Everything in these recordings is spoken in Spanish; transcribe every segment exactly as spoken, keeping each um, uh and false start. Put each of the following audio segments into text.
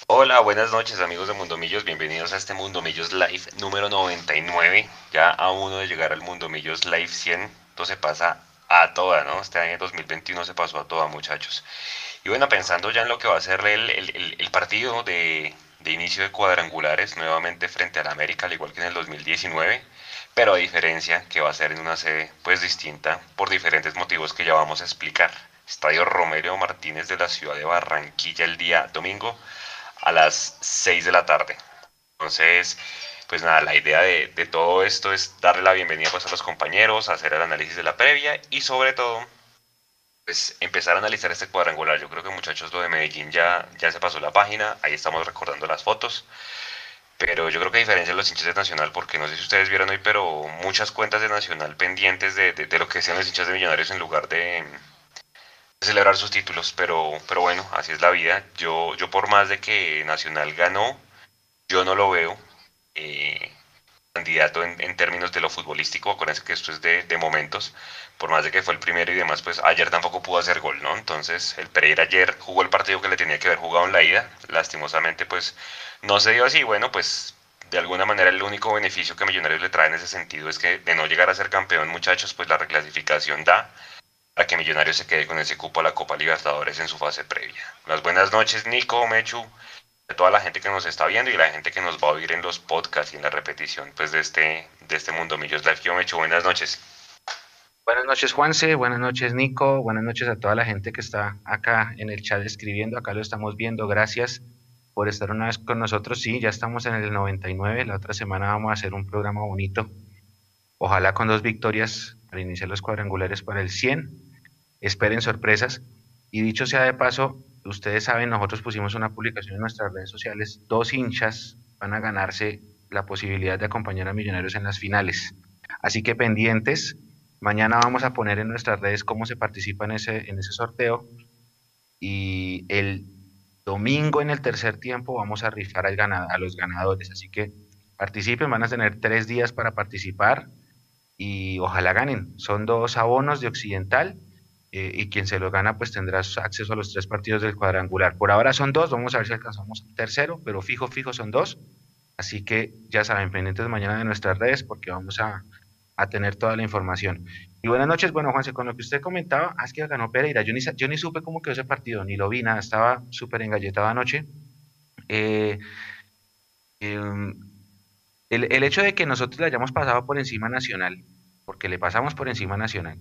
Hola, buenas noches amigos de Mundo Millos, bienvenidos a este Mundo Millos Live número noventa y nueve, ya a uno de llegar al Mundo Millos Live cien, esto se pasa a toda, ¿no? Este año dos mil veintiuno se pasó a toda, muchachos. Y bueno, pensando ya en lo que va a ser el, el- el- el partido de, de inicio de cuadrangulares nuevamente frente al América, al igual que en el dos mil diecinueve, pero a diferencia que va a ser en una sede pues distinta por diferentes motivos que ya vamos a explicar. Estadio Romero Martínez de la ciudad de Barranquilla el día domingo a las seis de la tarde. Entonces, pues nada, la idea de, de todo esto es darle la bienvenida pues a los compañeros, hacer el análisis de la previa y sobre todo pues empezar a analizar este cuadrangular. Yo creo que muchachos lo de Medellín ya, ya se pasó la página, ahí estamos recordando las fotos, pero yo creo que a diferencia de los hinchas de Nacional, porque no sé si ustedes vieron hoy, pero muchas cuentas de Nacional pendientes de, de, de lo que sean los hinchas de Millonarios en lugar de, de celebrar sus títulos, pero, pero bueno, así es la vida. Yo, yo por más de que Nacional ganó, yo no lo veo eh, candidato en, en, términos de lo futbolístico. Acuérdense que esto es de, de, momentos. Por más de que fue el primero y demás, pues ayer tampoco pudo hacer gol, ¿no? Entonces el Pereira ayer jugó el partido que le tenía que haber jugado en la ida. Lastimosamente, pues no se dio así. Bueno, pues de alguna manera el único beneficio que Millonarios le trae en ese sentido es que de no llegar a ser campeón, muchachos, pues la reclasificación da a que Millonarios se quede con ese cupo a la Copa Libertadores en su fase previa. Las buenas noches, Nico, Mechu, de toda la gente que nos está viendo y la gente que nos va a oír en los podcasts y en la repetición pues de este, de este Mundo Millos Live. Yo, Mechu, buenas noches. Buenas noches, Juanse. Buenas noches, Nico. Buenas noches a toda la gente que está acá en el chat escribiendo. Acá lo estamos viendo. Gracias por estar una vez con nosotros. Sí, ya estamos en el noventa y nueve. La otra semana vamos a hacer un programa bonito. Ojalá con dos victorias para iniciar los cuadrangulares para el cien. Esperen sorpresas. Y dicho sea de paso, ustedes saben, nosotros pusimos una publicación en nuestras redes sociales. Dos hinchas van a ganarse la posibilidad de acompañar a Millonarios en las finales. Así que pendientes. Mañana vamos a poner en nuestras redes cómo se participa en ese, en ese sorteo. Y el domingo en el tercer tiempo vamos a rifar al ganado, a los ganadores. Así que participen, van a tener tres días para participar y ojalá ganen. Son dos abonos de Occidental eh, y quien se lo gana pues tendrá acceso a los tres partidos del cuadrangular. Por ahora son dos, vamos a ver si alcanzamos el tercero, pero fijo, fijo son dos. Así que ya saben, pendientes mañana de nuestras redes porque vamos a, a tener toda la información. Y buenas noches, bueno, Juanse, con lo que usted comentaba, ah, es que ganó Pereira. Yo ni, yo ni supe cómo quedó ese partido, ni lo vi, nada, estaba súper engalletado anoche. Eh, eh, el, el hecho de que nosotros le hayamos pasado por encima Nacional, porque le pasamos por encima Nacional,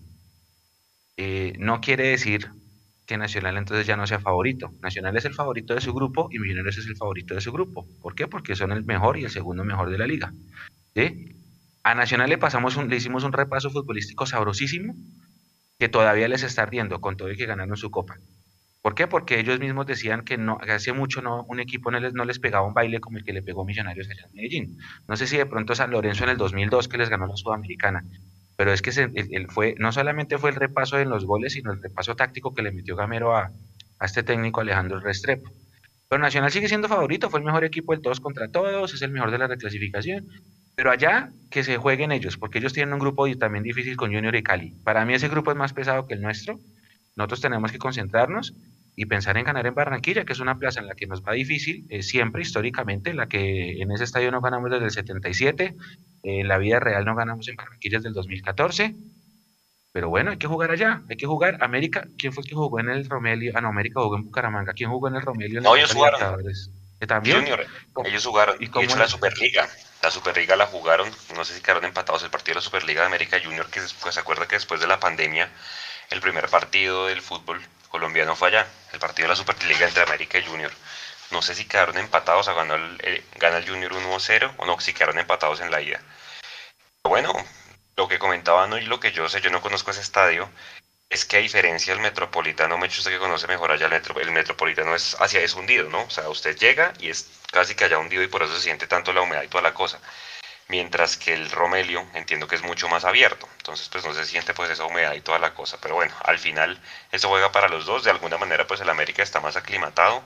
eh, no quiere decir que Nacional entonces ya no sea favorito. Nacional es el favorito de su grupo y Millonarios es el favorito de su grupo. ¿Por qué? Porque son el mejor y el segundo mejor de la liga. ¿Sí? A Nacional le pasamos un, le hicimos un repaso futbolístico sabrosísimo que todavía les está ardiendo con todo y que ganaron su copa. ¿Por qué? Porque ellos mismos decían que no, que hace mucho no, un equipo no les, no les pegaba un baile como el que le pegó Millonarios allá en Medellín. No sé si de pronto San Lorenzo en el dos mil dos que les ganó la Sudamericana, pero es que se, el, el fue, no solamente fue el repaso en los goles, sino el repaso táctico que le metió Gamero a, a este técnico Alejandro Restrepo. Pero Nacional sigue siendo favorito, fue el mejor equipo del todos contra todos, es el mejor de la reclasificación. Pero allá que se jueguen ellos, porque ellos tienen un grupo también difícil con Junior y Cali. Para mí ese grupo es más pesado que el nuestro. Nosotros tenemos que concentrarnos y pensar en ganar en Barranquilla, que es una plaza en la que nos va difícil, eh, siempre históricamente, la que en ese estadio no ganamos desde el setenta y siete, eh, en la vida real no ganamos en Barranquilla desde el dos mil catorce, pero bueno, hay que jugar allá, hay que jugar. América, ¿quién fue el que jugó en el Romelio? Ah, no, América jugó en Bucaramanga. ¿Quién jugó en el Romelio en la No, Copa ellos jugaron. Libertadores? ¿Que también? Junior, ¿Cómo? ellos jugaron. ¿Y Y de cómo hecho la es? Superliga. La Superliga la jugaron. No sé si quedaron empatados el partido de la Superliga de América Junior, que pues, se acuerda que después de la pandemia, el primer partido del fútbol colombiano fue allá. El partido de la Superliga entre América y Junior. No sé si quedaron empatados o ganó el, eh, gana el Junior uno cero o no, si quedaron empatados en la ida. Bueno, lo que comentaban hoy, lo que yo sé, yo no conozco ese estadio, es que a diferencia del Metropolitano, me hecho usted que conoce mejor allá, el, metro, el Metropolitano es hacia es hundido, ¿no? O sea, usted llega y es casi que allá hundido y por eso se siente tanto la humedad y toda la cosa. Mientras que el Romelio entiendo que es mucho más abierto, entonces pues no se siente pues esa humedad y toda la cosa, pero bueno, al final eso juega para los dos, de alguna manera pues el América está más aclimatado,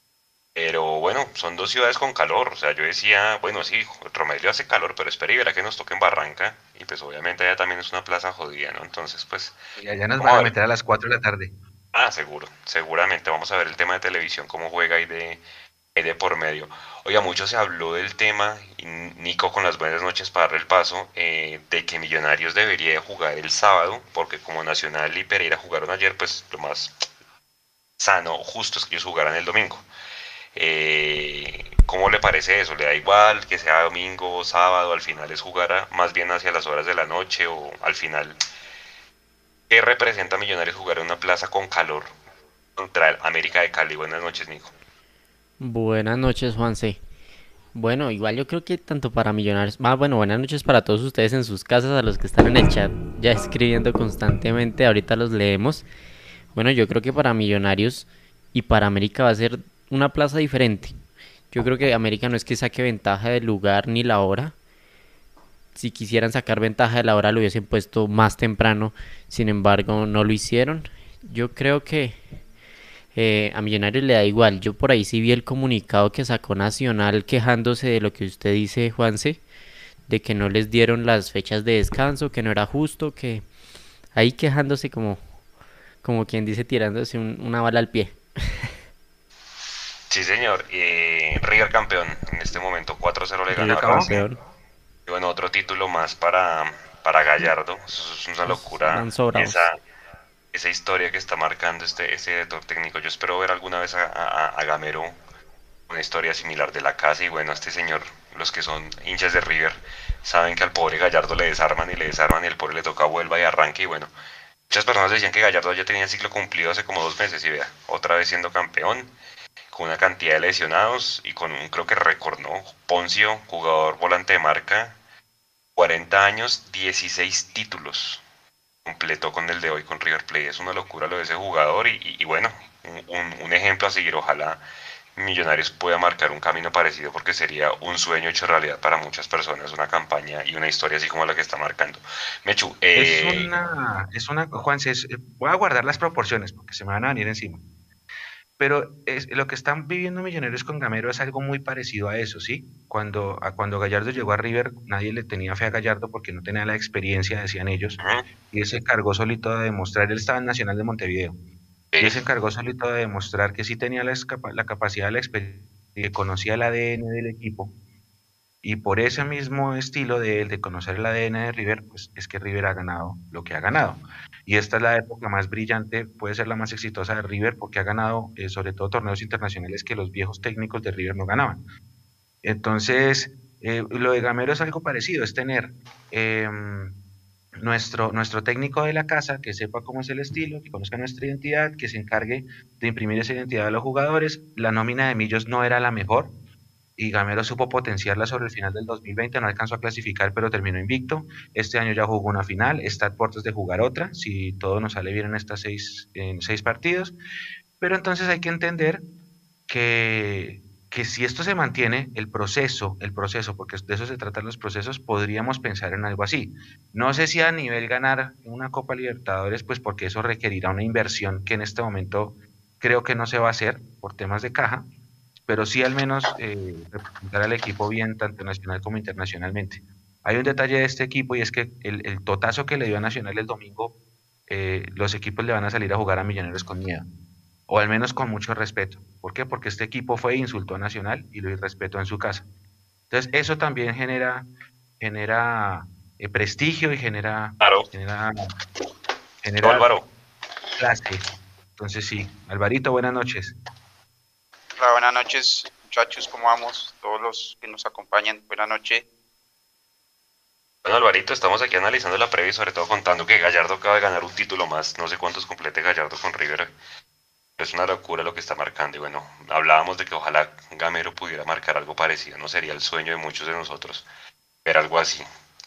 pero bueno, son dos ciudades con calor. O sea, yo decía, bueno, sí, Romelio hace calor, pero espera y verá que nos toque en Barranca. Y pues obviamente allá también es una plaza jodida, ¿no? Entonces, pues, Y allá nos vamos van a a ver. meter a las cuatro de la tarde. Ah, seguro, seguramente vamos a ver el tema de televisión, cómo juega y de, y de por medio. Oiga, mucho se habló del tema, y Nico con las buenas noches para darle el paso, eh, de que Millonarios debería de jugar el sábado, porque como Nacional y Pereira jugaron ayer, pues lo más sano, justo es que ellos jugaran el domingo. Eh, ¿Cómo le parece eso? ¿Le da igual que sea domingo o sábado? Al final es jugar a- más bien hacia las horas de la noche o al final, ¿qué representa a Millonarios jugar en una plaza con calor contra el América de Cali? Buenas noches, Nico. Buenas noches, Juanse. Bueno, igual yo creo que tanto para Millonarios, ah, bueno, buenas noches para todos ustedes en sus casas, a los que están en el chat ya escribiendo constantemente, ahorita los leemos. Bueno, yo creo que para Millonarios y para América va a ser una plaza diferente. Yo creo que América no es que saque ventaja del lugar ni la hora. Si quisieran sacar ventaja de la hora lo hubiesen puesto más temprano, sin embargo no lo hicieron. Yo creo que eh, a Millonarios le da igual. Yo por ahí sí vi el comunicado que sacó Nacional quejándose de lo que usted dice, Juanse, de que no les dieron las fechas de descanso, que no era justo, que ahí quejándose como, como quien dice tirándose un- una bala al pie. Sí, señor. Eh, River campeón. En este momento cuatro cero le ganó River a ¿Acabó? Racing. campeón. Y bueno, otro título más para, para Gallardo. Eso es una Esos locura. van sobrados. Esa, esa historia que está marcando este, este director técnico. Yo espero ver alguna vez a, a, a Gamero una historia similar de la casa. Y bueno, este señor, los que son hinchas de River, saben que al pobre Gallardo le desarman y le desarman y el pobre le toca vuelva y arranque. Y bueno, muchas personas decían que Gallardo ya tenía el ciclo cumplido hace como dos meses. Y vea, otra vez siendo campeón con una cantidad de lesionados y con un creo que récord, ¿no? Poncio, jugador volante de marca, cuarenta años, dieciséis títulos. Completó con el de hoy con River Plate. Es una locura lo de ese jugador y, y, y bueno, un, un, ejemplo a seguir. Ojalá Millonarios pueda marcar un camino parecido porque sería un sueño hecho realidad para muchas personas, una campaña y una historia así como la que está marcando. Mechu, Es eh, una, es una, Juanse, es- eh, voy a guardar las proporciones porque se me van a venir encima. Pero es, lo que están viviendo Millonarios con Gamero es algo muy parecido a eso, ¿sí? Cuando, a, cuando Gallardo llegó a River, nadie le tenía fe a Gallardo porque no tenía la experiencia, decían ellos, uh, y él se encargó solito de demostrar, él estaba en Nacional de Montevideo, y él sí, se encargó solito de demostrar que sí tenía la, escapa- la capacidad, la experiencia, que conocía el A D N del equipo, y por ese mismo estilo de él, de conocer el A D N de River, pues es que River ha ganado lo que ha ganado. Y esta es la época más brillante, puede ser la más exitosa de River, porque ha ganado eh, sobre todo torneos internacionales que los viejos técnicos de River no ganaban. Entonces, eh, lo de Gamero es algo parecido, es tener eh, nuestro, nuestro técnico de la casa que sepa cómo es el estilo, que conozca nuestra identidad, que se encargue de imprimir esa identidad a los jugadores. La nómina de Millos no era la mejor, y Gamero supo potenciarla sobre el final del dos mil veinte, no alcanzó a clasificar, pero terminó invicto. Este año ya jugó una final, está a puertas de jugar otra, si todo nos sale bien en estas seis, en seis partidos. Pero entonces hay que entender que, que si esto se mantiene, el proceso, el proceso, porque de eso se tratan los procesos, podríamos pensar en algo así. No sé si a nivel ganar una Copa Libertadores, pues porque eso requerirá una inversión que en este momento creo que no se va a hacer por temas de caja, pero sí al menos eh, representar al equipo bien, tanto nacional como internacionalmente. Hay un detalle de este equipo y es que el, el totazo que le dio a Nacional el domingo, eh, los equipos le van a salir a jugar a Millonarios con miedo, o al menos con mucho respeto. ¿Por qué? Porque este equipo fue e insultó a Nacional y lo irrespetó en su casa. Entonces, eso también genera, genera eh, prestigio y genera, claro. genera, Yo, genera Álvaro, clase. Entonces, sí, Alvarito, buenas noches. Hola, buenas noches, muchachos, ¿cómo vamos? Todos los que nos acompañan, buenas noches. bueno, Alvarito, estamos aquí analizando la previa y sobre todo contando que Gallardo acaba de ganar un título más. No sé cuántos complete Gallardo con River. Es una locura lo que está marcando. Y bueno, hablábamos de que ojalá Gamero pudiera marcar algo parecido. No sería el sueño de muchos de nosotros ver algo así.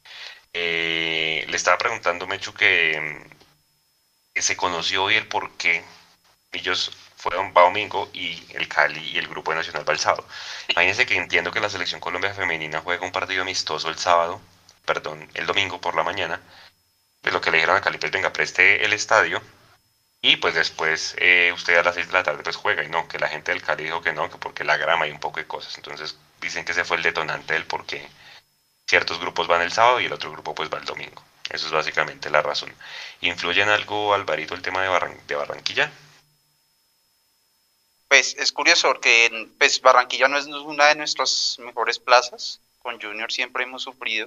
Eh, le estaba preguntando, Mechu, que, que se conoció hoy el por qué ellos fueron va domingo y el Cali y el grupo de Nacional va el sábado. Imagínense que entiendo que la selección Colombia femenina juega un partido amistoso el sábado, perdón, el domingo por la mañana. Pues lo que le dijeron a Cali, pues venga, preste el estadio y pues después eh, usted a las seis de la tarde pues juega y no, que la gente del Cali dijo que no, que porque la grama y un poco de cosas. Entonces dicen que ese fue el detonante del por qué ciertos grupos van el sábado y el otro grupo pues va el domingo. Eso es básicamente la razón. ¿Influye en algo, Alvarito, el tema de, Barran de Barranquilla? pues es curioso porque pues, Barranquilla no es una de nuestras mejores plazas. Con Junior siempre hemos sufrido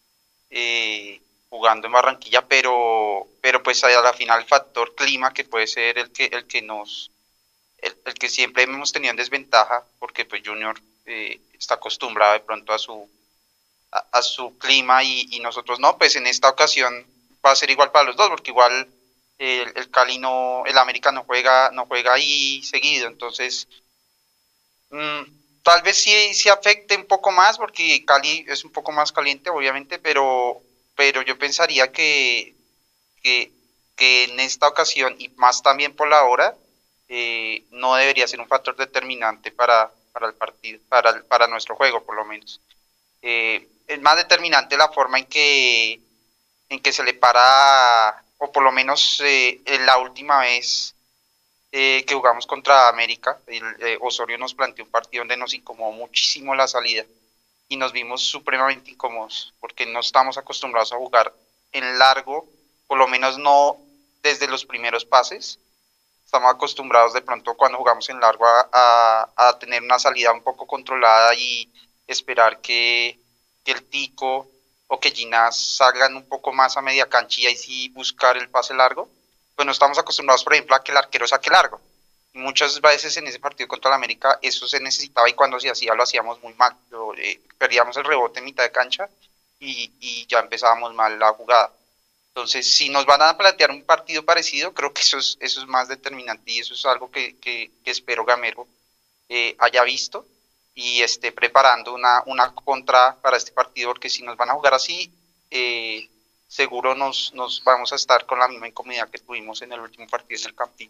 eh, jugando en Barranquilla, pero, pero pues a la final el factor clima que puede ser el que, el que nos, el, el que siempre hemos tenido en desventaja, porque pues Junior eh, está acostumbrado de pronto a su, a, a su clima y, y nosotros no, pues en esta ocasión va a ser igual para los dos, porque igual el, el Cali no, el América no juega, no juega ahí seguido, entonces mmm, tal vez sí, sí afecte un poco más, porque Cali es un poco más caliente, obviamente, pero, pero yo pensaría que, que, que en esta ocasión, y más también por la hora, eh, no debería ser un factor determinante para, para el partido, para, el- para nuestro juego, por lo menos. Eh, es más determinante la forma en que, en que se le para, o por lo menos eh, en la última vez eh, que jugamos contra América, el, eh, Osorio nos planteó un partido donde nos incomodó muchísimo la salida y nos vimos supremamente incómodos porque no estamos acostumbrados a jugar en largo, por lo menos no desde los primeros pases. Estamos acostumbrados de pronto cuando jugamos en largo a, a, a tener una salida un poco controlada y esperar que, que el Tico o que Ginás salgan un poco más a media cancha y sí buscar el pase largo. Pues no estamos acostumbrados, por ejemplo, a que el arquero saque largo. Y muchas veces en ese partido contra el América eso se necesitaba y cuando se hacía lo hacíamos muy mal. Lo, eh, perdíamos el rebote en mitad de cancha y, y ya empezábamos mal la jugada. Entonces, si nos van a plantear un partido parecido, creo que eso es, eso es más determinante y eso es algo que, que, que espero Gamero eh, haya visto y esté preparando una, una contra para este partido, porque si nos van a jugar así, eh, seguro nos, nos vamos a estar con la misma incomodidad que tuvimos en el último partido en el Campín.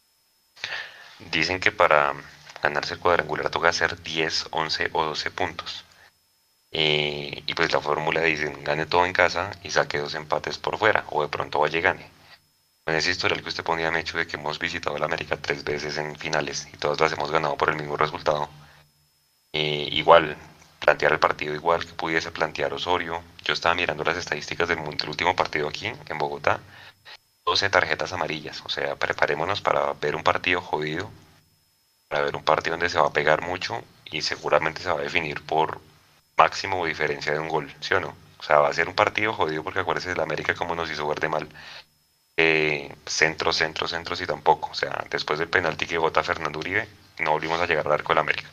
Dicen que para ganarse el cuadrangular toca hacer diez, once o doce puntos. Eh, y pues la fórmula dicen, gane todo en casa y saque dos empates por fuera, o de pronto vaya y gane. En ese historial que usted ponía, Mecho, de que hemos visitado la América tres veces en finales y todas las hemos ganado por el mismo resultado. Eh, igual, plantear el partido igual que pudiese plantear Osorio. Yo estaba mirando las estadísticas del, del último partido aquí en Bogotá. doce tarjetas amarillas, o sea, preparémonos para ver un partido jodido, para ver un partido donde se va a pegar mucho y seguramente se va a definir por máximo diferencia de un gol, ¿sí o no? O sea, va a ser un partido jodido porque acuérdense de la América cómo nos hizo ver de mal. Eh, centros, centros, centros y tampoco. O sea, después del penalti que vota Fernando Uribe, no volvimos a llegar al arco del América.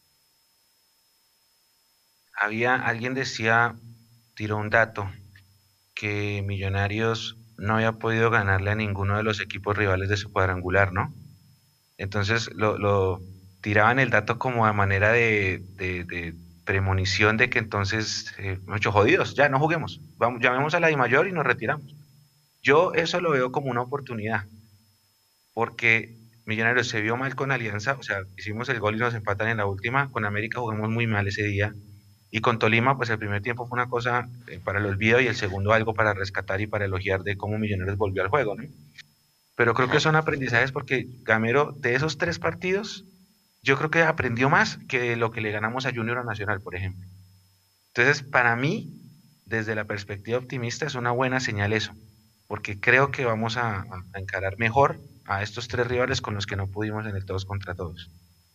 Había, alguien decía, tiró un dato, que Millonarios no había podido ganarle a ninguno de los equipos rivales de su cuadrangular, ¿no? Entonces lo, lo tiraban el dato como a manera de, de, de premonición de que entonces, eh, mucho jodidos, ya no juguemos, vamos, llamemos a la I mayor y nos retiramos. Yo eso lo veo como una oportunidad, porque Millonarios se vio mal con Alianza, o sea, hicimos el gol y nos empatan en la última, con América jugamos muy mal ese día, y con Tolima, pues el primer tiempo fue una cosa eh, para el olvido y el segundo algo para rescatar y para elogiar de cómo Millonarios volvió al juego, ¿no? Pero creo que Ujú. son aprendizajes porque Gamero, de esos tres partidos, yo creo que aprendió más que lo que le ganamos a Junior o Nacional, por ejemplo. Entonces, para mí, desde la perspectiva optimista, es una buena señal eso, porque creo que vamos a, a- a encarar mejor a estos tres rivales con los que no pudimos en el todos contra todos.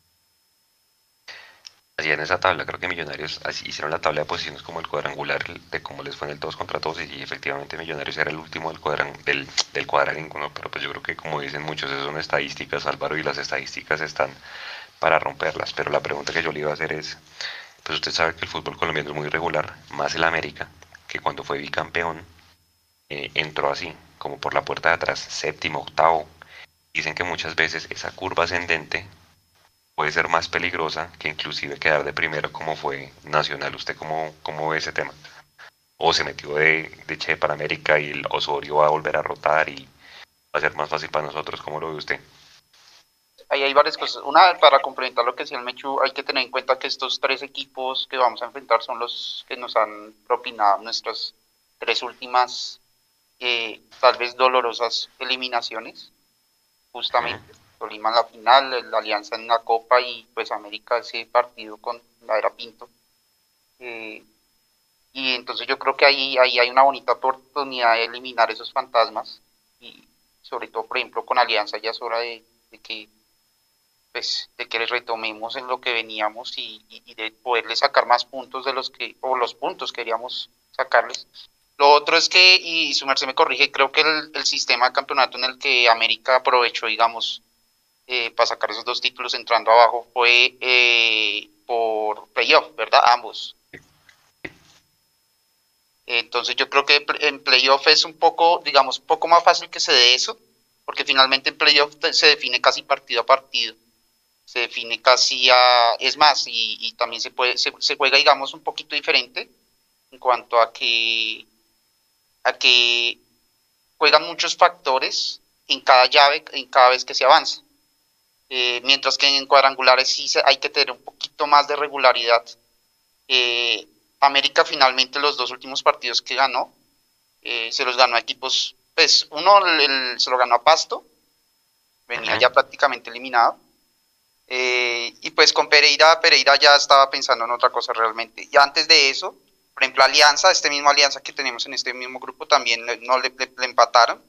Así en esa tabla, creo que Millonarios así hicieron la tabla de posiciones como el cuadrangular de cómo les fue en el todos contra todos y efectivamente Millonarios era el último del cuadran, del, del cuadrangular, ¿no? Pero pues yo creo que como dicen muchos, eso son estadísticas, Álvaro, y las estadísticas están para romperlas. Pero la pregunta que yo le iba a hacer es, pues usted sabe que el fútbol colombiano es muy irregular, más el América, que cuando fue bicampeón eh, entró así, como por la puerta de atrás, séptimo, octavo. Dicen que muchas veces esa curva ascendente puede ser más peligrosa que inclusive quedar de primero como fue Nacional. ¿Usted cómo, cómo ve ese tema? ¿O se metió de, de Che para América y el Osorio va a volver a rotar y va a ser más fácil para nosotros? ¿Cómo lo ve usted? Ahí hay varias cosas. Una, para complementar lo que decía el Mechu, hay que tener en cuenta que estos tres equipos que vamos a enfrentar son los que nos han propinado nuestras tres últimas, eh, tal vez dolorosas eliminaciones, Ujú. justamente. Tolima en la final, la Alianza en la Copa y pues América ese partido con la era Pinto. Eh, y entonces yo creo que ahí, ahí hay una bonita oportunidad de eliminar esos fantasmas y sobre todo, por ejemplo, con Alianza ya es hora de, de que pues, de que les retomemos en lo que veníamos y, y, y de poderles sacar más puntos de los que, o los puntos que queríamos sacarles. Lo otro es que, y su merced me corrige, creo que el, el sistema de campeonato en el que América aprovechó, digamos, eh, para sacar esos dos títulos entrando abajo fue eh, por playoff, ¿verdad? Ambos. Entonces yo creo que en playoff es un poco, digamos, un poco más fácil que se dé eso, porque finalmente en playoff se define casi partido a partido, se define casi a, es más, y, y también se puede, se, se juega, digamos, un poquito diferente en cuanto a que, a que juegan muchos factores en cada llave, en cada vez que se avanza. Eh, mientras que en cuadrangulares sí se, hay que tener un poquito más de regularidad. Eh, América finalmente los dos últimos partidos que ganó, eh, se los ganó a equipos, pues uno el, el, se lo ganó a Pasto, venía ya prácticamente eliminado, eh, y pues con Pereira, Pereira ya estaba pensando en otra cosa realmente. Y antes de eso, por ejemplo, Alianza, este mismo Alianza que tenemos en este mismo grupo, también no le, le, le empataron,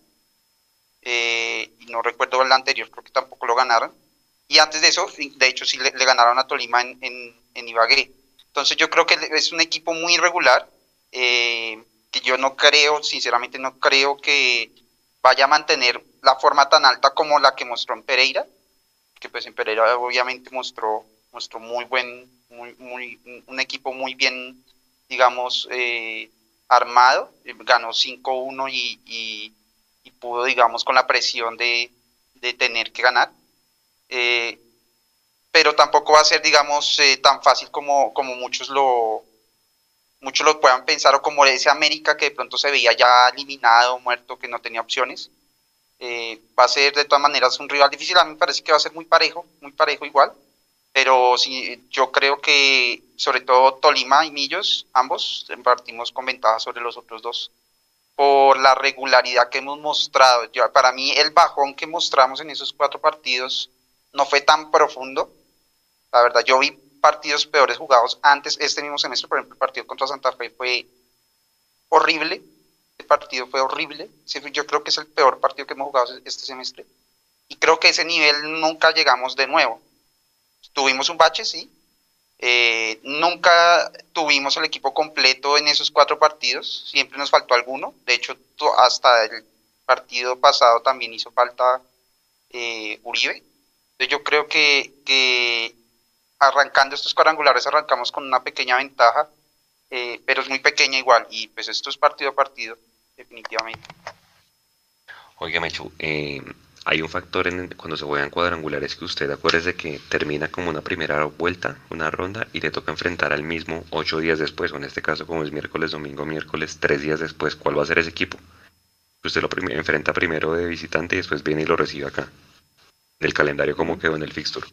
eh, y no recuerdo el anterior, creo que tampoco lo ganaron. Y antes de eso, de hecho, sí le, le ganaron a Tolima en, en, en Ibagué. Entonces yo creo que es un equipo muy irregular, eh, que yo no creo, sinceramente no creo que vaya a mantener la forma tan alta como la que mostró en Pereira, que pues en Pereira obviamente mostró, mostró muy buen, muy, muy, un equipo muy bien, digamos, eh, armado, ganó cinco uno y, y, y pudo, digamos, con la presión de, de tener que ganar. Eh, pero tampoco va a ser, digamos, eh, tan fácil como, como muchos lo muchos lo puedan pensar, o como ese América que de pronto se veía ya eliminado, muerto, que no tenía opciones. Eh, va a ser de todas maneras un rival difícil. A mí me parece que va a ser muy parejo, muy parejo igual, pero sí, yo creo que sobre todo Tolima y Millos, ambos partimos con ventaja sobre los otros dos por la regularidad que hemos mostrado. Yo, para mí el bajón que mostramos en esos cuatro partidos no fue tan profundo. La verdad, yo vi partidos peores jugados antes, este mismo semestre. Por ejemplo, el partido contra Santa Fe fue horrible. El partido fue horrible. Yo creo que es el peor partido que hemos jugado este semestre. Y creo que ese nivel nunca llegamos de nuevo. Tuvimos un bache, sí. Eh, nunca tuvimos el equipo completo en esos cuatro partidos. Siempre nos faltó alguno. De hecho, hasta el partido pasado también hizo falta eh, Uribe. Entonces yo creo que, que arrancando estos cuadrangulares arrancamos con una pequeña ventaja, eh, pero es muy pequeña igual, y pues esto es partido a partido, definitivamente. Oiga, Mechu, eh, hay un factor en cuando se juegan cuadrangulares que usted acuérdese que termina como una primera vuelta, una ronda, y le toca enfrentar al mismo ocho días después, o en este caso como es miércoles, domingo, miércoles, tres días después. ¿Cuál va a ser ese equipo? Usted lo prim enfrenta primero de visitante y después viene y lo recibe acá. Del calendario como quedó en el fixture.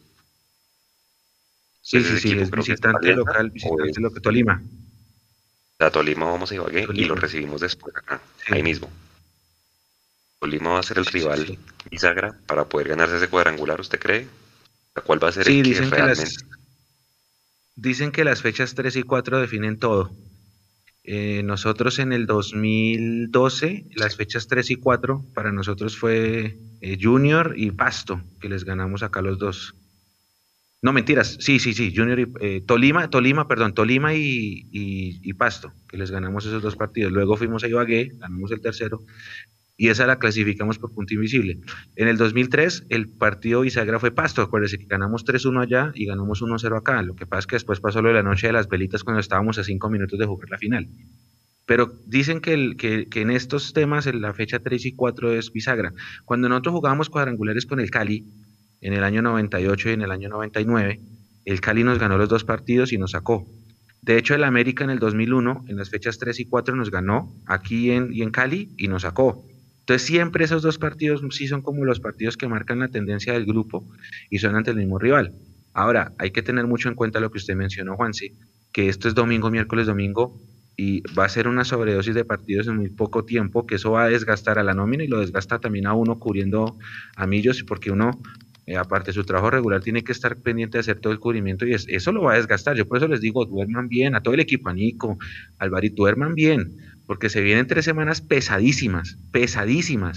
Sí, sí, sí, es visitante es local, visitante es... local, Tolima. A Tolima vamos a Ibagué Tolima. Y lo recibimos después acá, sí. Ahí mismo. Tolima va a ser el sí, rival sí, sí. bisagra para poder ganarse ese cuadrangular, ¿usted cree? ¿Cuál va a ser sí, el que dicen realmente? Que las, dicen que las fechas tres y cuatro definen todo. Eh, nosotros en el dos mil doce, las fechas tres y cuatro para nosotros fue eh, Junior y Pasto, que les ganamos acá los dos. No, mentiras, sí, sí, sí, Junior y eh, Tolima, Tolima, perdón, Tolima y, y, y Pasto, que les ganamos esos dos partidos. Luego fuimos a Ibagué, ganamos el tercero, y esa la clasificamos por punto invisible. En el dos mil tres, el partido bisagra fue Pasto, acuérdense que ganamos tres uno allá y ganamos uno cero acá. Lo que pasa es que después pasó lo de la noche de las velitas cuando estábamos a cinco minutos de jugar la final. Pero dicen que, el, que, que en estos temas en la fecha tres y cuatro es bisagra. Cuando nosotros jugábamos cuadrangulares con el Cali, en el año noventa y ocho y en el año noventa y nueve, el Cali nos ganó los dos partidos y nos sacó. De hecho, el América en el dos mil uno, en las fechas tres y cuatro, nos ganó aquí en, y en Cali y nos sacó. Entonces siempre esos dos partidos sí son como los partidos que marcan la tendencia del grupo y son ante el mismo rival. Ahora, hay que tener mucho en cuenta lo que usted mencionó, Juanse, que esto es domingo, miércoles, domingo, y va a ser una sobredosis de partidos en muy poco tiempo, que eso va a desgastar a la nómina y lo desgasta también a uno cubriendo a Millos, porque uno, eh, aparte de su trabajo regular, tiene que estar pendiente de hacer todo el cubrimiento y es, eso lo va a desgastar. Yo por eso les digo, duerman bien, a todo el equipo, a Nico, Alvarito, duerman bien, porque se vienen tres semanas pesadísimas, pesadísimas.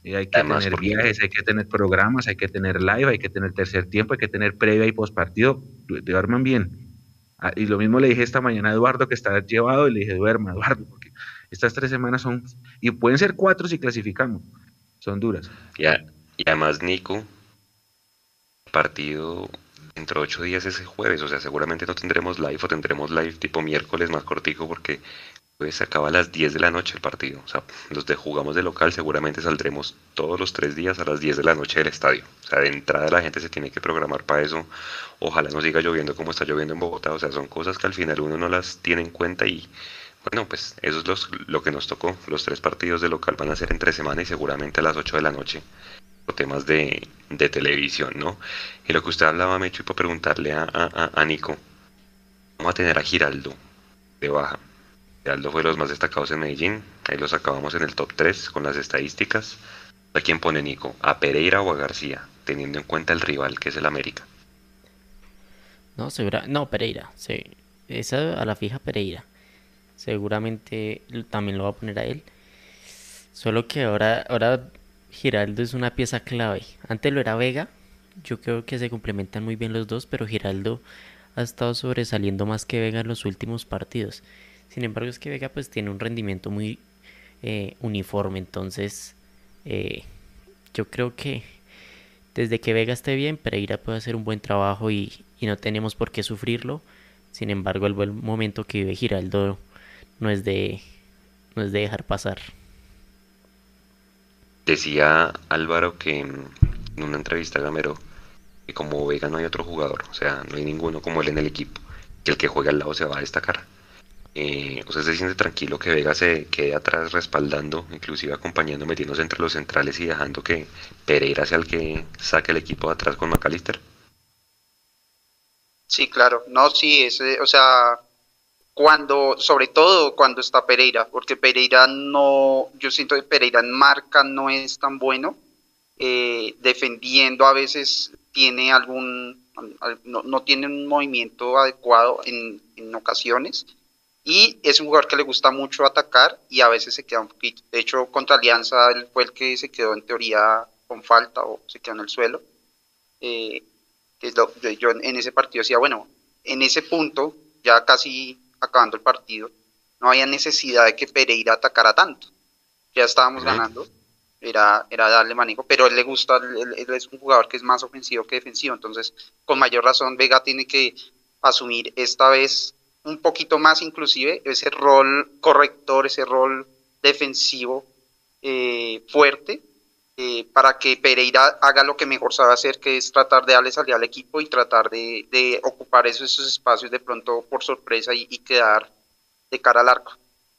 Y hay que Además, tener porque viajes, hay que tener programas, hay que tener live, hay que tener tercer tiempo, hay que tener previa y postpartido. Du- Duerman bien. Ah, y lo mismo le dije esta mañana a Eduardo, que está llevado, y le dije, duerma, Eduardo, porque estas tres semanas son, y pueden ser cuatro si clasificamos, son duras. y, a- y además Nico, el partido dentro de ocho días es el jueves, o sea, seguramente no tendremos live o tendremos live tipo miércoles más cortico porque pues se acaba a las diez de la noche el partido. O sea, los de jugamos de local seguramente saldremos todos los tres días a las diez de la noche del estadio. O sea, de entrada la gente se tiene que programar para eso. Ojalá no siga lloviendo como está lloviendo en Bogotá. O sea, son cosas que al final uno no las tiene en cuenta y bueno, pues eso es los- lo que nos tocó. Los tres partidos de local van a ser entre semana y seguramente a las ocho de la noche por temas de, de televisión, ¿no? Y lo que usted hablaba, Mecho, y para preguntarle a, a, a Nico, vamos a tener a Giraldo de baja. Giraldo fue de los más destacados en Medellín, ahí los acabamos en el top tres con las estadísticas. ¿A quién pone Nico? ¿A Pereira o a García? Teniendo en cuenta el rival que es el América. No, segura, no, Pereira, sí, esa a la fija Pereira. Seguramente l- también lo va a poner a él. Solo que ahora, ahora Giraldo es una pieza clave. Antes lo era Vega. Yo creo que se complementan muy bien los dos, pero Giraldo ha estado sobresaliendo más que Vega en los últimos partidos. Sin embargo, es que Vega pues tiene un rendimiento muy eh, uniforme. Entonces, eh, yo creo que desde que Vega esté bien, Pereira puede hacer un buen trabajo y, y no tenemos por qué sufrirlo. Sin embargo, el buen momento que vive Giraldo no es de, no es de dejar pasar. Decía Álvaro que mm, en una entrevista a Gamero que como Vega no hay otro jugador, o sea, no hay ninguno como él en el equipo, que el que juegue al lado se va a destacar. Eh, o sea, se siente tranquilo que Vega se quede atrás respaldando, inclusive acompañando, metiéndose entre los centrales y dejando que Pereira sea el que saque el equipo de atrás con McAllister. Sí, claro. No, sí, ese, o sea, cuando, sobre todo cuando está Pereira, porque Pereira no, yo siento que Pereira en marca no es tan bueno, eh, defendiendo a veces tiene algún, al- no, no tiene un movimiento adecuado en, en ocasiones, y es un jugador que le gusta mucho atacar y a veces se queda un poquito. De hecho, contra Alianza él fue el que se quedó en teoría con falta o se quedó en el suelo. Eh, que es lo- yo, yo en ese partido decía, bueno, en ese punto, ya casi acabando el partido, no había necesidad de que Pereira atacara tanto. Ya estábamos Ujú. ganando, era, era darle manejo, pero a él le gusta, él, él es un jugador que es más ofensivo que defensivo, entonces con mayor razón Vega tiene que asumir esta vez un poquito más inclusive ese rol corrector, ese rol defensivo eh, fuerte, eh, para que Pereira haga lo que mejor sabe hacer, que es tratar de darle salida al equipo y tratar de, de ocupar esos, esos, espacios de pronto por sorpresa y, y quedar de cara al arco.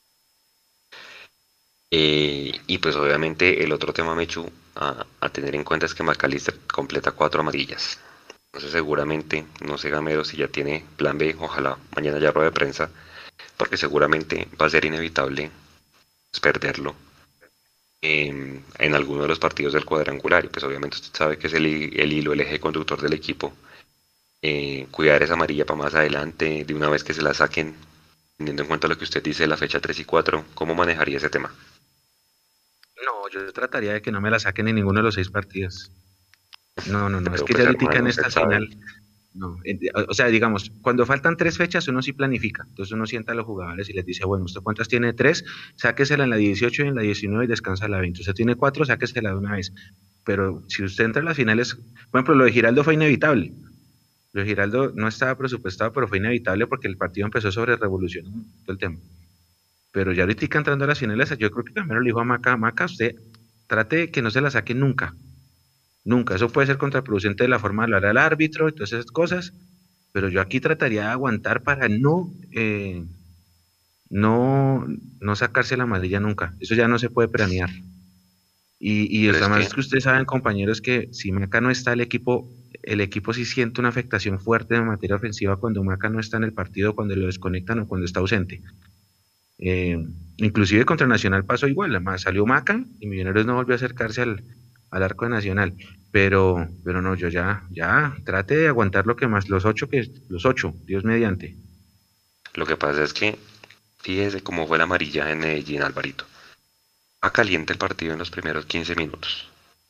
Eh, y pues obviamente el otro tema, Mechu, a, a tener en cuenta es que McAllister completa cuatro amarillas. Entonces seguramente, no sé Gamero si ya tiene plan B, ojalá mañana ya rueda de prensa, porque seguramente va a ser inevitable pues, perderlo en, en alguno de los partidos del cuadrangular. Y pues obviamente usted sabe que es el, hi- el hilo, el eje conductor del equipo. Eh, cuidar esa amarilla para más adelante, de una vez que se la saquen, teniendo en cuenta lo que usted dice de la fecha tres y cuatro, ¿cómo manejaría ese tema? No, yo trataría de que no me la saquen en ninguno de los seis partidos. No, no, no, es Pero que ya pues ahorita en hermano, usted esta sabe. final, no, eh, o sea, digamos, cuando faltan tres fechas uno sí planifica, entonces uno sienta a los jugadores y les dice, bueno, ¿usted cuántas tiene? Tres, sáquesela en la dieciocho y en la diecinueve y descansa la veinte. Usted tiene cuatro, sáquesela de una vez. Pero si usted entra a las finales, por ejemplo, lo de Giraldo fue inevitable. Lo de Giraldo no estaba presupuestado, pero fue inevitable porque el partido empezó sobre revolución, todo el tema. Pero ya ahorita entrando a las finales, yo creo que también le dijo a Maca, Maca, usted trate de que no se la saque nunca, nunca. Eso puede ser contraproducente de la forma de hablar al árbitro y todas esas cosas, pero yo aquí trataría de aguantar para no, eh, no, no sacarse la amarilla nunca. Eso ya no se puede planear. Y, y Pero es además que es que ustedes saben, compañeros, que si Maca no está, el equipo, el equipo sí siente una afectación fuerte en materia ofensiva cuando Maca no está en el partido, cuando lo desconectan o cuando está ausente. Eh, Inclusive contra Nacional pasó igual, además salió Maca y Millonarios no volvió a acercarse al, al arco de Nacional. Pero, pero no, yo ya, ya, trate de aguantar lo que más, los ocho que, los ocho, Dios mediante. lo que pasa es que, fíjese cómo fue la amarilla en Medellín, Alvarito. calienta el partido en los primeros quince minutos.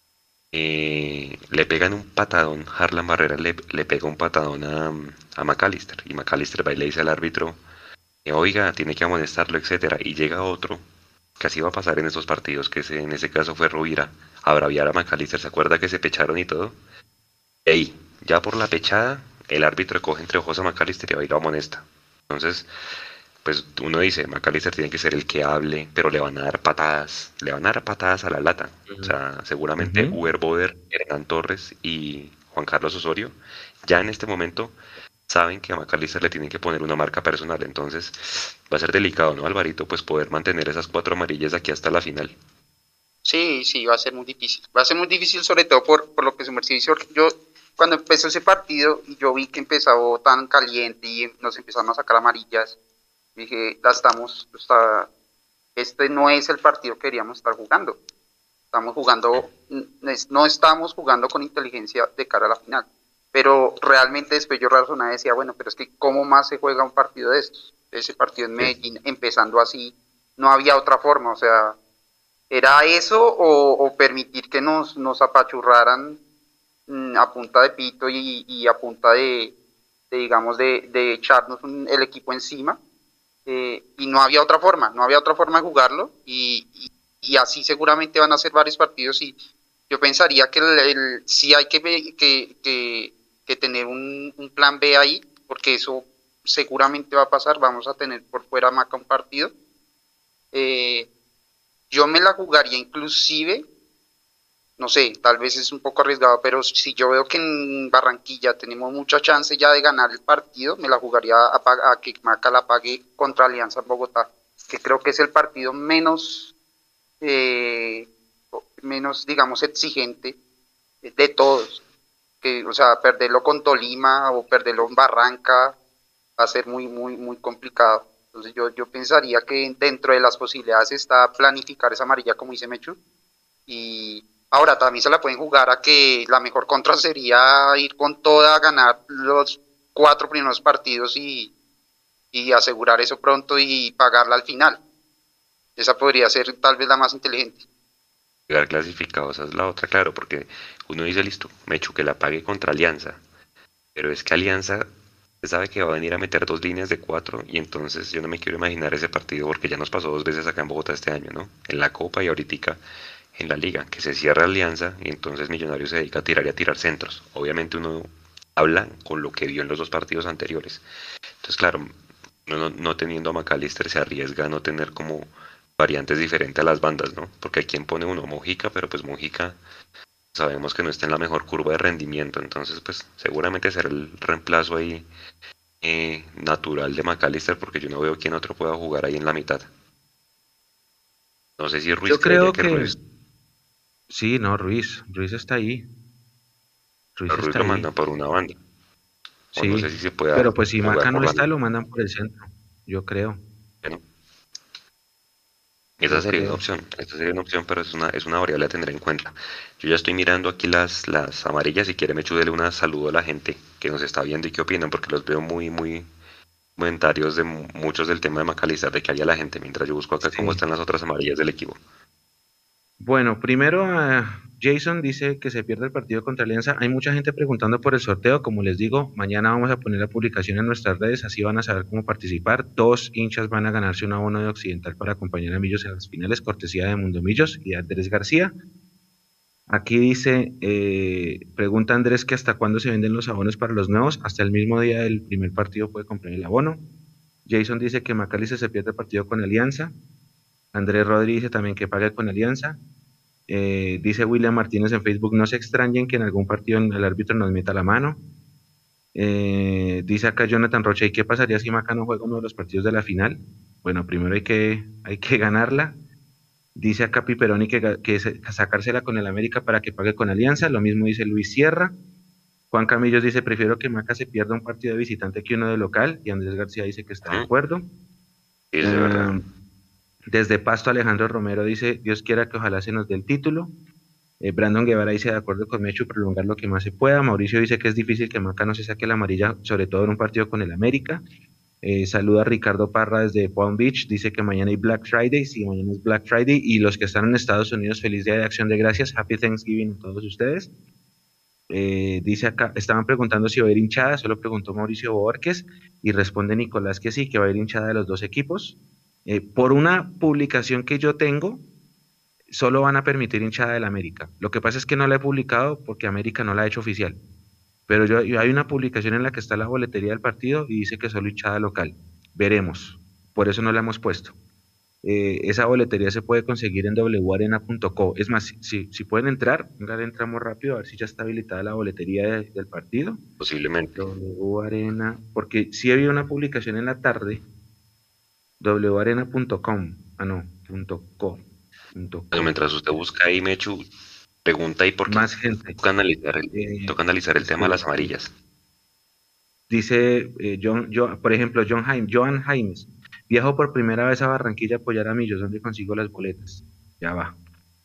Eh, le pegan un patadón, Harlan Barrera le, le pega un patadón a, a McAllister y McAllister va y le dice al árbitro, eh, oiga, tiene que amonestarlo, etcétera. Y llega otro, que así va a pasar en esos partidos, que se, en ese caso fue Rovira, a braviar a McAllister, ¿se acuerda que se pecharon y todo? Ey, ya por la pechada, el árbitro coge entre ojos a McAllister y va y lo amonesta. Entonces, pues uno dice, McAllister tiene que ser el que hable, pero le van a dar patadas, le van a dar patadas a la lata. O sea, seguramente Ujú. Uber Boder, Hernán Torres y Juan Carlos Osorio, ya en este momento saben que a McAllister le tienen que poner una marca personal. Entonces, va a ser delicado, ¿no, Alvarito? Pues poder mantener esas cuatro amarillas aquí hasta la final. Sí, sí, va a ser muy difícil. Va a ser muy difícil sobre todo por, por lo que su merced dice, porque yo cuando empezó ese partido y yo vi que empezaba tan caliente y nos empezaron a sacar amarillas, dije, la estamos, está, este no es el partido que queríamos estar jugando. Estamos jugando, no estamos jugando con inteligencia de cara a la final. Pero realmente después yo razonaba y decía, bueno, pero es que ¿cómo más se juega un partido de estos? Ese partido en Sí. Medellín, empezando así, no había otra forma, o sea, ¿era eso o, o permitir que nos, nos apachurraran mm, a punta de pito y, y a punta de, de digamos, de, de echarnos un, el equipo encima? Eh, y no había otra forma, no había otra forma de jugarlo y, y, y así seguramente van a ser varios partidos y yo pensaría que el, el, sí hay que, que, que, que tener un, un, plan B ahí, porque eso seguramente va a pasar, vamos a tener por fuera Maca un partido. Eh, yo me la jugaría inclusive, no sé, tal vez es un poco arriesgado, pero si yo veo que en Barranquilla tenemos mucha chance ya de ganar el partido, me la jugaría a, a que Maca la pague contra Alianza Bogotá, que creo que es el partido menos, eh, menos digamos, exigente de todos. Que, o sea, perderlo con Tolima o perderlo en Barranca va a ser muy, muy, muy complicado. Entonces yo, yo pensaría que dentro de las posibilidades está planificar esa amarilla, como dice Mechu, y ahora también se la pueden jugar a que la mejor contra sería ir con toda a ganar los cuatro primeros partidos y, y asegurar eso pronto y pagarla al final. Esa podría ser tal vez la más inteligente. Llegar clasificado, esa es la otra, claro, porque uno dice, listo, Mechu que la pague contra Alianza, pero es que Alianza sabe que va a venir a meter dos líneas de cuatro y entonces yo no me quiero imaginar ese partido porque ya nos pasó dos veces acá en Bogotá este año, ¿no? En la Copa y ahorita en la Liga, que se cierra Alianza y entonces Millonarios se dedica a tirar y a tirar centros. Obviamente uno habla con lo que vio en los dos partidos anteriores. Entonces, claro, no, no teniendo a McAllister se arriesga a no tener como variantes diferentes a las bandas, ¿no? Porque hay quien pone uno Mojica, pero pues Mojica sabemos que no está en la mejor curva de rendimiento, entonces pues seguramente será el reemplazo ahí eh, natural de McAllister porque yo no veo quién otro pueda jugar ahí en la mitad. No sé si Ruiz Yo creería creo que que Ruiz, sí, no, Ruiz, Ruiz está ahí, Ruiz Ruiz está lo manda ahí, por una banda, o no sé sí, si se pueda pero pues si jugar Maca no por la está, mitad, lo mandan por el centro, yo creo, ¿no? Esa yo sería una creo. opción, esta sería una opción, pero es una, es una variable a tener en cuenta. Yo ya estoy mirando aquí las, las amarillas, si quiere me dele un saludo a la gente que nos está viendo y qué opinan, porque los veo muy, muy comentarios de mu- muchos del tema de McAllister, de que haría la gente, mientras yo busco acá cómo Sí. están las otras amarillas del equipo. Bueno, primero ah, Jason dice que se pierde el partido contra Alianza. Hay mucha gente preguntando por el sorteo. Como les digo, mañana vamos a poner la publicación en nuestras redes, así van a saber cómo participar. Dos hinchas van a ganarse un abono de Occidental para acompañar a Millos en las finales, cortesía de Mundo Millos y de Andrés García. Aquí dice, eh, pregunta Andrés que hasta cuándo se venden los abonos para los nuevos. Hasta el mismo día del primer partido puede comprar el abono. Jason dice que Macalister se pierde el partido con Alianza. Andrés Rodríguez dice también que pague con Alianza. Eh, dice William Martínez en Facebook, no se extrañen que en algún partido el árbitro nos meta la mano. Eh, dice acá Jonathan Rocha, ¿y qué pasaría si Maca no juega uno de los partidos de la final? Bueno, primero hay que, hay que ganarla. Dice acá Piperoni que, que sacársela con el América para que pague con Alianza. Lo mismo dice Luis Sierra. Juan Camillos dice, prefiero que Maca se pierda un partido de visitante que uno de local. Y Andrés García dice que está de ¿Mm? acuerdo. Sí, es de verdad. Eh, desde Pasto, Alejandro Romero dice, Dios quiera que ojalá se nos dé el título. Eh, Brandon Guevara dice, de acuerdo con Mechu, prolongar lo que más se pueda. Mauricio dice que es difícil que Maca no se saque la amarilla, sobre todo en un partido con el América. Eh, saluda a Ricardo Parra desde Palm Beach, dice que mañana hay Black Friday, sí, mañana es Black Friday, y los que están en Estados Unidos, feliz Día de Acción de Gracias, Happy Thanksgiving a todos ustedes. Eh, dice acá, estaban preguntando si va a ir hinchada, solo preguntó Mauricio Borges, y responde Nicolás que sí, que va a ir hinchada de los dos equipos. Eh, por una publicación que yo tengo, solo van a permitir hinchada del América. Lo que pasa es que no la he publicado porque América no la ha hecho oficial. Pero yo, yo- hay una publicación en la que está la boletería del partido y dice que solo hinchada local. Veremos. Por eso no la hemos puesto. Eh, esa boletería se puede conseguir en w arena punto co. Es más, si, si- si pueden entrar, venga, entramos rápido a ver si ya está habilitada la boletería de- del partido. Posiblemente. W Arena, porque sí había una publicación en la tarde, w arena punto com. Ah, no, punto co. Punto Bueno, co. mientras usted busca ahí, Mechu, pregunta ahí porque Más gente. toca analizar el, Eh, toca analizar el tema de sí, las amarillas. dice eh, John, yo, por ejemplo, John Jaime, Joan Jaimes, viajo por primera vez a Barranquilla a apoyar a Millos, ¿dónde consigo las boletas? Ya va.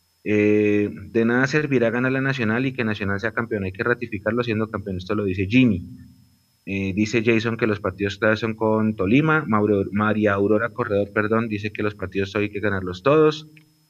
Eh, de nada servirá ganar la Nacional y que Nacional sea campeón, hay que ratificarlo siendo campeón, esto lo dice Jimmy. Eh, dice Jason que los partidos clave son con Tolima, Mauro- María Aurora Corredor, perdón, dice que los partidos hoy hay que ganarlos todos.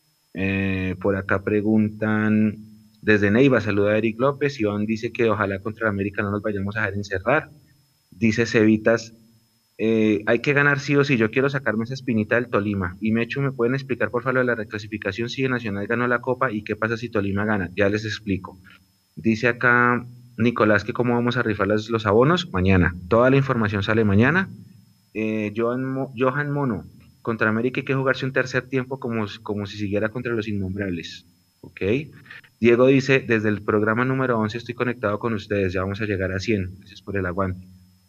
Eh, por acá preguntan desde Neiva, saluda a Eric López, Iván dice que ojalá contra el América no nos vayamos a dejar encerrar. Dice Cevitas, eh, hay que ganar sí o sí, yo quiero sacarme esa espinita del Tolima. Y Mechu, ¿me pueden explicar por favor lo de la reclasificación si el Nacional ganó la Copa y qué pasa si Tolima gana? Ya les explico. Dice acá Nicolás que cómo vamos a rifar los, los abonos. Mañana. Toda la información sale mañana. Eh, Johan, Mo- Johan Mono, contra América hay que jugarse un tercer tiempo como, como si siguiera contra los innombrables. ¿Ok? Diego dice, desde el programa número once estoy conectado con ustedes, ya vamos a llegar a cien. Gracias por el aguante.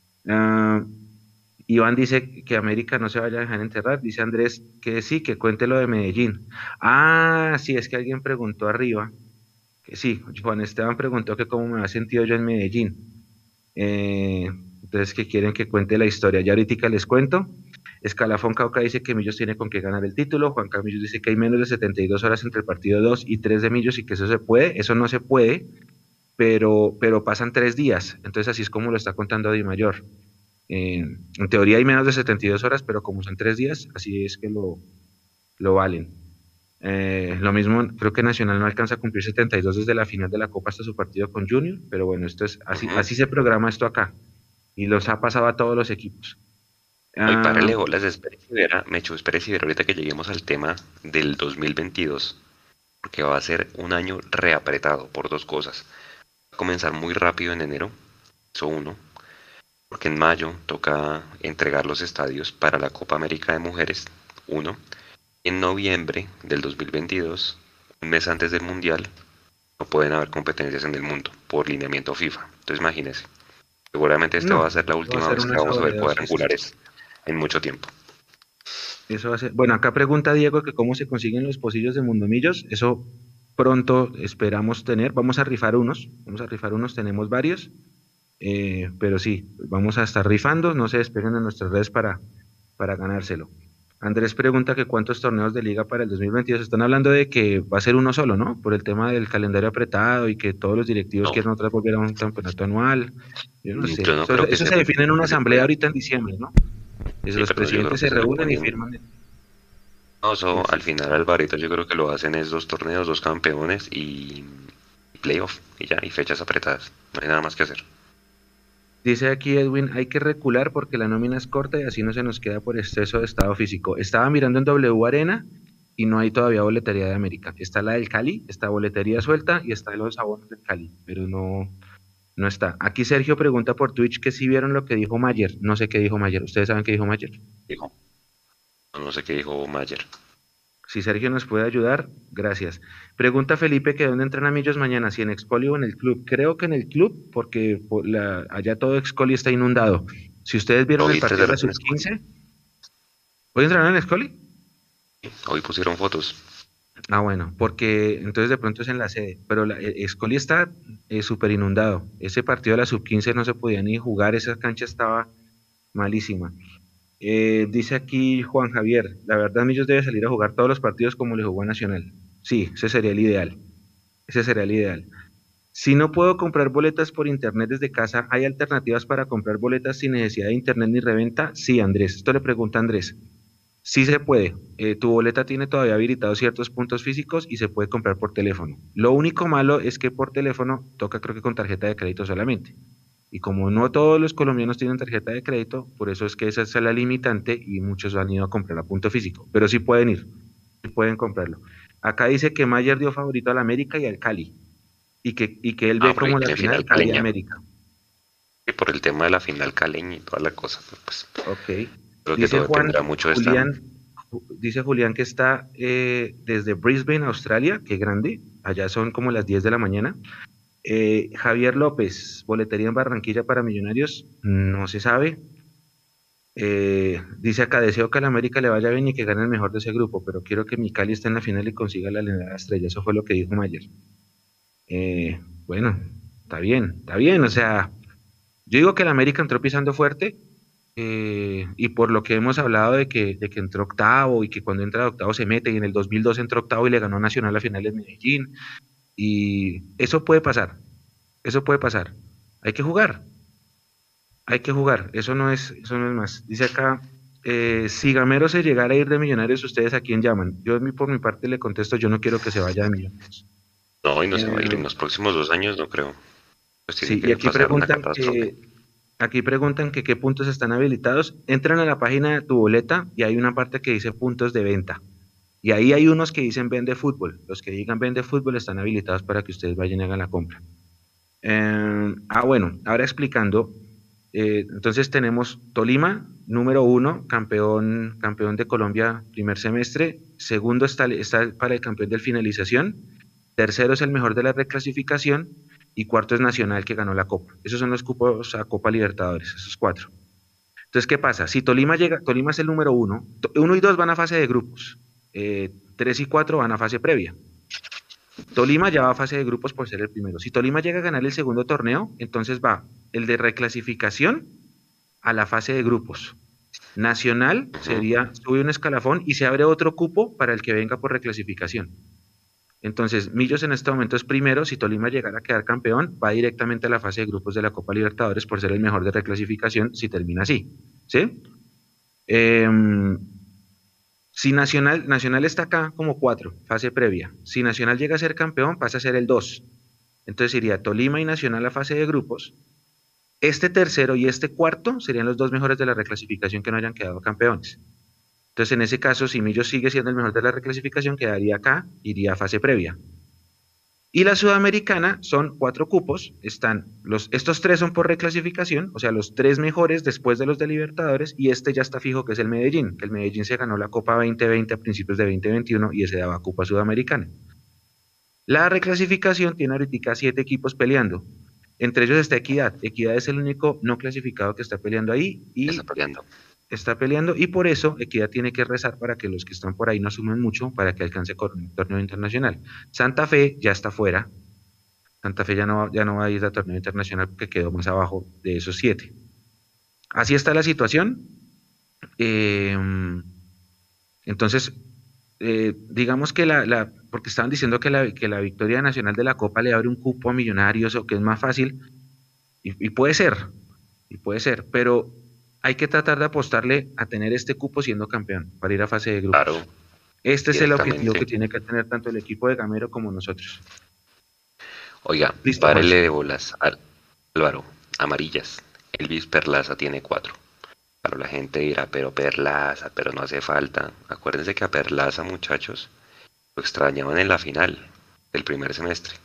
Ah, Iván dice que América no se vaya a dejar enterrar. Dice Andrés que sí, que cuente lo de Medellín. Ah, sí, es que alguien preguntó arriba. Que sí, Juan Esteban preguntó que cómo me ha sentido yo en Medellín. Eh, entonces, que quieren que cuente la historia. Ya ahorita les cuento. Escalafón Cauca dice que Millos tiene con qué ganar el título. Juan Camillos dice que hay menos de setenta y dos horas entre el partido dos y tres de Millos y que eso se puede. Eso no se puede, pero, pero pasan tres días. Entonces, así es como lo está contando Di Mayor. Eh, en teoría hay menos de setenta y dos horas, pero como son tres días, así es que lo, lo valen. Eh, lo mismo, creo que Nacional no alcanza a cumplir setenta y dos desde la final de la Copa hasta su partido con Junior, pero bueno, esto es así, Ujú. así se programa esto acá y los ha pasado a todos los equipos. Hoy párale Ah, bolas, espere si verá, Mechu, espere si verá ahorita que lleguemos al tema del dos mil veintidós, porque va a ser un año reapretado por dos cosas. Va a comenzar muy rápido en enero, eso uno, porque en mayo toca entregar los estadios para la Copa América de Mujeres, uno. En noviembre del dos mil veintidós, un mes antes del Mundial, no pueden haber competencias en el mundo por lineamiento FIFA. Entonces imagínense, seguramente esta va no, a ser la eso va a última ser vez que una vamos a ver sobredosis. cuadrangulares en mucho tiempo. Eso va a ser, bueno, acá pregunta Diego que cómo se consiguen los pocillos de Mundomillos. Eso pronto esperamos tener. Vamos a rifar unos, vamos a rifar unos, tenemos varios. Eh, pero sí, vamos a estar rifando, no se despeguen en nuestras redes para, para ganárselo. Andrés pregunta que cuántos torneos de liga para el dos mil veintidós. Están hablando de que va a ser uno solo, ¿no? Por el tema del calendario apretado y que todos los directivos No, quieren otra vez volver a un campeonato anual. Yo no sé. yo no Eso, creo que eso se, se define en una que se asamblea pueda. ahorita en diciembre, ¿no? Es Sí, los pero yo creo presidentes que se se lo reúnen y ponen. firman. No, Sí, eso sí, al sí. final, Alvarito, yo creo que lo hacen es dos torneos, dos campeones y playoff, y ya, y fechas apretadas. No hay nada más que hacer. Dice aquí Edwin, hay que recular porque la nómina es corta y así no se nos queda por exceso de estado físico. Estaba mirando en W Arena y no hay todavía boletería de América. Está la del Cali, está boletería suelta y está los abonos del Cali, pero no, no está. Aquí Sergio pregunta por Twitch que si vieron lo que dijo Mayer. No sé qué dijo Mayer. ¿Ustedes saben qué dijo Mayer? Dijo, no no sé qué dijo Mayer. Si Sergio nos puede ayudar, gracias. Pregunta Felipe que dónde entran Millos mañana, si en Excoli o en el club. Creo que en el club, porque por la- allá todo Excoli está inundado. Si ustedes vieron el Hoy tres partido de de la la sub escuela. quince, ¿pueden entrar en Excoli? Hoy pusieron fotos. Ah, bueno, porque entonces de pronto es en la sede, pero la, eh, Excoli está eh, súper inundado. Ese partido de la sub quince no se podía ni jugar, esa cancha estaba malísima. Eh, dice aquí Juan Javier, la verdad Millos debe salir a jugar todos los partidos como le jugó a Nacional. Sí, ese sería el ideal. Ese sería el ideal. Si no puedo comprar boletas por internet desde casa, ¿hay alternativas para comprar boletas sin necesidad de internet ni reventa? Sí, Andrés. Esto le pregunta Andrés. Sí se puede. Eh, tu boleta tiene todavía habilitados ciertos puntos físicos y se puede comprar por teléfono. Lo único malo es que por teléfono toca creo que con tarjeta de crédito solamente. Y como no todos los colombianos tienen tarjeta de crédito, por eso es que esa es la limitante y muchos han ido a comprar a punto físico. Pero sí pueden ir, sí pueden comprarlo. Acá dice que Mayer dio favorito al América y al Cali. Y que, y que él Ah, ve porque como la tiene final final Cali caleña. América. Y por el tema de la final caleña y toda la cosa, pero pues Ok. creo que Dice todo Juan, dependerá mucho de esta. Julián, Ju- dice Julián que está eh, desde Brisbane, Australia, qué grande, allá son como las diez de la mañana. Eh, Javier López, boletería en Barranquilla para Millonarios, no se sabe. Eh, dice acá, deseo que a la América le vaya bien y que gane el mejor de ese grupo, pero quiero que mi Cali esté en la final y consiga la la estrella, eso fue lo que dijo Mayer. Eh, bueno, está bien, está bien, o sea, yo digo que el América entró pisando fuerte, eh, y por lo que hemos hablado de que, de que entró octavo y que cuando entra de octavo se mete y en el dos mil dos entró octavo y le ganó Nacional a final en Medellín y eso puede pasar, eso puede pasar. Hay que jugar, hay que jugar, eso no es, eso no es más. Dice acá, eh, si Gamero se llegara a ir de Millonarios, ¿ustedes a quién llaman? Yo mi- por mi parte le contesto, yo no quiero que se vaya de Millonarios. No, y no se va a ir en Eh, los próximos dos años, no creo. Pues tiene sí, y que aquí pasar una preguntan catástrofe. que Aquí preguntan que qué puntos están habilitados. Entran a la página de tu boleta y hay una parte que dice puntos de venta. Y ahí hay unos que dicen vende fútbol. Los que digan vende fútbol están habilitados para que ustedes vayan y hagan la compra. Eh, ah, bueno, ahora explicando. Eh, entonces tenemos Tolima, número uno, campeón, campeón de Colombia primer semestre. Segundo está, está para el campeón de finalización. Tercero es el mejor de la reclasificación. Y cuarto es Nacional, que ganó la Copa. Esos son los cupos a Copa Libertadores, esos cuatro. Entonces, ¿qué pasa? Si Tolima llega, Tolima es el número uno, uno y dos van a fase de grupos, eh, tres y cuatro van a fase previa. Tolima ya va a fase de grupos por ser el primero. Si Tolima llega a ganar el segundo torneo, entonces va el de reclasificación a la fase de grupos. Nacional Ujú. sería, sube un escalafón y se abre otro cupo para el que venga por reclasificación. Entonces, Millos en este momento es primero. Si Tolima llegara a quedar campeón, va directamente a la fase de grupos de la Copa Libertadores por ser el mejor de reclasificación si termina así. ¿Sí? Eh, si Nacional, Nacional está acá como cuatro, fase previa. Si Nacional llega a ser campeón, pasa a ser el dos. Entonces iría Tolima y Nacional a fase de grupos. Este tercero y este cuarto serían los dos mejores de la reclasificación que no hayan quedado campeones. Entonces, en ese caso, si Millos sigue siendo el mejor de la reclasificación, quedaría acá, iría a fase previa. Y la sudamericana son cuatro cupos, están los, estos tres son por reclasificación, o sea, los tres mejores después de los de Libertadores, y este ya está fijo que es el Medellín, que el Medellín se ganó la Copa veinte veinte a principios de veinte veintiuno y ese daba Copa Sudamericana. La reclasificación tiene ahorita siete equipos peleando, entre ellos está Equidad. Equidad es el único no clasificado que está peleando ahí Está y peleando. está peleando y por eso Equidad tiene que rezar para que los que están por ahí no sumen mucho para que alcance con un torneo internacional. Santa Fe ya está fuera, Santa Fe ya no, ya no va a ir a torneo internacional porque quedó más abajo de esos siete. Así está la situación. Eh, entonces, eh, digamos que la, la, porque estaban diciendo que la, que la victoria nacional de la Copa le abre un cupo a Millonarios o que es más fácil, y, y puede ser, y puede ser, pero hay que tratar de apostarle a tener este cupo siendo campeón para ir a fase de grupos. Claro, Este es el objetivo que directamente. tiene que tener tanto el equipo de Gamero como nosotros. Oiga, Listo, párele Juanse. de bolas. Al- Álvaro, amarillas. Elvis Perlaza tiene cuatro. Claro, la gente dirá, pero Perlaza, pero no hace falta. Acuérdense que a Perlaza, muchachos, lo extrañaban en la final del primer semestre.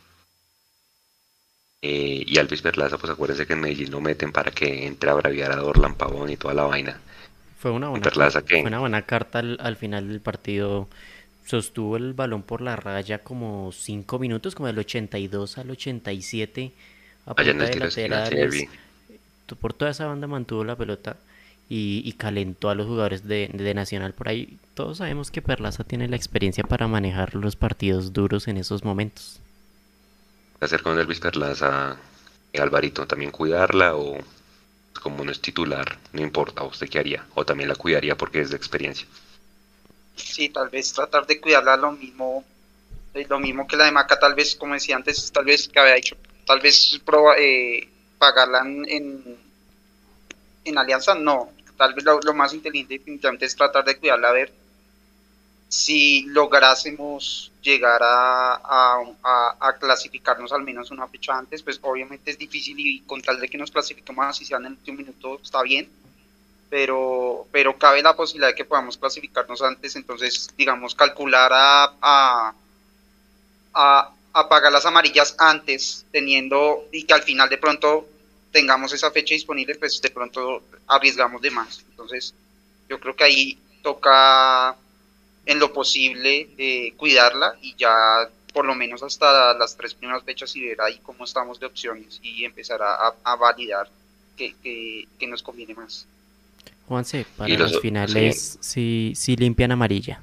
Eh, y Alvis Perlaza, pues acuérdense que en Medellín lo meten para que entre a braviar a Dorlan Pavón y toda la vaina. Fue una Y buena, car- Perlaza fue que una buena carta al, al final del partido. Sostuvo el balón por la raya como cinco minutos, como del ochenta y dos al ochenta y siete, a allá en punta el de tiro de esquina, sí, laterales. vi. Tu- Por toda esa banda mantuvo la pelota y, y calentó a los jugadores de, de Nacional por ahí. Todos sabemos que Perlaza tiene la experiencia para manejar los partidos duros en esos momentos. ¿Qué hacer con Elvis Perlaza, eh, Alvarito? ¿También cuidarla o como no es titular, no importa? ¿Usted qué haría? ¿O también la cuidaría porque es de experiencia? Sí, tal vez tratar de cuidarla lo mismo, eh, lo mismo que la de Maca, tal vez, como decía antes, tal vez que había dicho tal vez proba, eh, pagarla en, en, en alianza, no. Tal vez lo, lo más inteligente definitivamente es tratar de cuidarla, a ver si lográsemos llegar a, a, a, a clasificarnos al menos una fecha antes. Pues obviamente es difícil, y con tal de que nos clasifiquemos así sea en el último minuto está bien, pero, pero cabe la posibilidad de que podamos clasificarnos antes. Entonces, digamos, calcular a, a, a, a pagar las amarillas antes, teniendo, y que al final de pronto tengamos esa fecha disponible, pues de pronto arriesgamos de más. Entonces, yo creo que ahí toca en lo posible eh, cuidarla, y ya por lo menos hasta las tres primeras fechas, y ver ahí cómo estamos de opciones y empezar a, a, a validar que, que, que nos conviene más. Juanse, para Y los, las sí, finales sí, sí limpian amarilla.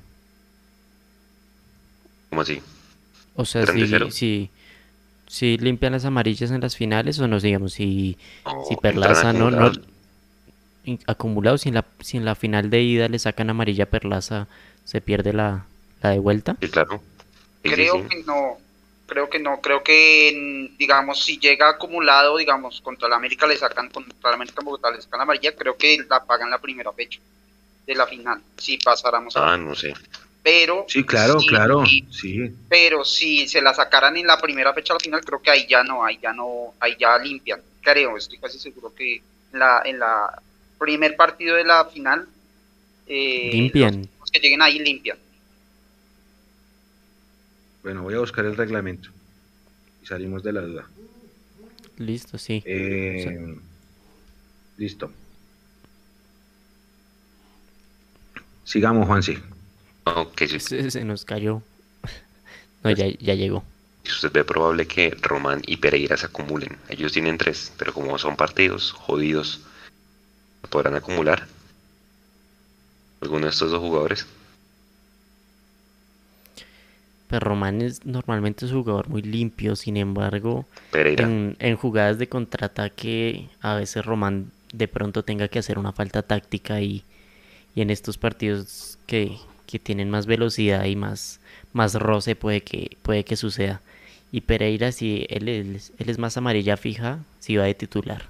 ¿cómo así? O sea, ¿Tres de si, cero? si, si limpian las amarillas en las finales o no, digamos, si, si No, entran Perlaza no, no acumulados. in- acumulado, si en la, si en la final de ida le sacan amarilla a Perlaza, se pierde la, la de vuelta. Sí, claro. Sí, sí, sí. Creo que no, creo que no, creo que, en, digamos, si llega acumulado, digamos, contra la América le sacan, contra la América en Bogotá le sacan la amarilla, creo que la pagan la primera fecha de la final, si pasáramos a la Ah, final. no sé. Pero Sí, claro, si, claro, sí. pero si se la sacaran en la primera fecha a la final, creo que ahí ya no, ahí ya no, ahí ya limpian. Creo, estoy casi seguro que en la, en la primer partido de la final, eh, los Limpian. equipos que lleguen ahí limpian. Bueno, voy a buscar el reglamento y salimos de la duda. Listo, sí. O sea, Eh, listo. Sigamos, Juanse. No, que si, se, se nos cayó. No, pues, ya, ya llegó. si usted ve probable que Román y Pereira se acumulen. Ellos tienen tres, pero como son partidos jodidos, ¿podrán acumular alguno de estos dos jugadores? Pues Román es normalmente es un jugador muy limpio, sin embargo, Pereira. en, en jugadas de contraataque, a veces Román de pronto tenga que hacer una falta táctica y, y en estos partidos que, que tienen más velocidad y más, más roce puede que, puede que suceda. Y Pereira, si él, es- él es más amarilla fija, si va de titular.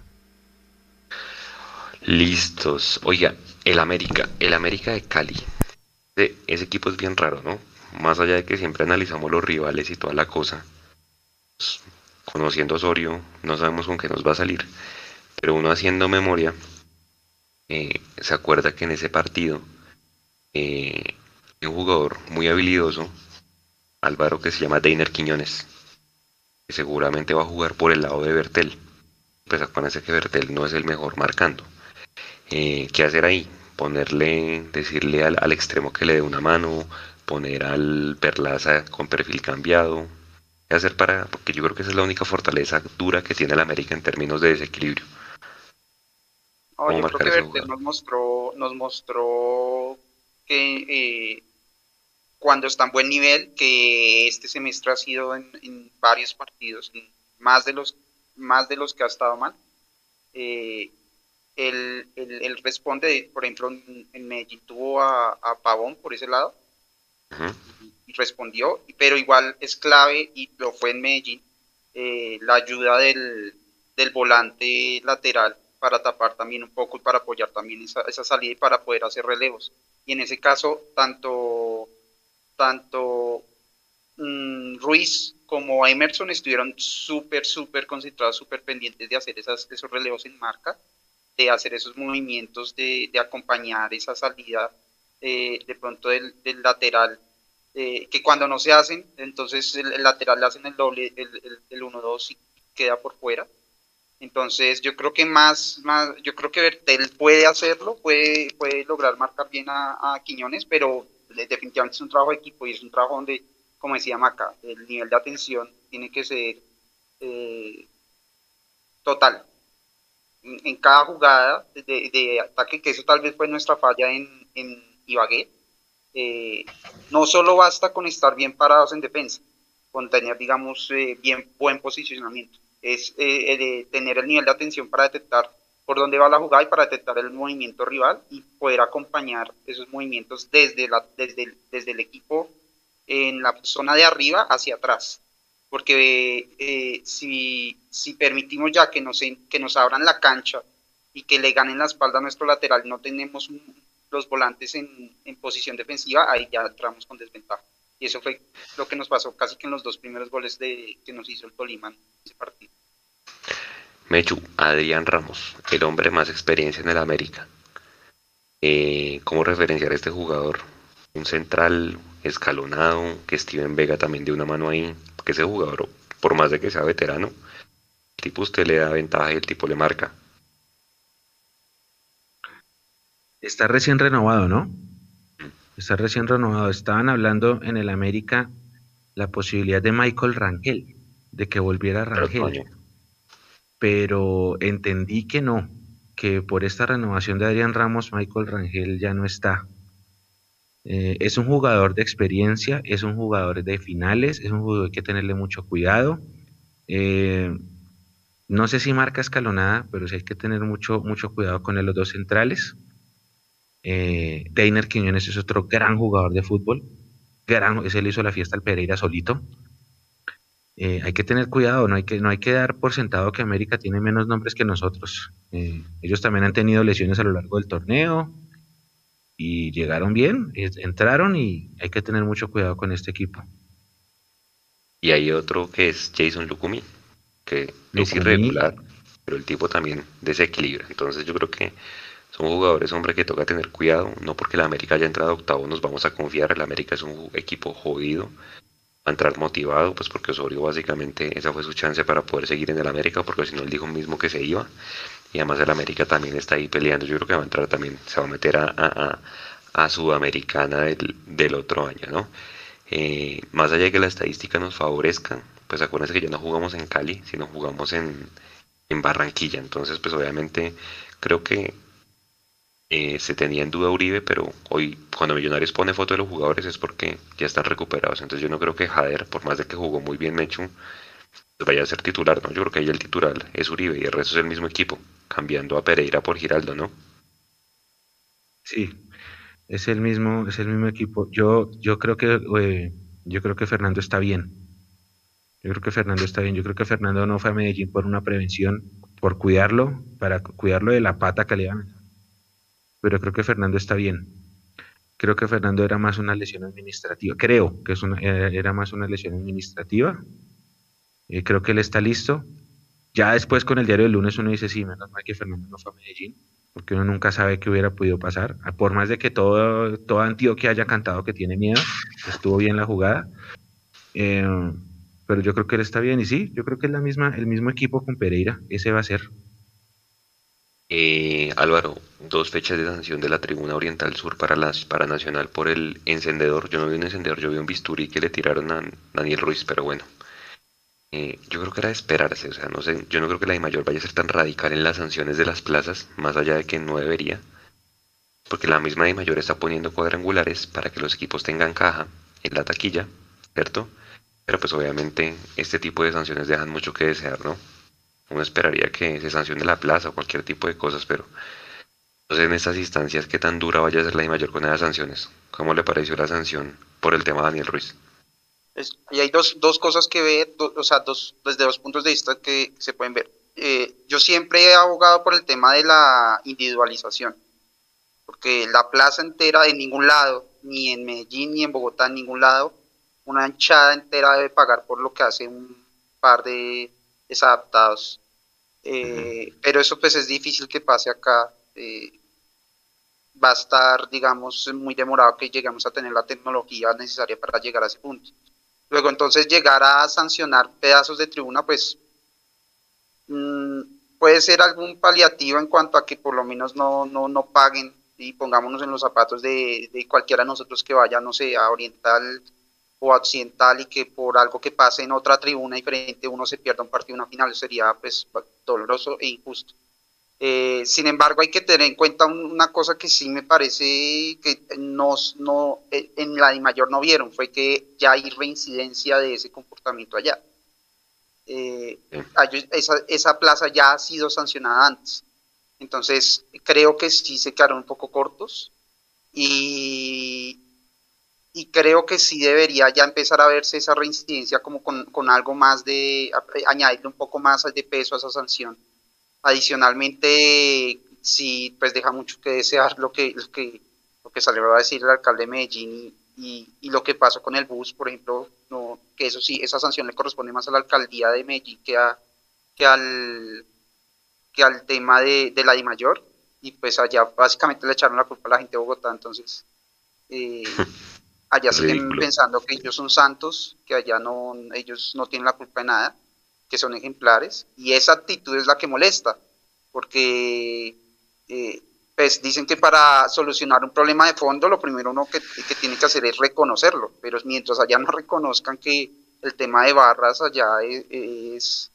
Listos. Oiga, el América, el América de Cali. Ese, ese equipo es bien raro, ¿no? Más allá de que siempre analizamos los rivales y toda la cosa, pues, conociendo a Osorio, no sabemos con qué nos va a salir. Pero uno haciendo memoria, eh, se acuerda que en ese partido eh, hay un jugador muy habilidoso, Álvaro, que se llama Deiner Quiñones, que seguramente va a jugar por el lado de Bertel. Pues acuérdense que Bertel no es el mejor marcando. Eh, ¿qué hacer ahí? Ponerle, decirle al, al extremo que le dé una mano, poner al Perlaza con perfil cambiado. ¿Qué hacer para...? Porque yo creo que esa es la única fortaleza dura que tiene el América en términos de desequilibrio. No, ¿Cómo yo creo marcar que ese Bertel jugador? nos mostró, nos mostró que eh, cuando está en buen nivel, que este semestre ha sido en, en varios partidos, en más de los, más de los que ha estado mal. Eh, él, él- él responde, por ejemplo, en, en Medellín tuvo a, a Pavón por ese lado Ujú. y respondió, pero igual es clave, y lo fue en Medellín, eh, la ayuda del, del volante lateral para tapar también un poco y para apoyar también esa, esa salida y para poder hacer relevos. Y en ese caso, tanto, tanto mm, Ruiz como Emerson estuvieron súper, súper concentrados, súper pendientes de hacer esas, esos relevos en marca, de hacer esos movimientos, de, de acompañar esa salida eh, de pronto del, del lateral, eh, que cuando no se hacen, entonces el, el lateral le hacen el doble, el, el, el uno dos y queda por fuera. Entonces yo creo que más, más yo creo que Bertel puede hacerlo, puede, puede lograr marcar bien a, a Quiñones, pero definitivamente es un trabajo de equipo y es un trabajo donde, como decía Maca, el nivel de atención tiene que ser eh, total en, en cada jugada de, de, ataque, que eso tal vez fue nuestra falla en, en Ibagué. Eh, no solo basta con estar bien parados en defensa, con tener, digamos, eh, bien buen posicionamiento, es eh, eh, tener el nivel de atención para detectar por dónde va la jugada y para detectar el movimiento rival y poder acompañar esos movimientos desde, la, desde, el, desde el equipo en la zona de arriba hacia atrás. porque eh, si, si permitimos ya que nos, que nos abran la cancha y que le ganen la espalda a nuestro lateral, no tenemos un, los volantes en, en posición defensiva, ahí ya entramos con desventaja. Y eso fue lo que nos pasó casi que en los dos primeros goles de, que nos hizo el Tolima en ese partido. Mechu, Adrián Ramos, el hombre más experiencia en el América. Eh, ¿Cómo referenciar a este jugador? Un central escalonado, que Steven Vega también de una mano ahí, que ese jugador, por más de que sea veterano, el tipo usted le da ventaja y el tipo le marca. Está recién renovado, ¿no? Está recién renovado. Estaban hablando en el América la posibilidad de Michael Rangel, de que volviera Rangel. Pero entendí que no, que por esta renovación de Adrián Ramos, Michael Rangel ya no está. Eh, es un jugador de experiencia, es un jugador de finales, es un jugador que hay que tenerle mucho cuidado. Eh, no sé si marca escalonada, pero sí hay que tener mucho, mucho cuidado con él, los dos centrales. Eh, Deiner Quiñones es otro gran jugador de fútbol. Gran, ese le hizo la fiesta al Pereira solito. Eh, hay que tener cuidado, no hay que, no hay que dar por sentado que América tiene menos nombres que nosotros. Eh, ellos también han tenido lesiones a lo largo del torneo y llegaron bien, entraron y hay que tener mucho cuidado con este equipo. Y hay otro que es Jason Lucumí, que Lucumí, es irregular, pero el tipo también desequilibra. Entonces yo creo que son jugadores, hombre, que toca tener cuidado. No porque la América haya entrado a octavo nos vamos a confiar. El América es un equipo jodido. Va a entrar motivado, pues porque Osorio básicamente esa fue su chance para poder seguir en el América, porque si no él dijo mismo que se iba. Y además el América también está ahí peleando. Yo creo que va a entrar también, se va a meter a, a, a Sudamericana del, del otro año, ¿no? Eh, más allá de que la estadística nos favorezca, pues acuérdense que ya no jugamos en Cali, sino jugamos en, en Barranquilla. Entonces, pues obviamente creo que eh, se tenía en duda Uribe, pero hoy cuando Millonarios pone foto de los jugadores es porque ya están recuperados. Entonces yo no creo que Jader, por más de que jugó muy bien Mechu, pues vaya a ser titular, ¿no? Yo creo que ahí el titular es Uribe y el resto es el mismo equipo, cambiando a Pereira por Giraldo, ¿no? Sí, es el mismo, es el mismo equipo. Yo, yo creo que eh, yo creo que Fernando está bien. Yo creo que Fernando está bien. Yo creo que Fernando no fue a Medellín por una prevención, por cuidarlo, para cuidarlo de la pata que le iban. Pero creo que Fernando está bien. Creo que Fernando era más una lesión administrativa. Creo que es una, era más una lesión administrativa. Eh, creo que él está listo. Ya después con el diario del lunes uno dice, sí, menos mal que Fernando no fue a Medellín, porque uno nunca sabe qué hubiera podido pasar. Por más de que todo, toda Antioquia haya cantado que tiene miedo, estuvo bien la jugada. Eh, pero yo creo que él está bien. Y sí, yo creo que es la misma, el mismo equipo con Pereira. Ese va a ser. Eh, Álvaro, dos fechas de sanción de la Tribuna Oriental Sur para, las, para Nacional por el encendedor. Yo no vi un encendedor, yo vi un bisturí que le tiraron a Daniel Ruiz, pero bueno. Eh, yo creo que era de esperarse, o sea, no sé, yo no creo que la de Mayor vaya a ser tan radical en las sanciones de las plazas, más allá de que no debería, porque la misma de Mayor está poniendo cuadrangulares para que los equipos tengan caja en la taquilla, ¿cierto? Pero pues obviamente este tipo de sanciones dejan mucho que desear, ¿no? Uno esperaría que se sancione la plaza o cualquier tipo de cosas, pero no sé en estas instancias qué tan dura vaya a ser la de Mayor con esas sanciones. ¿Cómo le pareció la sanción por el tema de Daniel Ruiz? Es, y hay dos, dos cosas que ver, do, o sea, dos, desde dos puntos de vista que se pueden ver. Eh, yo siempre he abogado por el tema de la individualización, porque la plaza entera de ningún lado, ni en Medellín ni en Bogotá, en ningún lado, una hinchada entera debe pagar por lo que hace un par de desadaptados. Eh, uh-huh. Pero eso pues es difícil que pase acá. Eh, va a estar, digamos, muy demorado que lleguemos a tener la tecnología necesaria para llegar a ese punto. Luego, entonces, llegar a sancionar pedazos de tribuna, pues, mmm, puede ser algún paliativo en cuanto a que por lo menos no, no, no paguen y pongámonos en los zapatos de, de cualquiera de nosotros que vaya, no sé, a Oriental o a Occidental y que por algo que pase en otra tribuna diferente uno se pierda un partido, una final, sería, pues, doloroso e injusto. Eh, sin embargo, hay que tener en cuenta una cosa que sí me parece que nos, no, en la de Mayor no vieron, fue que ya hay reincidencia de ese comportamiento allá. Eh, esa, esa plaza ya ha sido sancionada antes. Entonces, creo que sí se quedaron un poco cortos y, y creo que sí debería ya empezar a verse esa reincidencia como con, con algo más de, añadirle un poco más de peso a esa sanción. Adicionalmente, sí, pues deja mucho que desear lo que, lo que, lo que salió a decir el alcalde de Medellín y, y, y lo que pasó con el bus, por ejemplo, no, que eso sí, esa sanción le corresponde más a la alcaldía de Medellín que, a, que, al, que al tema de, de la DIMAYOR, y pues allá básicamente le echaron la culpa a la gente de Bogotá, entonces eh, allá siguen Ridículo. pensando que ellos son santos, que allá no, ellos no tienen la culpa de nada, que son ejemplares, y esa actitud es la que molesta, porque eh, pues dicen que para solucionar un problema de fondo lo primero uno que, que tiene que hacer es reconocerlo, pero mientras allá no reconozcan que el tema de barras allá es, es,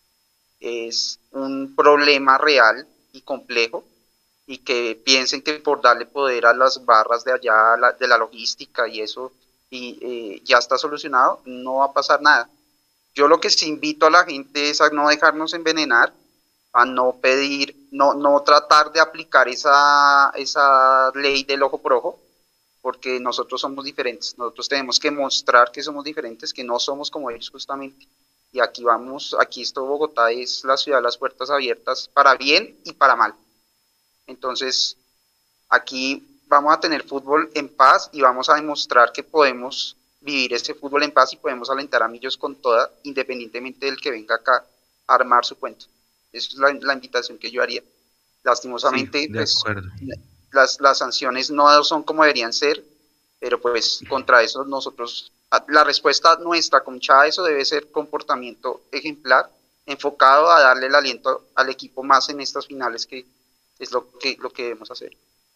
es un problema real y complejo, y que piensen que por darle poder a las barras de allá, la, de la logística y eso, y eh, ya está solucionado, no va a pasar nada. Yo lo que sí invito a la gente es a no dejarnos envenenar, a no pedir, no, no tratar de aplicar esa, esa ley del ojo por ojo, porque nosotros somos diferentes, nosotros tenemos que mostrar que somos diferentes, que no somos como ellos justamente. Y aquí vamos, aquí esto Bogotá es la ciudad de las puertas abiertas para bien y para mal. Entonces, aquí vamos a tener fútbol en paz y vamos a demostrar que podemos vivir este fútbol en paz y podemos alentar a Millos con toda, independientemente del que venga acá a armar su cuento. Esa es la, la invitación que yo haría. Lastimosamente, Sí, de pues acuerdo. las, las sanciones no son como deberían ser, pero pues contra eso nosotros, la respuesta nuestra concha a eso debe ser comportamiento ejemplar, enfocado a darle el aliento al equipo más en estas finales, que es lo que, lo que debemos hacer.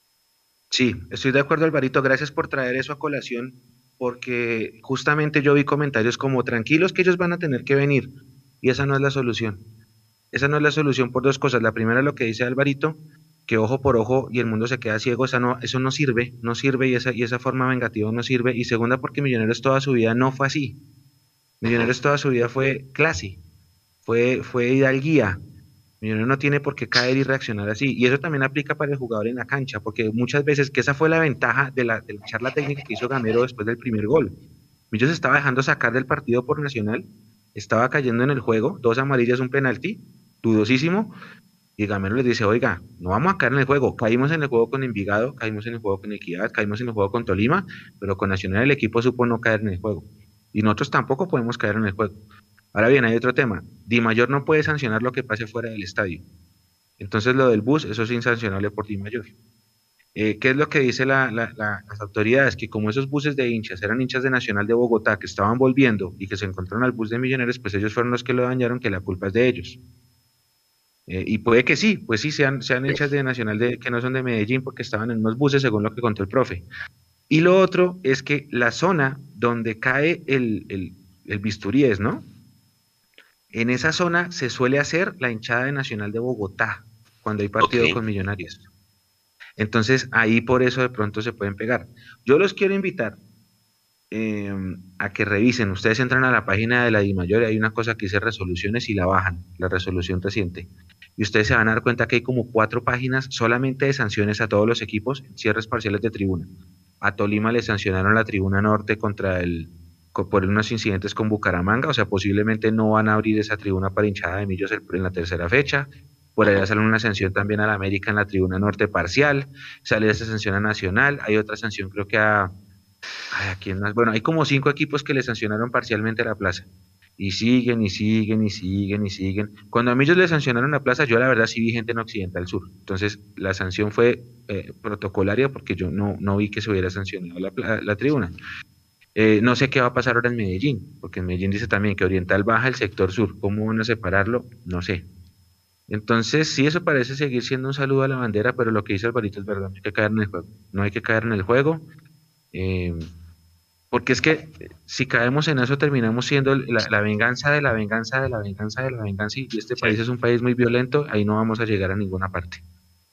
Sí, estoy de acuerdo, Alvarito. Gracias por traer eso a colación, porque justamente yo vi comentarios como tranquilos que ellos van a tener que venir, y esa no es la solución. Esa no es la solución por dos cosas. La primera, lo que dice Alvarito, que ojo por ojo y el mundo se queda ciego, esa no, eso no sirve, no sirve y esa, y esa forma vengativa no sirve. Y segunda, porque Millonarios toda su vida no fue así. Millonarios toda su vida fue clase, fue, fue hidalguía. Millonarios no tiene por qué caer y reaccionar así. Y eso también aplica para el jugador en la cancha, porque muchas veces, que esa fue la ventaja de la, de la charla técnica que hizo Gamero después del primer gol. Millos estaba dejando sacar del partido por Nacional, estaba cayendo en el juego, dos amarillas, un penalti, dudosísimo, y Gamero les dice, oiga, no vamos a caer en el juego, caímos en el juego con Envigado, caímos en el juego con Equidad, caímos en el juego con Tolima, pero con Nacional el equipo supo no caer en el juego. Y nosotros tampoco podemos caer en el juego. Ahora bien, hay otro tema. Di Mayor no puede sancionar lo que pase fuera del estadio. Entonces lo del bus, eso es insancionable por Di Mayor. Eh, ¿Qué es lo que dice la, la, la, las autoridades? Que como esos buses de hinchas eran hinchas de Nacional de Bogotá que estaban volviendo y que se encontraron al bus de Millonarios, pues ellos fueron los que lo dañaron, que la culpa es de ellos. Eh, y puede que sí, pues sí, sean, sean hinchas de Nacional de, que no son de Medellín porque estaban en unos buses, según lo que contó el profe. Y lo otro es que la zona donde cae el, el, el bisturíes, ¿no? En esa zona se suele hacer la hinchada de Nacional de Bogotá cuando hay partido Ok. con Millonarios. Entonces ahí por eso de pronto se pueden pegar. Yo los quiero invitar eh, a que revisen. Ustedes entran a la página de la DIMAYOR y hay una cosa que dice resoluciones y la bajan, la resolución reciente. Y ustedes se van a dar cuenta que hay como cuatro páginas solamente de sanciones a todos los equipos, cierres parciales de tribuna. A Tolima le sancionaron la tribuna norte contra el por unos incidentes con Bucaramanga, o sea, posiblemente no van a abrir esa tribuna para hinchada de Millos en la tercera fecha. Por allá sale una sanción también a la América en la tribuna norte parcial, sale esa sanción a Nacional, hay otra sanción creo que a, a quién más, bueno, hay como cinco equipos que le sancionaron parcialmente a la plaza. Y siguen, y siguen, y siguen, y siguen. Cuando a Millos le sancionaron la plaza, yo la verdad sí vi gente en Occidental Sur. Entonces, la sanción fue eh, protocolaria porque yo no, no vi que se hubiera sancionado la, la, la tribuna. Eh, no sé qué va a pasar ahora en Medellín, porque en Medellín dice también que Oriental baja el sector sur. ¿Cómo van a separarlo? No sé. Entonces, sí, eso parece seguir siendo un saludo a la bandera, pero lo que dice Alvarito es verdad, no hay que caer en el juego. No hay que caer en el juego, eh, porque es que si caemos en eso terminamos siendo la, la venganza de la venganza de la venganza de la venganza, y este Sí. país es un país muy violento, ahí no vamos a llegar a ninguna parte.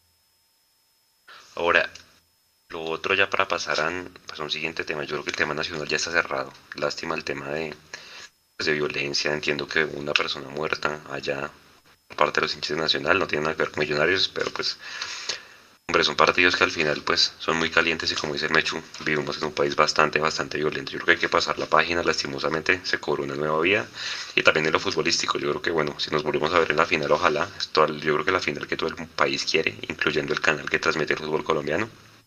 Ahora, lo otro ya para pasar a, pues, a un siguiente tema, yo creo que el tema nacional ya está cerrado. Lástima el tema de, pues, de violencia. Entiendo que una persona muerta allá por parte de los hinchas de Nacional no tiene nada que ver con Millonarios, pero pues Hombre, son partidos que al final pues son muy calientes y como dice el Mechu, vivimos en un país bastante, bastante violento. Yo creo que hay que pasar la página, lastimosamente se cobró una nueva vía y también en lo futbolístico. Yo creo que bueno, si nos volvemos a ver en la final, ojalá, esto, yo creo que la final que todo el país quiere, incluyendo el canal que transmite el fútbol colombiano.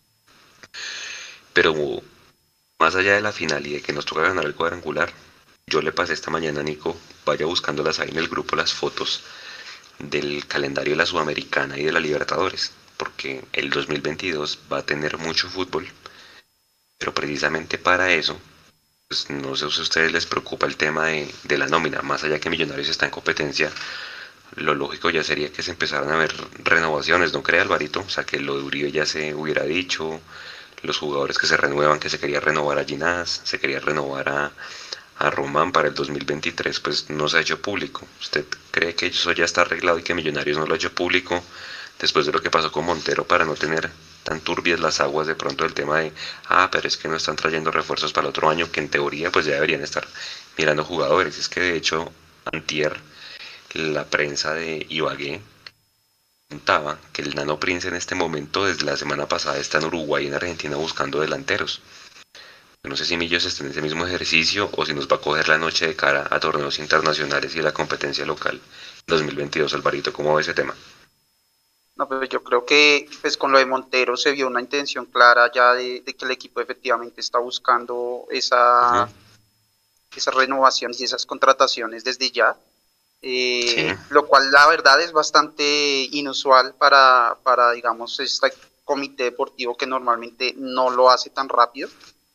Pero más allá de la final y de que nos toca ganar el cuadrangular, yo le pasé esta mañana a Nico, vaya buscándolas ahí en el grupo las fotos del calendario de la Sudamericana y de la Libertadores, porque el dos mil veintidós va a tener mucho fútbol, pero precisamente para eso, pues no sé si a ustedes les preocupa el tema de, de la nómina, más allá que Millonarios está en competencia, lo lógico ya sería que se empezaran a ver renovaciones, ¿no cree Alvarito? O sea, que lo de Uribe ya se hubiera dicho, los jugadores que se renuevan, que se quería renovar a Ginás, se quería renovar a, a Román para el dos mil veintitrés, pues no se ha hecho público. ¿Usted cree que eso ya está arreglado y que Millonarios no lo ha hecho público después de lo que pasó con Montero para no tener tan turbias las aguas de pronto del tema de, ah, pero es que no están trayendo refuerzos para el otro año, que en teoría pues ya deberían estar mirando jugadores? Es que de hecho, antier, la prensa de Ibagué contaba que el Nano Prince en este momento, desde la semana pasada, está en Uruguay y en Argentina buscando delanteros. No sé si Millos está en ese mismo ejercicio o si nos va a coger la noche de cara a torneos internacionales y a la competencia local dos mil veintidós. Alvarito, ¿cómo ve ese tema? No, pero yo creo que pues con lo de Montero se vio una intención clara ya de, de que el equipo efectivamente está buscando esa, Uh-huh. esas renovaciones y esas contrataciones desde ya. Sí. Eh, lo cual la verdad es bastante inusual para, para, digamos, este comité deportivo que normalmente no lo hace tan rápido.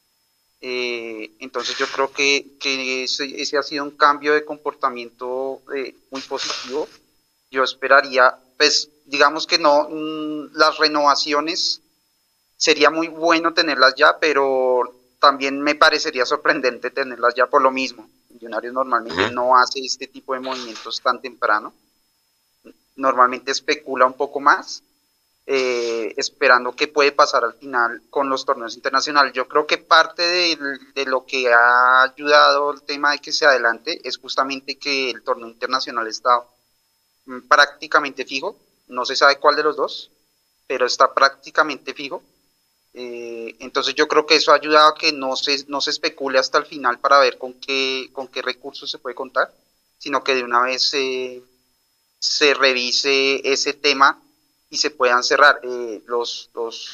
Eh, entonces yo creo que, que ese, ese, ha sido un cambio de comportamiento eh, muy positivo. Yo esperaría, pues digamos que no, mmm, las renovaciones sería muy bueno tenerlas ya, pero también me parecería sorprendente tenerlas ya por lo mismo. Millonarios normalmente Uh-huh. no hace este tipo de movimientos tan temprano. Normalmente especula un poco más, eh, esperando qué puede pasar al final con los torneos internacionales. Yo creo que parte de, de lo que ha ayudado el tema de que se adelante es justamente que el torneo internacional está mm, prácticamente fijo. No se sabe cuál de los dos, pero está prácticamente fijo. Eh, entonces yo creo que eso ha ayudado a que no se, no se especule hasta el final para ver con qué, con qué recursos se puede contar, sino que de una vez eh, se revise ese tema y se puedan cerrar. Eh, los, los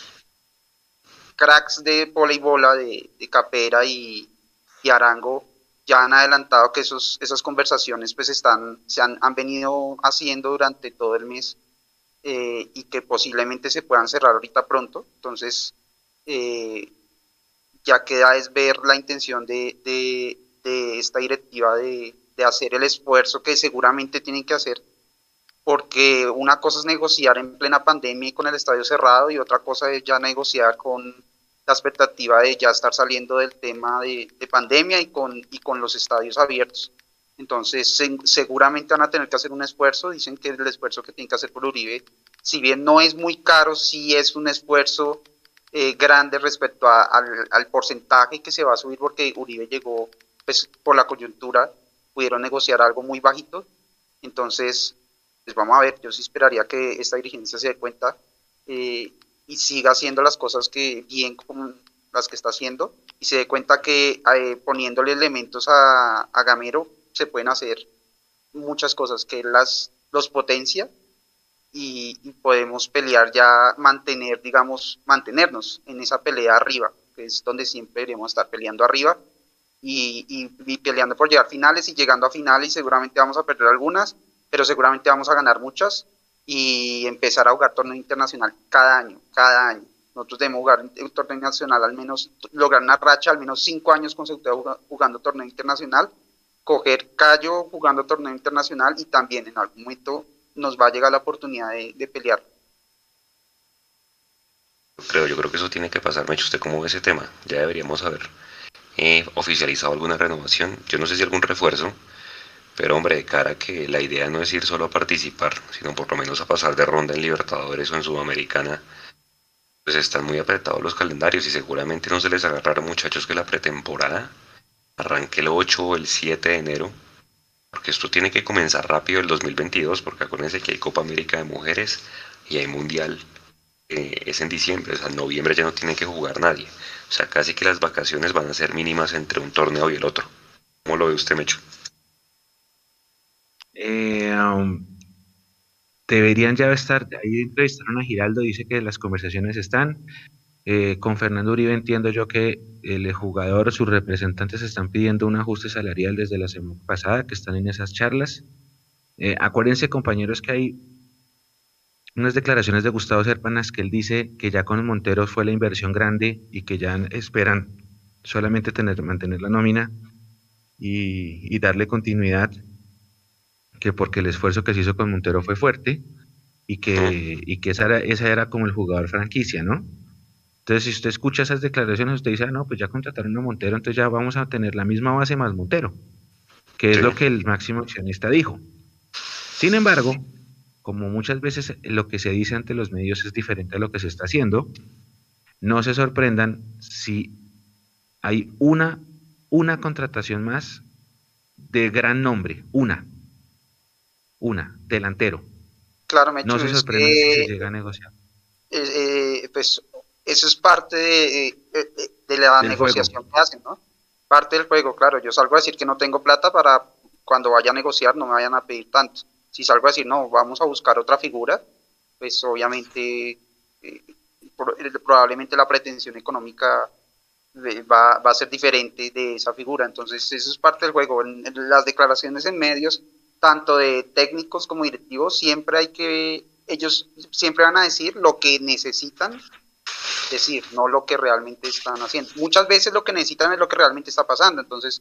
cracks de voleibola de, de Capera y, y Arango ya han adelantado que esos, esas conversaciones pues están, se han, han venido haciendo durante todo el mes, eh, y que posiblemente se puedan cerrar ahorita pronto. Entonces, eh, ya queda es ver la intención de, de, de esta directiva de, de, hacer el esfuerzo que seguramente tienen que hacer, porque una cosa es negociar en plena pandemia y con el estadio cerrado, y otra cosa es ya negociar con la expectativa de ya estar saliendo del tema de, de pandemia y con, y con los estadios abiertos. Entonces, se, seguramente van a tener que hacer un esfuerzo. Dicen que el esfuerzo que tienen que hacer por Uribe, si bien no es muy caro, sí es un esfuerzo eh, grande respecto a, al, al porcentaje que se va a subir, porque Uribe llegó, pues por la coyuntura, pudieron negociar algo muy bajito. Entonces, pues vamos a ver, yo sí esperaría que esta dirigencia se dé cuenta eh, y siga haciendo las cosas que bien como las que está haciendo, y se dé cuenta que eh, poniéndole elementos a, a Gamero se pueden hacer muchas cosas, que las los potencia, y, y podemos pelear ya, mantener, digamos, mantenernos en esa pelea arriba, que es donde siempre deberíamos estar peleando arriba, y, y, y peleando por llegar a finales y llegando a finales, y seguramente vamos a perder algunas, pero seguramente vamos a ganar muchas, y empezar a jugar torneo internacional cada año, cada año. Nosotros debemos jugar un torneo nacional, al menos lograr una racha, al menos cinco años consecutivos jugando torneo internacional, coger callo jugando torneo internacional, y también en algún momento nos va a llegar la oportunidad de, de pelear. Creo, yo creo que eso tiene que pasar. Mecho, ¿usted cómo ve ese tema? Ya deberíamos haber eh, oficializado alguna renovación. Yo no sé si algún refuerzo, pero hombre, de cara a que la idea no es ir solo a participar, sino por lo menos a pasar de ronda en Libertadores o en Sudamericana, pues están muy apretados los calendarios y seguramente no se les agarrará, muchachos, que la pretemporada arranque el ocho o el siete de enero, porque esto tiene que comenzar rápido el dos mil veintidós, porque acuérdense que hay Copa América de Mujeres y hay Mundial eh, es en diciembre, o sea, en noviembre ya no tiene que jugar nadie. O sea, casi que las vacaciones van a ser mínimas entre un torneo y el otro. ¿Cómo lo ve usted, Mecho? Eh, um, Deberían ya estar, ahí entrevistaron a Giraldo, dice que las conversaciones están. Eh, con Fernando Uribe entiendo yo que el jugador, sus representantes están pidiendo un ajuste salarial desde la semana pasada, que están en esas charlas. Eh, acuérdense, compañeros, que hay unas declaraciones de Gustavo Serpanas que él dice que ya con Montero fue la inversión grande y que ya esperan solamente tener, mantener la nómina y, y darle continuidad, que porque el esfuerzo que se hizo con Montero fue fuerte y Ujú. que, y que esa era, esa era como el jugador franquicia, ¿no? Entonces, si usted escucha esas declaraciones, usted dice, ah, no, pues ya contrataron a Montero, entonces ya vamos a tener la misma base más Montero, que es Sí, lo que el máximo accionista dijo. Sin embargo, como muchas veces lo que se dice ante los medios es diferente a lo que se está haciendo, no se sorprendan si hay una, una contratación más de gran nombre, una, una, delantero. Claro, No Mechu, se es sorprendan si se que llega a negociar. eh, eh, pues eso es parte de, de, de la Del juego. negociación que hacen, ¿no? Parte del juego, claro. Yo salgo a decir que no tengo plata para cuando vaya a negociar no me vayan a pedir tanto. Si salgo a decir, no, vamos a buscar otra figura, pues obviamente eh, probablemente la pretensión económica va, va, a ser diferente de esa figura. Entonces, eso es parte del juego. En, en las declaraciones en medios, tanto de técnicos como directivos, siempre hay que, ellos siempre van a decir lo que necesitan decir, no lo que realmente están haciendo. Muchas veces lo que necesitan es lo que realmente está pasando. Entonces,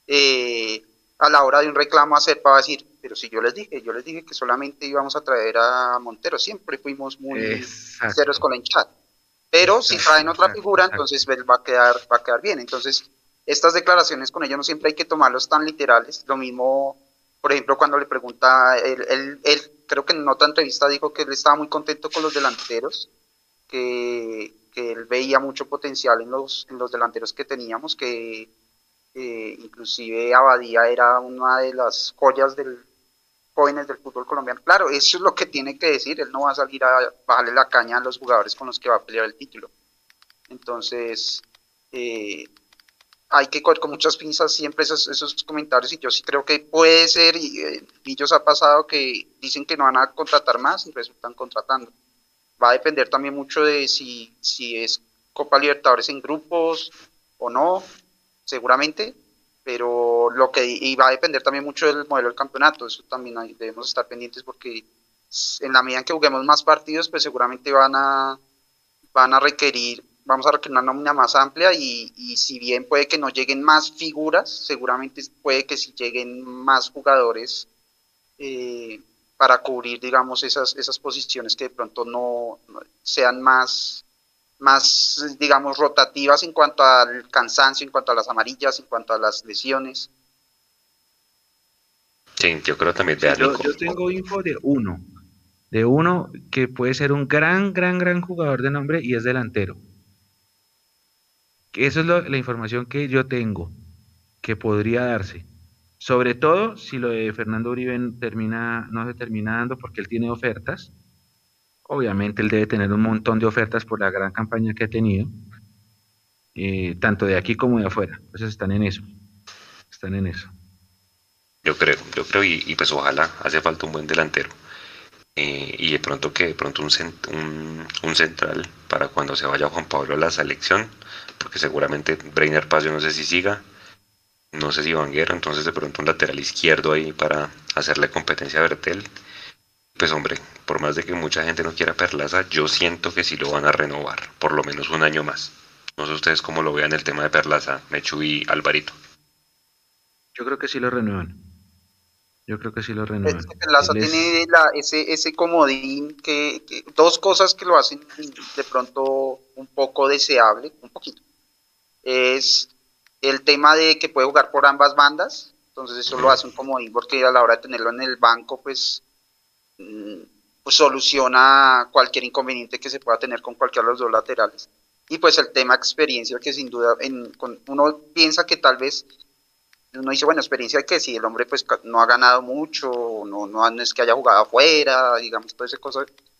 eh, a la hora de un reclamo a Serpa va a decir, pero si yo les dije, yo les dije que solamente íbamos a traer a Montero, siempre fuimos muy sinceros Exacto, con la hinchada. Pero si exacto, traen otra exacto, figura, exacto. entonces va a quedar, va a quedar bien. Entonces, estas declaraciones con ellos no siempre hay que tomarlos tan literales. Lo mismo, por ejemplo, cuando le pregunta, él, él, él creo que en otra entrevista dijo que él estaba muy contento con los delanteros, que, que él veía mucho potencial en los, en los delanteros que teníamos, que eh, inclusive Abadía era una de las joyas del jóvenes del fútbol colombiano. Claro, eso es lo que tiene que decir, él no va a salir a bajarle la caña a los jugadores con los que va a pelear el título. Entonces, eh, hay que coger con muchas pinzas siempre esos, esos comentarios y yo sí creo que puede ser, y eh, Millos ha pasado que dicen que no van a contratar más y resultan contratando. Va a depender también mucho de si, si es Copa Libertadores en grupos o no, seguramente, pero lo que y va a depender también mucho del modelo del campeonato, eso también hay, debemos estar pendientes porque en la medida en que juguemos más partidos, pues seguramente van a, van a requerir, vamos a requerir una nómina más amplia y, y si bien puede que no lleguen más figuras, seguramente puede que sí lleguen más jugadores eh, para cubrir, digamos, esas, esas posiciones que de pronto no, no sean más, más, digamos, rotativas en cuanto al cansancio, en cuanto a las amarillas, en cuanto a las lesiones. sí, yo creo también, Sí, vea, yo, Nico. yo tengo info de uno, de uno que puede ser un gran, gran, gran jugador de nombre y es delantero. Eso es lo- la información que yo tengo, que podría darse. Sobre todo si lo de Fernando Uribe termina, no se termina dando porque él tiene ofertas. Obviamente él debe tener un montón de ofertas por la gran campaña que ha tenido, eh, tanto de aquí como de afuera. Entonces están en eso, están en eso. Yo creo, yo creo, y, y pues ojalá, hace falta un buen delantero. Eh, y de pronto que de pronto un, cent- un, un central para cuando se vaya Juan Pablo a la selección, porque seguramente Breiner Paz yo no sé si siga, no sé si Vanguero, entonces de pronto un lateral izquierdo ahí para hacerle competencia a Bertel. Pues hombre, por más de que mucha gente no quiera Perlaza, yo siento que sí lo van a renovar, por lo menos un año más. No sé ustedes cómo lo vean el tema de Perlaza, Mechu y Alvarito. Yo creo que sí lo renuevan. Yo creo que sí lo Es renuevan. que Perlaza Él es, tiene la, ese, ese comodín que, que, dos cosas que lo hacen de pronto un poco deseable, un poquito. Es el tema de que puede jugar por ambas bandas, entonces eso lo hace un Ujú. comodín porque a la hora de tenerlo en el banco, pues, mm, pues soluciona cualquier inconveniente que se pueda tener con cualquiera de los dos laterales. Y pues el tema experiencia que sin duda en, con, uno piensa que tal vez uno dice, bueno, experiencia que si el hombre pues no ha ganado mucho, no, no, no es que haya jugado afuera, digamos, toda esa cosa,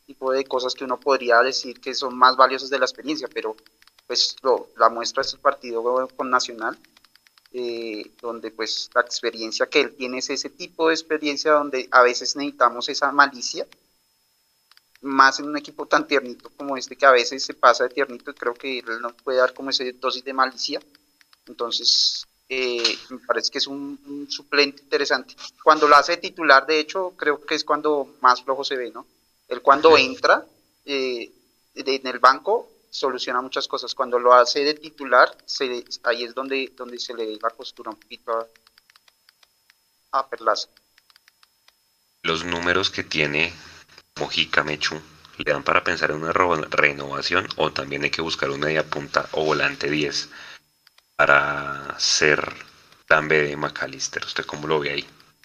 tipo de cosas que uno podría decir que son más valiosas de la experiencia, pero pues lo, la muestra es el partido con Nacional, eh, donde pues la experiencia que él tiene es ese tipo de experiencia donde a veces necesitamos esa malicia, más en un equipo tan tiernito como este que a veces se pasa de tiernito y creo que él no puede dar como ese dosis de malicia. Entonces, eh, me parece que es un, un, suplente interesante. Cuando lo hace titular, de hecho, creo que es cuando más flojo se ve, ¿no? Él cuando entra eh, de, en el banco soluciona muchas cosas. Cuando lo hace de titular, se, ahí es donde, donde se le ve la costura un poquito a, a Perlaza. Los números que tiene Mojica Mechu le dan para pensar en una renovación o también hay que buscar un media punta o volante diez para ser plan B de McAllister. ¿Usted cómo lo ve ahí?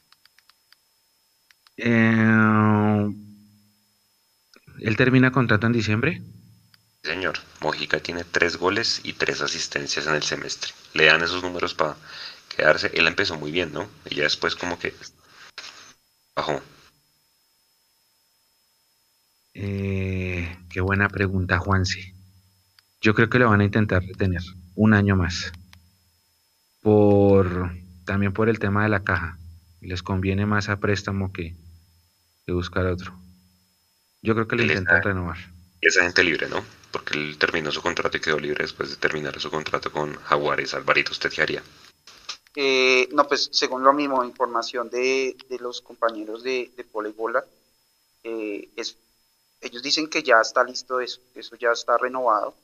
Eh, ¿Él termina contrato en diciembre? Señor, Mojica tiene tres goles y tres asistencias en el semestre. Le dan esos números para quedarse. Él empezó muy bien, ¿no? Y ya después como que bajó. Eh, qué buena pregunta, Juanse. Yo creo que lo van a intentar retener un año más. Por, también por el tema de la caja. Les conviene más a préstamo que, que buscar otro. Yo creo que lo Él intentan está, renovar. esa gente libre, ¿no? Porque él terminó su contrato y quedó libre después de terminar su contrato con Jaguares. Alvarito, ¿usted qué haría? Eh, no, pues según lo mismo, información de, de los compañeros de, de Polébola, eh, es, ellos dicen que ya está listo eso, eso ya está renovado.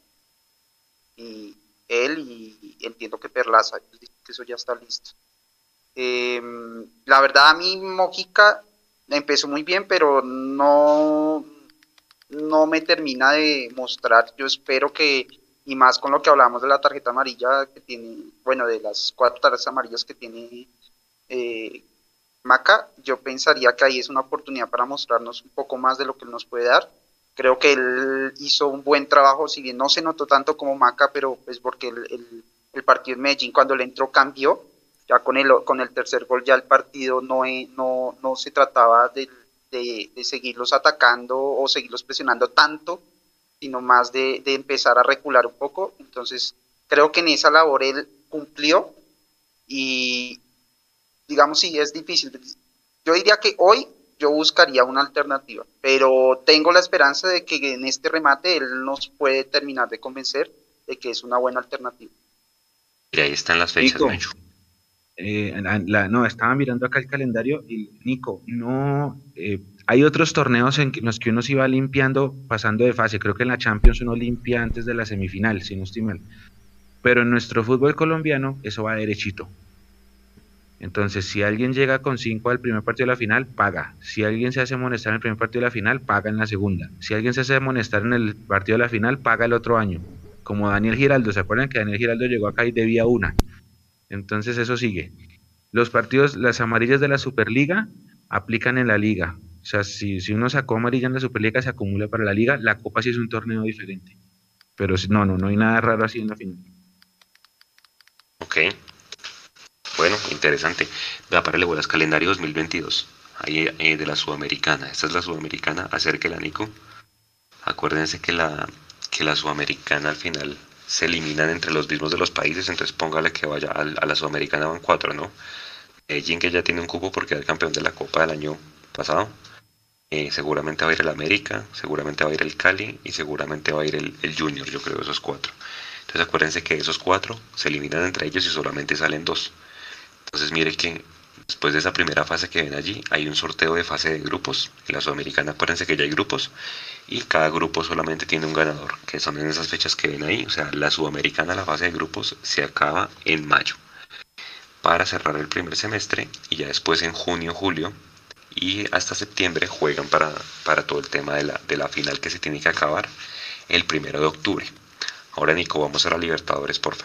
Y él y, y entiendo que Perlaza, ellos dicen que eso ya está listo. Eh, la verdad a mí Mojica empezó muy bien, pero no, no me termina de mostrar. Yo espero que, y más con lo que hablamos de la tarjeta amarilla que tiene, bueno, de las cuatro tarjetas amarillas que tiene eh, Maca, yo pensaría que ahí es una oportunidad para mostrarnos un poco más de lo que él nos puede dar. Creo que él hizo un buen trabajo, si bien no se notó tanto como Maca, pero es porque el, el, el partido en Medellín cuando le entró cambió. Ya con el, con el tercer gol ya el partido no, no, no se trataba de, de, de seguirlos atacando o seguirlos presionando tanto, sino más de, de empezar a recular un poco. Entonces creo que en esa labor él cumplió y digamos sí, es difícil. Yo diría que hoy yo buscaría una alternativa, pero tengo la esperanza de que en este remate él nos puede terminar de convencer de que es una buena alternativa. Y ahí están las fechas, Nico, Mechu. eh, la, la, no, estaba mirando acá el calendario y Nico, no, eh, hay otros torneos en los que uno se iba limpiando pasando de fase. Creo que en la Champions uno limpia antes de la semifinal, si no estoy mal. Pero en nuestro fútbol colombiano eso va derechito. Entonces, si alguien llega con cinco al primer partido de la final, paga. Si alguien se hace amonestar en el primer partido de la final, paga en la segunda. Si alguien se hace amonestar en el partido de la final, paga el otro año. Como Daniel Giraldo, ¿se acuerdan que Daniel Giraldo llegó acá y debía una? Entonces eso sigue. Los partidos, las amarillas de la Superliga, aplican en la liga. O sea, si, si uno sacó amarilla en la Superliga, se acumula para la liga. La Copa sí es un torneo diferente. Pero no, no, no hay nada raro así en la final. Ok. Bueno, interesante. Vea, para le bolas calendario dos mil veintidós. Ahí eh, de la Sudamericana. Esta es la Sudamericana. Acérquela, Nico. Acuérdense que la, que la Sudamericana al final se eliminan entre los mismos de los países. Entonces póngale que vaya a, a la Sudamericana van cuatro, ¿no? Medellín que ya tiene un cupo porque era el campeón de la Copa del año pasado. Eh, seguramente va a ir el América, seguramente va a ir el Cali y seguramente va a ir el, el Junior, yo creo, esos cuatro. Entonces acuérdense que esos cuatro se eliminan entre ellos y solamente salen dos. Entonces mire que después de esa primera fase que ven allí, hay un sorteo de fase de grupos. En la Sudamericana acuérdense que ya hay grupos y cada grupo solamente tiene un ganador, que son en esas fechas que ven ahí. O sea, la Sudamericana, la fase de grupos, se acaba en mayo para cerrar el primer semestre y ya después en junio, julio y hasta septiembre juegan para, para todo el tema de la, de la final que se tiene que acabar el primero de octubre. Ahora, Nico, vamos a la Libertadores, porfa.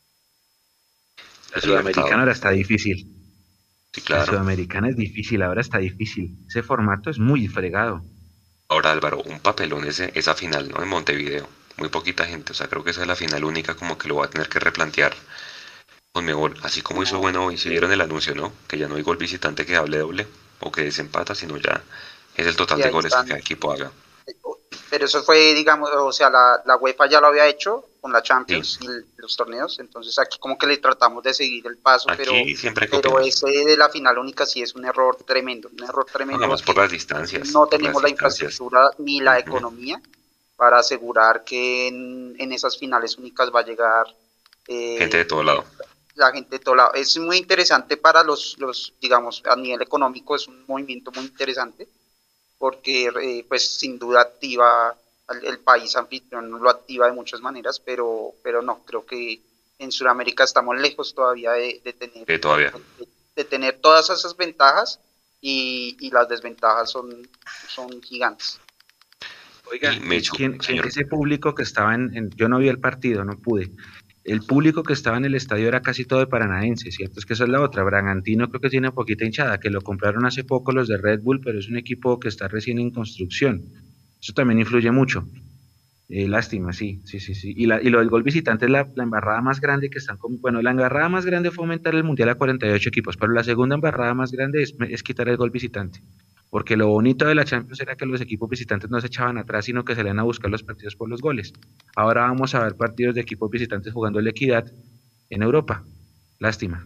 La Sudamericana ahora está difícil. Sí, claro. La Sudamericana es difícil, ahora está difícil. Ese formato es muy fregado. Ahora, Álvaro, un papelón ese, esa final, ¿no? En Montevideo. Muy poquita gente, o sea, creo que esa es la final única como que lo va a tener que replantear Conmebol. Así como hizo bueno hoy, si vieron el anuncio, ¿no? Que ya no hay gol visitante que hable doble o que desempata, sino ya es el total de goles que cada equipo haga. pero eso fue, digamos, o sea, la, la UEFA ya lo había hecho con la Champions Sí. y los torneos, entonces aquí como que le tratamos de seguir el paso, pero, Aquí siempre pero copiamos. ese de la final única sí es un error tremendo, un error No, tremendo además por porque las distancias, no por las tenemos la distancias. infraestructura ni la Ujú. economía para asegurar que en, en esas finales únicas va a llegar Gente de eh, todo lado. la gente de todo lado. Es muy interesante para los, los, digamos, a nivel económico es un movimiento muy interesante porque eh, pues sin duda activa al- el país anfitrión, lo activa de muchas maneras, pero, pero no, creo que en Sudamérica estamos lejos todavía de, de tener, De todavía. de, de tener todas esas ventajas y, y las desventajas son, son gigantes. Oiga, Y ¿y Mechu, quién, quién- señor, ese público que estaba en, en- yo no vi el partido, no pude. El público que estaba en el estadio era casi todo de paranaense, ¿cierto? Es que esa es la otra. Bragantino creo que tiene poquita hinchada, que lo compraron hace poco los de Red Bull, pero es un equipo que está recién en construcción. Eso también influye mucho. Eh, lástima, sí, sí, sí, sí. Y, la, y lo del gol visitante es la, la embarrada más grande que están con, bueno, la embarrada más grande fue aumentar el mundial a cuarenta y ocho equipos, pero la segunda embarrada más grande es, es quitar el gol visitante. Porque lo bonito de la Champions era que los equipos visitantes no se echaban atrás, sino que se salían a buscar los partidos por los goles. Ahora vamos a ver partidos de equipos visitantes jugando la equidad en Europa. Lástima.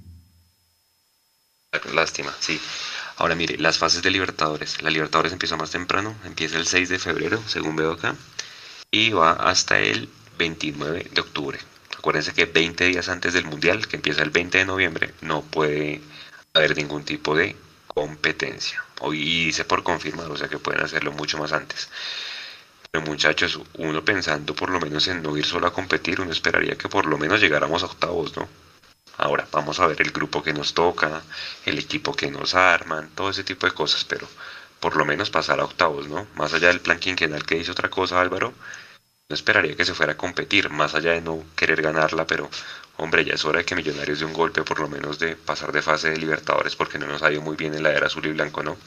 lástima, sí. Ahora mire, las fases de Libertadores. La Libertadores empieza más temprano, empieza el seis de febrero, según veo acá, y va hasta el veintinueve de octubre. Acuérdense que veinte días antes del Mundial, que empieza el veinte de noviembre, no puede haber ningún tipo de competencia. Hoy hice por confirmar, o sea que pueden hacerlo mucho más antes. Pero muchachos, uno pensando por lo menos en no ir solo a competir, uno esperaría que por lo menos llegáramos a octavos, ¿no? Ahora, vamos a ver el grupo que nos toca, el equipo que nos arman, todo ese tipo de cosas, pero por lo menos pasar a octavos, ¿no? Más allá del plan quinquenal que dice otra cosa, Álvaro, no esperaría que se fuera a competir, más allá de no querer ganarla, pero hombre, ya es hora de que Millonarios dé un golpe, por lo menos de pasar de fase de Libertadores, porque no nos ha ido muy bien en la era azul y blanco, ¿no?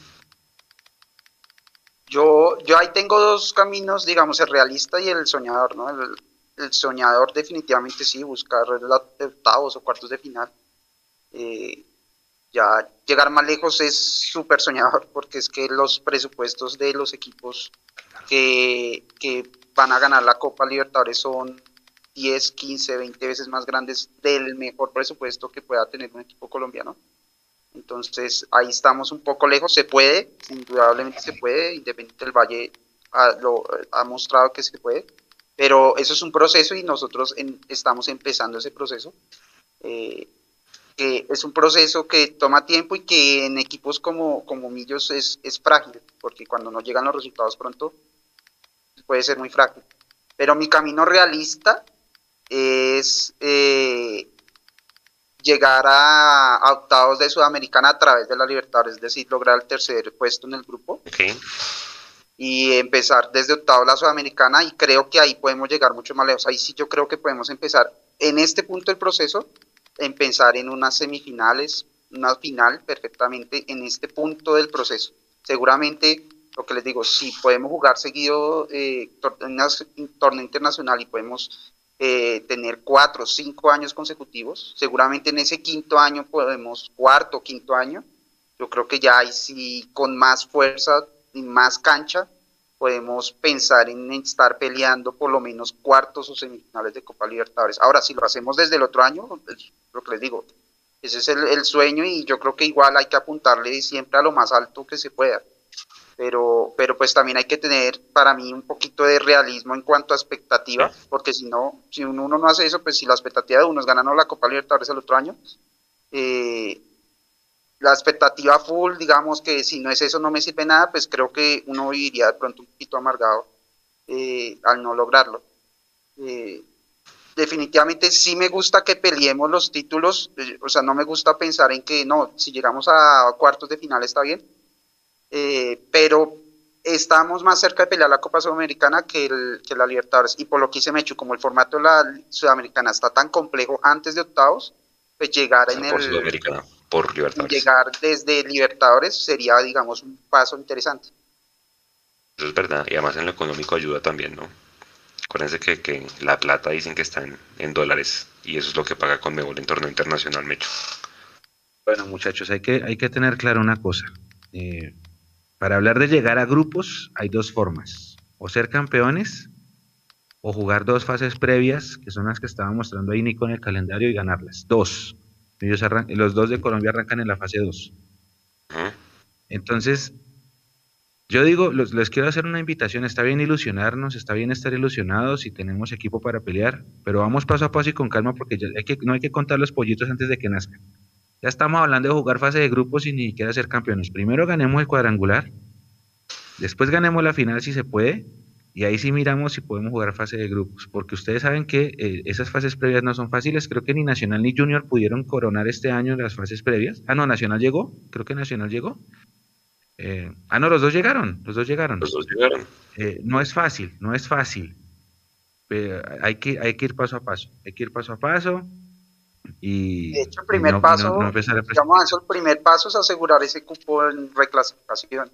Yo, yo ahí tengo dos caminos, digamos, el realista y el soñador, ¿no? El, el soñador definitivamente sí, buscar los octavos o cuartos de final. Eh, ya llegar más lejos es súper soñador porque es que los presupuestos de los equipos que, que van a ganar la Copa Libertadores son diez, quince, veinte veces más grandes del mejor presupuesto que pueda tener un equipo colombiano. Entonces ahí estamos un poco lejos, se puede, indudablemente se puede, Independiente del Valle ha, lo, ha mostrado que se puede, pero eso es un proceso y nosotros en, estamos empezando ese proceso. Eh, que es un proceso que toma tiempo y que en equipos como, como Millos es, es frágil, porque cuando no llegan los resultados pronto puede ser muy frágil. Pero mi camino realista es eh, llegar a, a, octavos de Sudamericana a través de la Libertadores, es decir, lograr el tercer puesto en el grupo. Okay. Y empezar desde octavos la Sudamericana y creo que ahí podemos llegar mucho más lejos. Ahí sí yo creo que podemos empezar en este punto del proceso, en pensar en unas semifinales, una final perfectamente en este punto del proceso. Seguramente, lo que les digo, si podemos jugar seguido eh, torneos, torneo internacional y podemos eh, tener cuatro o cinco años consecutivos, seguramente en ese quinto año podemos, cuarto, quinto año, yo creo que ya ahí sí con más fuerza y más cancha podemos pensar en estar peleando por lo menos cuartos o semifinales de Copa Libertadores. Ahora, si lo hacemos desde el otro año, es lo que les digo, ese es el, el sueño y yo creo que igual hay que apuntarle siempre a lo más alto que se pueda. Pero, pero pues también hay que tener para mí un poquito de realismo en cuanto a expectativa, porque si no, si uno, uno no hace eso, pues si la expectativa de uno es ganarnos la Copa Libertadores el otro año, eh, la expectativa full, digamos que si no es eso no me sirve nada, pues creo que uno viviría de pronto un poquito amargado eh, al no lograrlo. Eh, definitivamente sí me gusta que peleemos los títulos, eh, o sea, no me gusta pensar en que no, si llegamos a cuartos de final está bien, eh, pero estamos más cerca de pelear la Copa Sudamericana que, el, que la Libertadores, y por lo que hice Mechu, como el formato de la Sudamericana está tan complejo antes de octavos, pues llegar en Por el... Sudamericana, por Libertadores. Llegar desde Libertadores sería, digamos, un paso interesante. Eso es verdad, y además en lo económico ayuda también, ¿no? Acuérdense que, que la plata dicen que está en, en dólares y eso es lo que paga Conmebol en torneo internacional, Mecho. Bueno, muchachos, hay que, hay que tener claro una cosa. Eh, para hablar de llegar a grupos hay dos formas. o ser campeones o jugar dos fases previas, que son las que estaba mostrando ahí Nico en el calendario, y ganarlas. Dos. Ellos arran- los dos de Colombia arrancan en la fase dos. Ujú. Entonces, yo digo, los- les quiero hacer una invitación. Está bien ilusionarnos, está bien estar ilusionados y tenemos equipo para pelear, pero vamos paso a paso y con calma porque ya hay que, no hay que contar los pollitos antes de que nazcan. Ya estamos hablando de jugar fase de grupos y ni siquiera ser campeones. Primero ganemos el cuadrangular, después ganemos la final si se puede, y ahí sí miramos si podemos jugar fase de grupos, porque ustedes saben que eh, esas fases previas no son fáciles. Creo que ni Nacional ni Junior pudieron coronar este año las fases previas. Ah, no, Nacional llegó, creo que Nacional llegó. Eh, ah, no, los dos llegaron, los dos Los llegaron. dos llegaron. Eh, no es fácil, no es fácil, pero hay que, hay que ir paso a paso, hay que ir paso a paso De y, hecho, el y primer no, y no, no paso, empezar a digamos a precipitar. eso, el primer paso es asegurar ese cupo en reclasificación.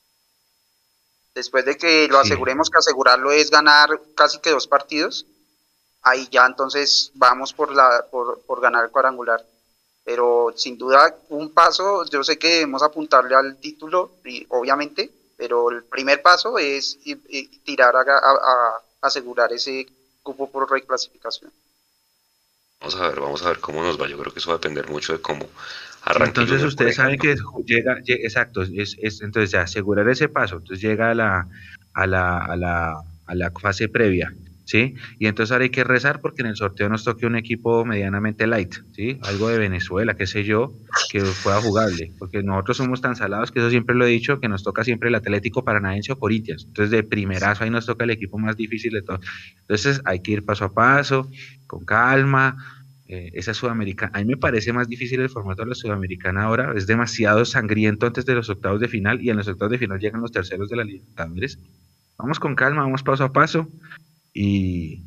Después de que lo Sí, aseguremos, que asegurarlo es ganar casi que dos partidos, ahí ya entonces vamos por, la, por, por ganar el cuadrangular. Pero sin duda, un paso, yo sé que debemos apuntarle al título, y, obviamente, pero el primer paso es y, y tirar a, a, a, asegurar ese cupo por reclasificación. Vamos a ver, vamos a ver cómo nos va. Yo creo que eso va a depender mucho de cómo sí, arranque entonces Junior, por ustedes saben ejemplo. que llega, lle- exacto, es, es- entonces ya asegurar ese paso, entonces llega a la, a la, a la, a la fase previa, ¿sí? Y entonces ahora hay que rezar porque en el sorteo nos toque un equipo medianamente light, ¿sí? Algo de Venezuela, qué sé yo, que pueda jugable, porque nosotros somos tan salados que eso siempre lo he dicho, que nos toca siempre el Atlético Paranaense o Corinthians, entonces de primerazo ahí nos toca el equipo más difícil de todos. Entonces hay que ir paso a paso, con calma. Eh, esa sudamericana, a mí me parece más difícil el formato de la sudamericana ahora, es demasiado sangriento antes de los octavos de final y en los octavos de final llegan los terceros de la Libertadores. Vamos con calma, vamos paso a paso y,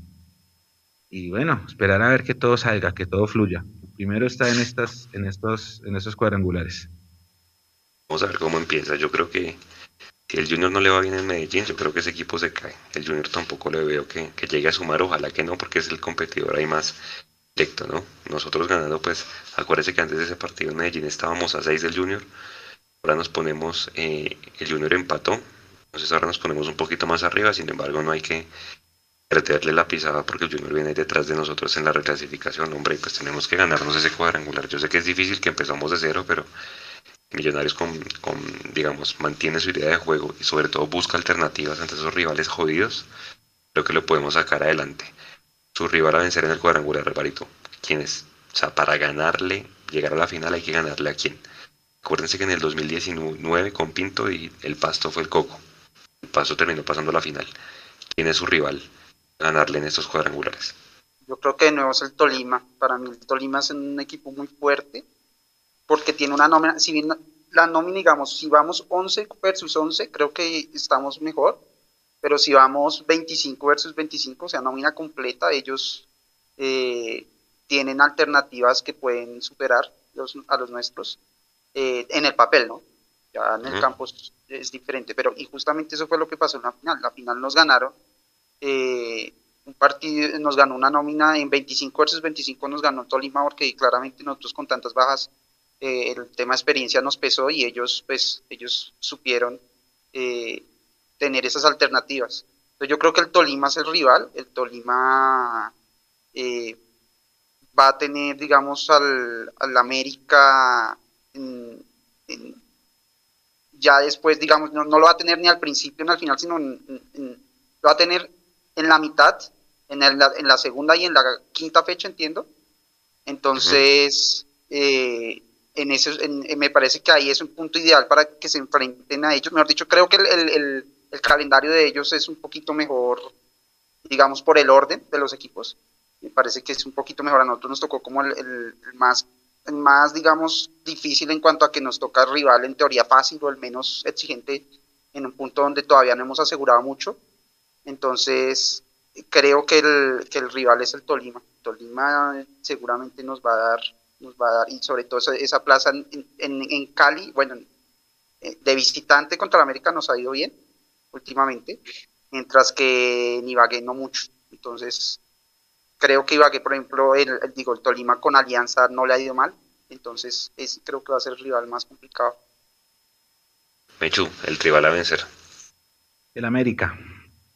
y bueno, esperar a ver que todo salga, que todo fluya. Primero está en estas, en estos, en estos cuadrangulares. Vamos a ver cómo empieza. Yo creo que si el Junior no le va bien en Medellín, yo creo que ese equipo se cae. El Junior tampoco le veo que, que llegue a sumar, ojalá que no, porque es el competidor ahí más directo, ¿no? Nosotros ganando, pues, acuérdense que antes de ese partido en Medellín estábamos a seis del Junior, ahora nos ponemos, eh, el Junior empató, entonces ahora nos ponemos un poquito más arriba, sin embargo no hay que perderle la pisada porque el Junior viene detrás de nosotros en la reclasificación, hombre, pues tenemos que ganarnos ese cuadrangular. Yo sé que es difícil, que empezamos de cero, pero Millonarios con, con, digamos, mantiene su idea de juego y sobre todo busca alternativas ante esos rivales jodidos, creo que lo podemos sacar adelante. Su rival a vencer en el cuadrangular, Alvarito, ¿quién es? O sea, para ganarle, llegar a la final hay que ganarle a quién. Acuérdense que en el dos mil diecinueve con Pinto y el Pasto fue el Coco. El Pasto terminó pasando a la final. ¿Quién es su rival? Ganarle en estos cuadrangulares. Yo creo que de nuevo es el Tolima. Para mí el Tolima es un equipo muy fuerte porque tiene una nómina, si bien la nómina, digamos, si vamos once versus once, creo que estamos mejor, pero si vamos veinticinco versus veinticinco, o sea, nómina completa, ellos eh, tienen alternativas que pueden superar los, a los nuestros eh, en el papel, ¿no? Ya en el Ujú. campo es, es diferente, pero y justamente eso fue lo que pasó en la final. La final nos ganaron, eh, un partido, nos ganó una nómina en veinticinco versus veinticinco, nos ganó Tolima porque claramente nosotros con tantas bajas, eh, el tema experiencia nos pesó y ellos, pues, ellos supieron eh, tener esas alternativas. Entonces yo creo que el Tolima es el rival, el Tolima eh, va a tener, digamos, al, al América en, en, ya después, digamos, no, no, lo va a tener ni al principio ni al final, sino en, en, en, lo va a tener en la mitad, en, el, en la segunda y en la quinta fecha, entiendo. Ujú. Entonces, eh, en ese, en, en, me parece que ahí es un punto ideal para que se enfrenten a ellos. Mejor dicho, creo que el, el, el, el calendario de ellos es un poquito mejor, digamos, por el orden de los equipos. Me parece que es un poquito mejor. A nosotros nos tocó como el, el, el más, el más, digamos, difícil en cuanto a que nos toca rival en teoría fácil o el menos exigente en un punto donde todavía no hemos asegurado mucho. Entonces, creo que el, que el rival es el Tolima. Tolima seguramente nos va a dar, nos va a dar, y sobre todo esa, esa plaza en, en, en Cali, bueno, de visitante contra el América nos ha ido bien últimamente, mientras que en Ibagué no mucho. Entonces, creo que Ibagué, por ejemplo, el, el, digo, el Tolima con Alianza no le ha ido mal, entonces ese creo que va a ser el rival más complicado. Mechu, el rival a vencer. El América.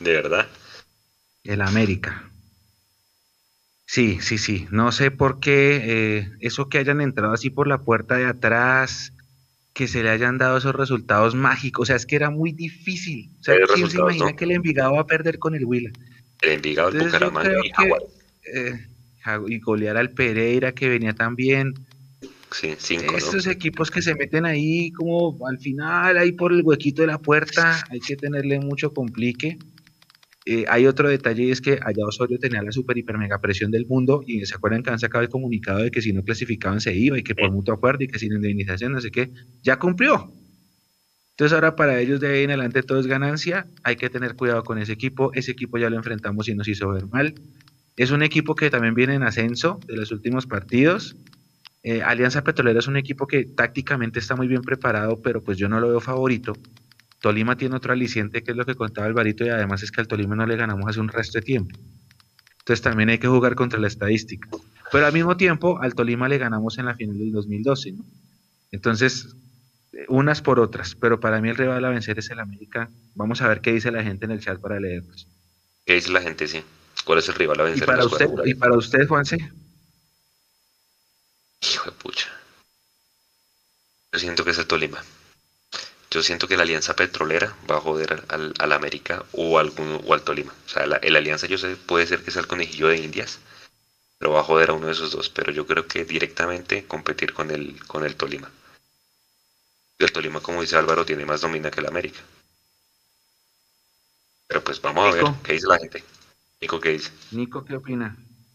De verdad. El América. Sí, sí, sí. No sé por qué eh, eso que hayan entrado así por la puerta de atrás, que se le hayan dado esos resultados mágicos. O sea, es que era muy difícil. O sea, Hay ¿quién se resultados, ¿no? imagina que el Envigado va a perder con el Huila? El Envigado, el Entonces yo Bucaramanga creo y que Jaguares. eh, ja- y golear al Pereira que venía tan bien. Sí, cinco, ¿no? Estos equipos que se meten ahí como al final, ahí por el huequito de la puerta, hay que tenerle mucho complique. Eh, hay otro detalle y es que allá Osorio tenía la super hiper mega presión del mundo y se acuerdan que han sacado el comunicado de que si no clasificaban se iba y que por Sí. mutuo acuerdo y que sin indemnización, no sé qué, ya cumplió. Entonces ahora para ellos de ahí en adelante todo es ganancia, hay que tener cuidado con ese equipo, ese equipo ya lo enfrentamos y nos hizo ver mal. Es un equipo que también viene en ascenso de los últimos partidos. Eh, Alianza Petrolera es un equipo que tácticamente está muy bien preparado, pero pues yo no lo veo favorito. Tolima tiene otro aliciente que es lo que contaba Alvarito y además es que al Tolima no le ganamos hace un resto de tiempo. Entonces también hay que jugar contra la estadística. Pero al mismo tiempo al Tolima le ganamos en la final del dos mil doce, ¿no? Entonces, eh, unas por otras, pero para mí el rival a vencer es el América. Vamos a ver qué dice la gente en el chat para leerlos. ¿Qué dice la gente? Sí. ¿Cuál es el rival a Y vencer en para los usted, y cuadrangulares? para usted, Juanse, Hijo de pucha. Yo siento que es el Tolima. Yo siento que la Alianza Petrolera va a joder al, al América o, algún, o al Tolima. O sea, la, el Alianza yo sé, puede ser que sea el conejillo de Indias, pero va a joder a uno de esos dos. Pero yo creo que directamente competir con el, con el Tolima. Y el Tolima, como dice Álvaro, tiene más domina que el América. Pero pues vamos a ver Nico, qué dice la gente. Nico, ¿qué dice? Nico, ¿qué opina?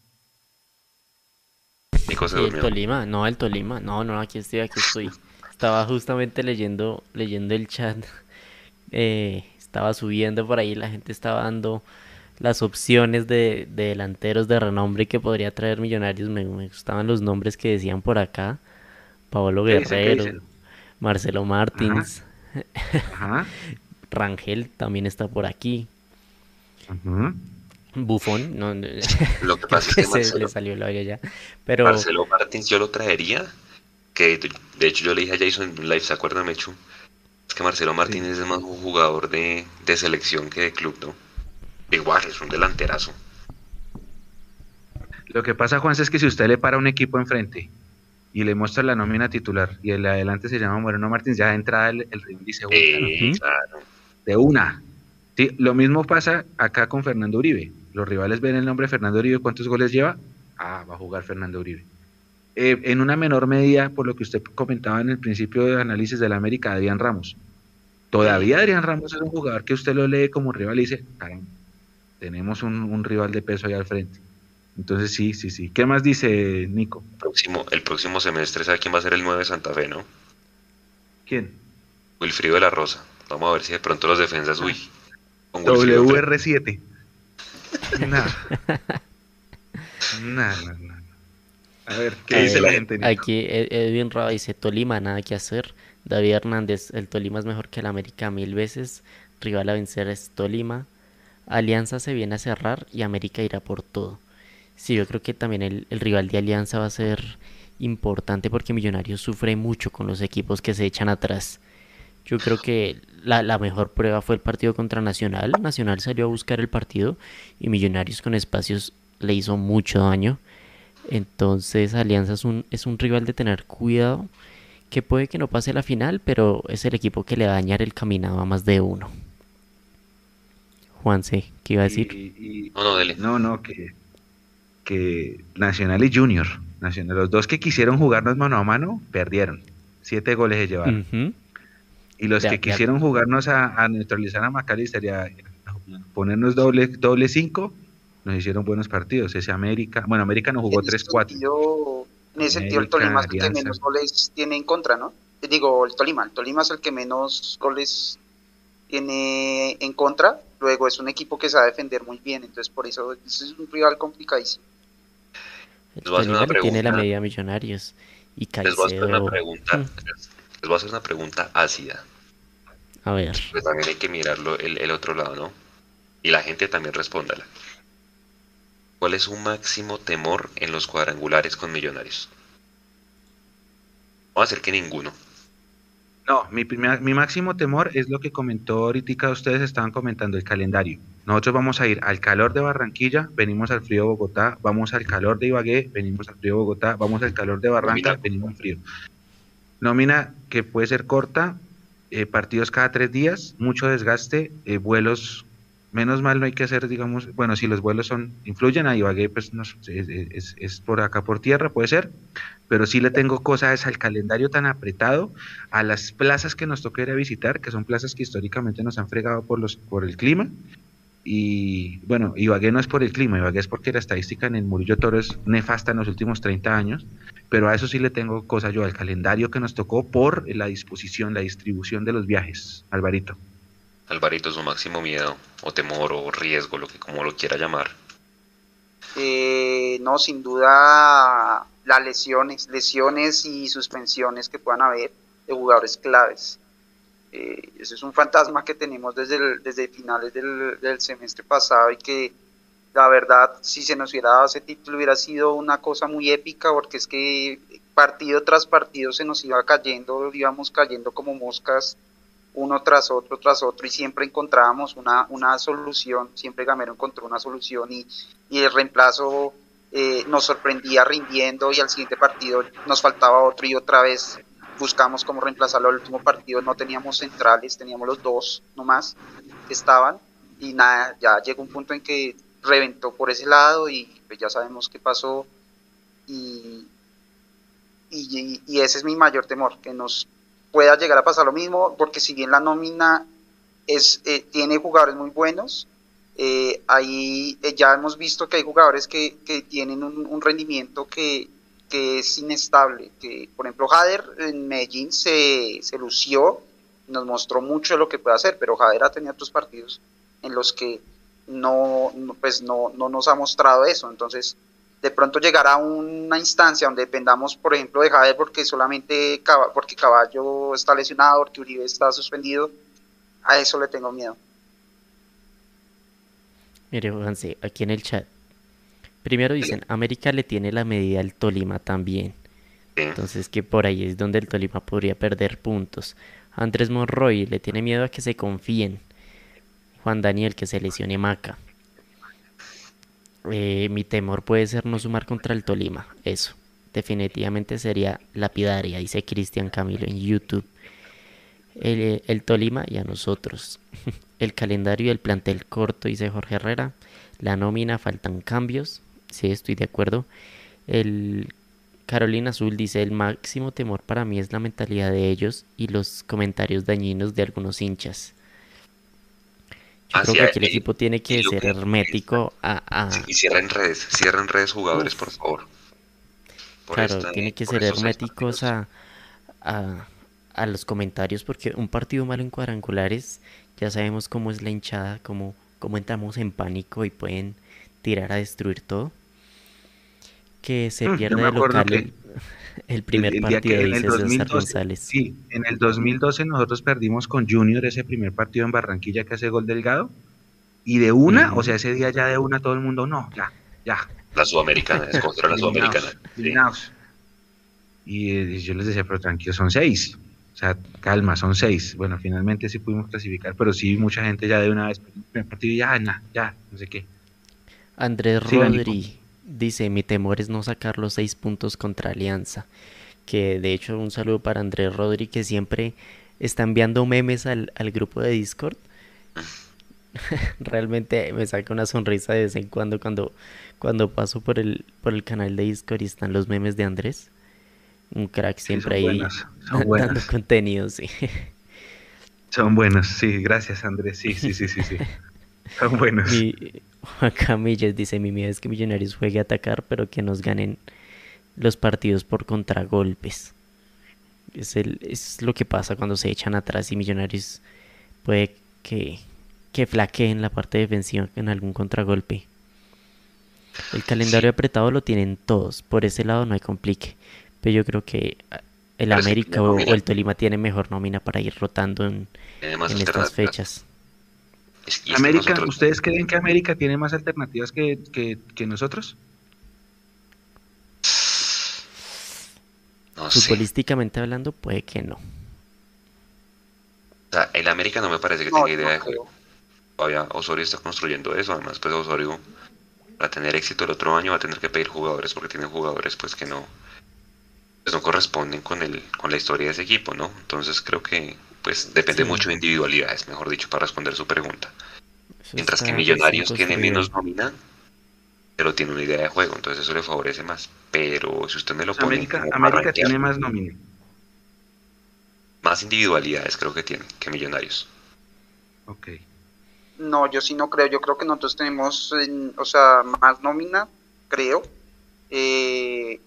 Nico se Sí, el durmió. Tolima, no, el Tolima, no, no, aquí estoy, aquí estoy. Estaba justamente leyendo, leyendo el chat, eh, estaba subiendo por ahí, la gente estaba dando las opciones de, de delanteros de renombre que podría traer Millonarios. Me, me gustaban los nombres que decían por acá: Paolo ¿Qué dicen? ¿Qué Guerrero, dicen? Marcelo Ajá, Martins, ajá, Rangel también está por aquí, ajá. Buffon, no, no, Lo que creo pasa es que que se le Marcelo, salió la olla ya, pero Marcelo Martins yo lo traería. Que de de hecho yo le dije a Jason en un live, ¿se acuerdan, Mechu? Es que Marcelo Sí. Martínez es más un jugador de, de selección que de club, ¿no? Igual, es un delanterazo. Lo que pasa, Juan, es que si usted le para un equipo enfrente y le muestra la nómina titular y el de adelante se llama Moreno Martins, ya de entrada el, el rival dice, uy, Eh, ujú, claro. de una. Sí, lo mismo pasa acá con Fernando Uribe. Los rivales ven el nombre Fernando Uribe, ¿cuántos goles lleva? Ah, va a jugar Fernando Uribe. Eh, en una menor medida, por lo que usted comentaba en el principio de análisis del América, Adrián Ramos. Todavía Mm, Adrián Ramos es un jugador que usted lo lee como rival y dice, caramba, tenemos un, un rival de peso ahí al frente. Entonces sí, sí, sí. ¿Qué más dice Nico? próximo, el próximo semestre, ¿sabe quién va a ser el nueve de Santa Fe, no? ¿Quién? Wilfrido de la Rosa. Vamos a ver si de pronto los defensas, uy, Ah, con Wilfrido W enfrente. R siete. Nah, nah, nah, nah. A ver, ¿qué ¿Qué a dice dice la la ver, gente? gente, Nico? aquí Ed- Edwin Raba dice: Tolima, nada que hacer. David Hernández: el Tolima es mejor que el América mil veces. Rival a vencer es Tolima. Alianza se viene a cerrar y América irá por todo. Sí, yo creo que también el, el rival de Alianza va a ser importante porque Millonarios sufre mucho con los equipos que se echan atrás. Yo creo que la, la mejor prueba fue el partido contra Nacional. Nacional salió a buscar el partido y Millonarios con espacios le hizo mucho daño. Entonces Alianza es un, es un rival de tener cuidado, que puede que no pase la final, pero es el equipo que le va a dañar el caminado a más de uno. Juanse, ¿qué iba a decir? Y, y- No, no, y- dele. no, no, que, que Nacional y Junior, Nacional, los dos que quisieron jugarnos mano a mano, perdieron. Siete goles se llevaron. Ujú. Y los De- que de- quisieron jugarnos a, a neutralizar a McAllister y a, a ponernos doble, doble cinco, nos hicieron buenos partidos. Ese América, bueno, América nos jugó En ese tres cuatro. sentido, en ese sentido el América, Tolima es el que Alianza. menos goles tiene en contra, ¿no? Eh, Digo, el Tolima, el Tolima es el que menos goles tiene en contra. Luego es un equipo que sabe defender muy bien, entonces por eso es un rival complicadísimo. el Les voy a hacer una Tolima le tiene la pregunta. media a Millonarios. Y Les voy a hacer una Caicedo. pregunta. Les, les voy a hacer una pregunta ácida. A ver. Pues también hay que mirarlo el, el otro lado, ¿no? Y la gente también respóndala. ¿Cuál es su máximo temor en los cuadrangulares con Millonarios? Vamos a decir que ninguno. No, mi, primer- mi máximo temor es lo que comentó ahorita, ustedes estaban comentando, el calendario. Nosotros vamos a ir al calor de Barranquilla, venimos al frío de Bogotá, vamos al calor de Ibagué, venimos al frío de Bogotá, vamos al calor de Barranca, Nómina. venimos al frío. Nómina que puede ser corta, eh, partidos cada tres días, mucho desgaste, eh, vuelos, menos mal no hay que hacer, digamos, bueno, si los vuelos son, influyen a Ibagué, pues no, es, es- es por acá por tierra, puede ser, pero sí le tengo cosas al calendario tan apretado, a las plazas que nos toca ir a visitar, que son plazas que históricamente nos han fregado por los, por el clima, y bueno, Ibagué no es por el clima, Ibagué es porque la estadística en el Murillo Toro es nefasta en los últimos treinta años, pero a eso sí le tengo cosa yo, al calendario que nos tocó por la disposición, la distribución de los viajes, Alvarito. Alvarito, su máximo miedo, o temor, o riesgo, lo que como lo quiera llamar. Eh, no, sin duda las lesiones, lesiones y suspensiones que puedan haber de jugadores claves. Eh, ese es un fantasma que tenemos desde, el- desde finales del, del semestre pasado y que la verdad, si se nos hubiera dado ese título hubiera sido una cosa muy épica porque es que partido tras partido se nos iba cayendo, íbamos cayendo como moscas uno tras otro, tras otro, y siempre encontrábamos una, una solución, siempre Gamero encontró una solución y, y el reemplazo eh, nos sorprendía rindiendo y al siguiente partido nos faltaba otro y otra vez buscamos cómo reemplazarlo al último partido, no teníamos centrales, teníamos los dos nomás que estaban y nada, ya llegó un punto en que reventó por ese lado y pues ya sabemos qué pasó y, y, y ese es mi mayor temor, que nos pueda llegar a pasar lo mismo, porque si bien la nómina es, eh, tiene jugadores muy buenos, eh, ahí eh, ya hemos visto que hay jugadores que, que tienen un, un rendimiento que, que, es inestable, que por ejemplo Jader en Medellín se, se lució, nos mostró mucho de lo que puede hacer, pero Jader ha tenido otros partidos en los que no, no, pues no, no nos ha mostrado eso, entonces de pronto llegar a una instancia donde dependamos, por ejemplo, de Jader porque solamente porque Caballo está lesionado, porque Uribe está suspendido, a eso le tengo miedo. Mire, Juanse, aquí en el chat. Primero dicen, América le tiene la medida al Tolima también. Sí. Entonces que por ahí es donde el Tolima podría perder puntos. Andrés Monroy le tiene miedo a que se confíen. Juan Daniel, que se lesione Maca. Eh, mi temor puede ser no sumar contra el Tolima. Eso. Definitivamente sería lapidaria, dice Cristian Camilo en YouTube. El, el Tolima y a nosotros. El calendario y el plantel corto, dice Jorge Herrera. La nómina, faltan cambios. Sí, estoy de acuerdo. El Carolina Azul dice, el máximo temor para mí es la mentalidad de ellos y los comentarios dañinos de algunos hinchas. Yo creo que aquí el equipo tiene que ser hermético a... a... Sí, y cierren redes, cierren redes jugadores, Uf. por favor. Por Claro, esta- tiene que por ser estos seis herméticos partidos. a, a, a los comentarios porque un partido malo en cuadrangulares, ya sabemos cómo es la hinchada, cómo, cómo entramos en pánico y pueden tirar a destruir todo. Que se Mm, yo pierda me de acuerdo local que el, el el, primer el día partido, que en el dice César dos mil doce, González. sí, en el dos mil doce nosotros perdimos con Junior ese primer partido en Barranquilla que hace gol Delgado, y de una, o Ujú. sea, ese día ya de una todo el mundo, no, ya, ya, La Sudamericana, es contra la Sudamericana. eliminados, Sí. eliminados. Y eh, yo les decía, pero tranquilos, son seis. O sea, calma, son seis. Bueno, finalmente sí pudimos clasificar, pero sí mucha gente ya de una vez, primer partido ya, nah, ya, no sé qué. Andrés Siga, Nico. Rodri dice, mi temor es no sacar los seis puntos contra Alianza. Que de hecho un saludo para Andrés Rodri que siempre está enviando memes al, al grupo de Discord. Realmente me saca una sonrisa de vez en cuando cuando, cuando paso por el, por el canal de Discord y están los memes de Andrés. Un crack Sí, siempre son ahí buenas, son dando buenas. contenido, sí. Son buenos, sí, gracias Andrés, sí, sí, sí, sí, sí. Son buenos. Mi Juan Camillas dice, mi miedo es que Millonarios juegue a atacar, pero que nos ganen los partidos por contragolpes. Es, el, es lo que pasa cuando se echan atrás y Millonarios puede que, que flaqueen la parte defensiva en algún contragolpe. El calendario Sí. apretado lo tienen todos, por ese lado no hay complique. Pero yo creo que ah, el Pero es que América tiene o, o nómina, el Tolima tiene mejor nómina para ir rotando en, tiene más en estas alternativas. fechas. Es- y es que América, nosotros, ¿ustedes creen que América tiene más alternativas que, que, que nosotros? no sé, Futbolísticamente hablando, puede que no. el América no me parece que No, tenga idea no de juego. creo. Todavía Osorio está construyendo eso, además pues Osorio para tener éxito el otro año va a tener que pedir jugadores porque tienen jugadores pues que no, pues, no corresponden con el, con la historia de ese equipo, ¿no? Entonces creo que pues depende Sí, mucho de individualidades, mejor dicho, para responder su pregunta. eso Mientras que está recién Millonarios tiene construido. menos nómina, pero tiene una idea de juego, entonces eso le favorece más. Pero si usted me lo Pues pone América, como para América rankear, tiene más nómina. más individualidades creo que tiene que Millonarios. Ok. No, yo sí no creo. Yo creo que nosotros tenemos, en- o sea, más nómina, creo. Eh,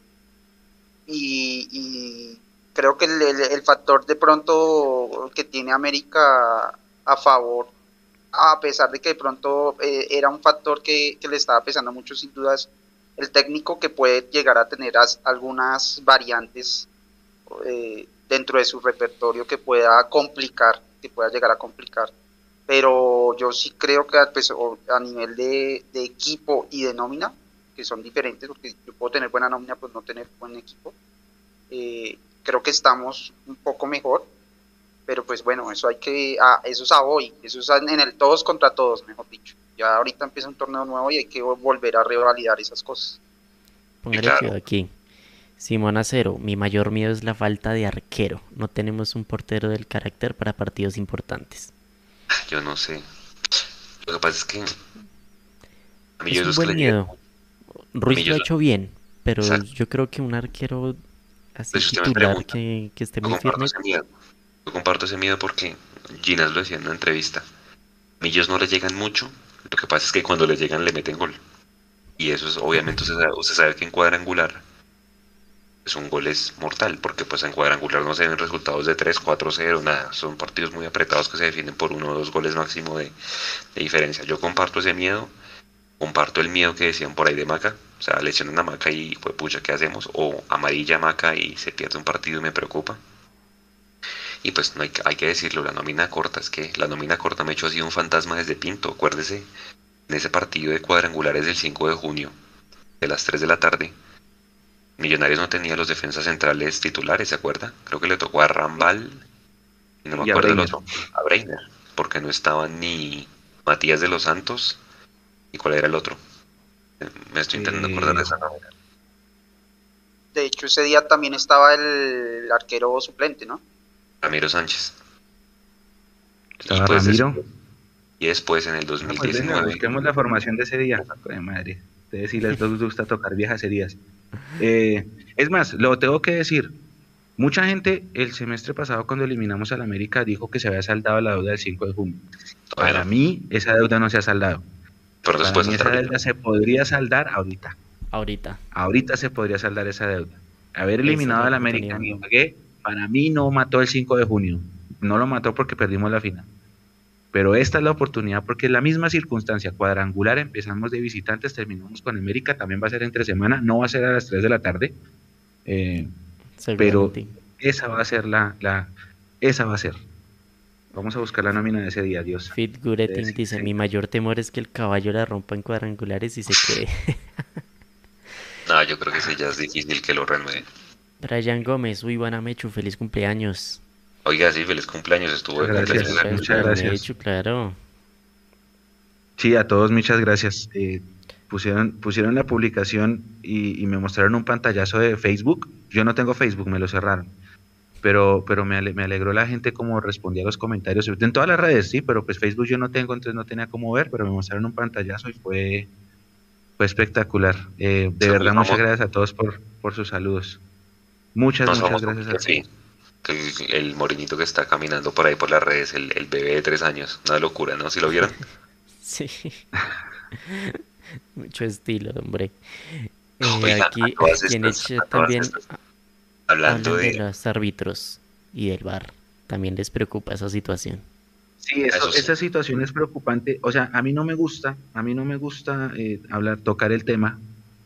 y, y creo que el, el- el factor de pronto que tiene América a favor, a pesar de que de pronto eh, era un factor que, que le estaba pesando mucho, sin dudas, el técnico que puede llegar a tener as- algunas variantes eh, dentro de su repertorio que pueda complicar, que pueda llegar a complicar. Pero yo sí creo que pues, a nivel de, de equipo y de nómina, que son diferentes, porque yo puedo tener buena nómina, pues no tener buen equipo, eh, creo que estamos un poco mejor, pero pues bueno, eso hay que, ah, eso es a hoy, eso es en el todos contra todos, mejor dicho. Ya ahorita empieza un torneo nuevo y hay que volver a revalidar esas cosas. Y Póngale claro, cuidado aquí. Simón Acero, mi mayor miedo es la falta de arquero. No tenemos un portero del carácter para partidos importantes. yo no sé. Lo que pasa es que a mí yo Es un esos que buen le llegan, miedo. a mí Ruiz yo lo ha esos, hecho bien, pero exacto. yo creo que un arquero así Pues si usted me titular pregunta, que, que esté yo muy comparto firme, ese miedo. Yo comparto ese miedo porque Ginas lo decía en una entrevista. A mí ellos no le llegan mucho. Lo que pasa es que cuando le llegan le meten gol. Y eso es, obviamente, usted sabe, usted sabe que en cuadrangular pues un gol es mortal, porque pues en cuadrangular no se ven resultados de tres cuatro cero nada. Son partidos muy apretados que se definen por uno o dos goles máximo de, de diferencia. Yo comparto ese miedo, comparto el miedo que decían por ahí de Maca. O sea, lesionan a Maca y pues pucha, ¿qué hacemos? O amarilla a Maca y se pierde un partido y me preocupa. Y pues no hay, que- hay que decirlo, la nómina corta, es que la nómina corta me ha hecho así un fantasma desde Pinto, acuérdese, en ese partido de cuadrangulares del cinco de junio, de las tres de la tarde, Millonarios no tenía los defensas centrales titulares, ¿se acuerda? Creo que le tocó a Rambal, y no me Y a acuerdo el Breiner. otro, a Breiner, porque no estaban ni Matías de los Santos, y cuál era el otro. Eh, Me estoy intentando acordar de Eh, esa nómina. De hecho, ese día también estaba el arquero suplente, ¿no? Ramiro Sánchez. Y estaba pues des- Ramiro. y después en el Ah, pues venga, dos mil diecinueve, busquemos la formación de ese día. Pues madre, ustedes sí les gusta tocar viejas heridas. Eh, es más, lo tengo que decir. Mucha gente el semestre pasado cuando eliminamos al América dijo que se había saldado la deuda del cinco de junio. todavía Para no, mí esa deuda no se ha saldado. pero no se Para puede mí saltar esa ahorita. deuda se podría saldar ahorita. ahorita. Ahorita se podría saldar esa deuda. Haber Esa es eliminado la al América oportunidad. en Ibagué, para mí no mató el cinco de junio. No lo mató porque perdimos la final. Pero esta es la oportunidad porque es la misma circunstancia cuadrangular. Empezamos de visitantes, terminamos con América. También va a ser entre semana, no va a ser a las tres de la tarde. Eh, pero Seguramente. esa va a ser la, la, esa va a ser. Vamos a buscar la nómina de ese día, Dios. Fit Ustedes Guretin sí dice, se- mi mayor temor es que el caballo la rompa en cuadrangulares y se quede. No, yo creo que sí, ya es difícil que lo reanuden. Brian Gómez, uy, buena Mechu, feliz cumpleaños. Oiga, sí, feliz cumpleaños, estuvo Muchas de Feliz cumpleaños. gracias, cumpleaños muchas para gracias. Mechu, claro. Sí, a todos muchas gracias. Eh, pusieron, pusieron la publicación y, y me mostraron un pantallazo de Facebook. Yo no tengo Facebook, me lo cerraron. Pero, pero me, ale- me alegró la gente como respondía a los comentarios. En todas las redes, sí, pero pues Facebook yo no tengo, entonces no tenía cómo ver, pero me mostraron un pantallazo y fue, fue espectacular. Eh, de Son muy verdad, muchas famosos, gracias a todos por, por sus saludos. Muchas, más muchas famosos gracias a que todos. sí. Que el, el morenito que está caminando por ahí por las redes, el, el bebé de tres años. Una locura, ¿no? ¿Sí lo vieron? Sí, mucho estilo, hombre. Eh, Oiga, a aquí, todas aquí en el estas, a chat todas también estas, hablando hablan de de... los árbitros y del V A R. También les preocupa esa situación. Sí, eso, Eso sí, esa situación es preocupante. O sea, a mí no me gusta, a mí no me gusta eh, hablar, tocar el tema,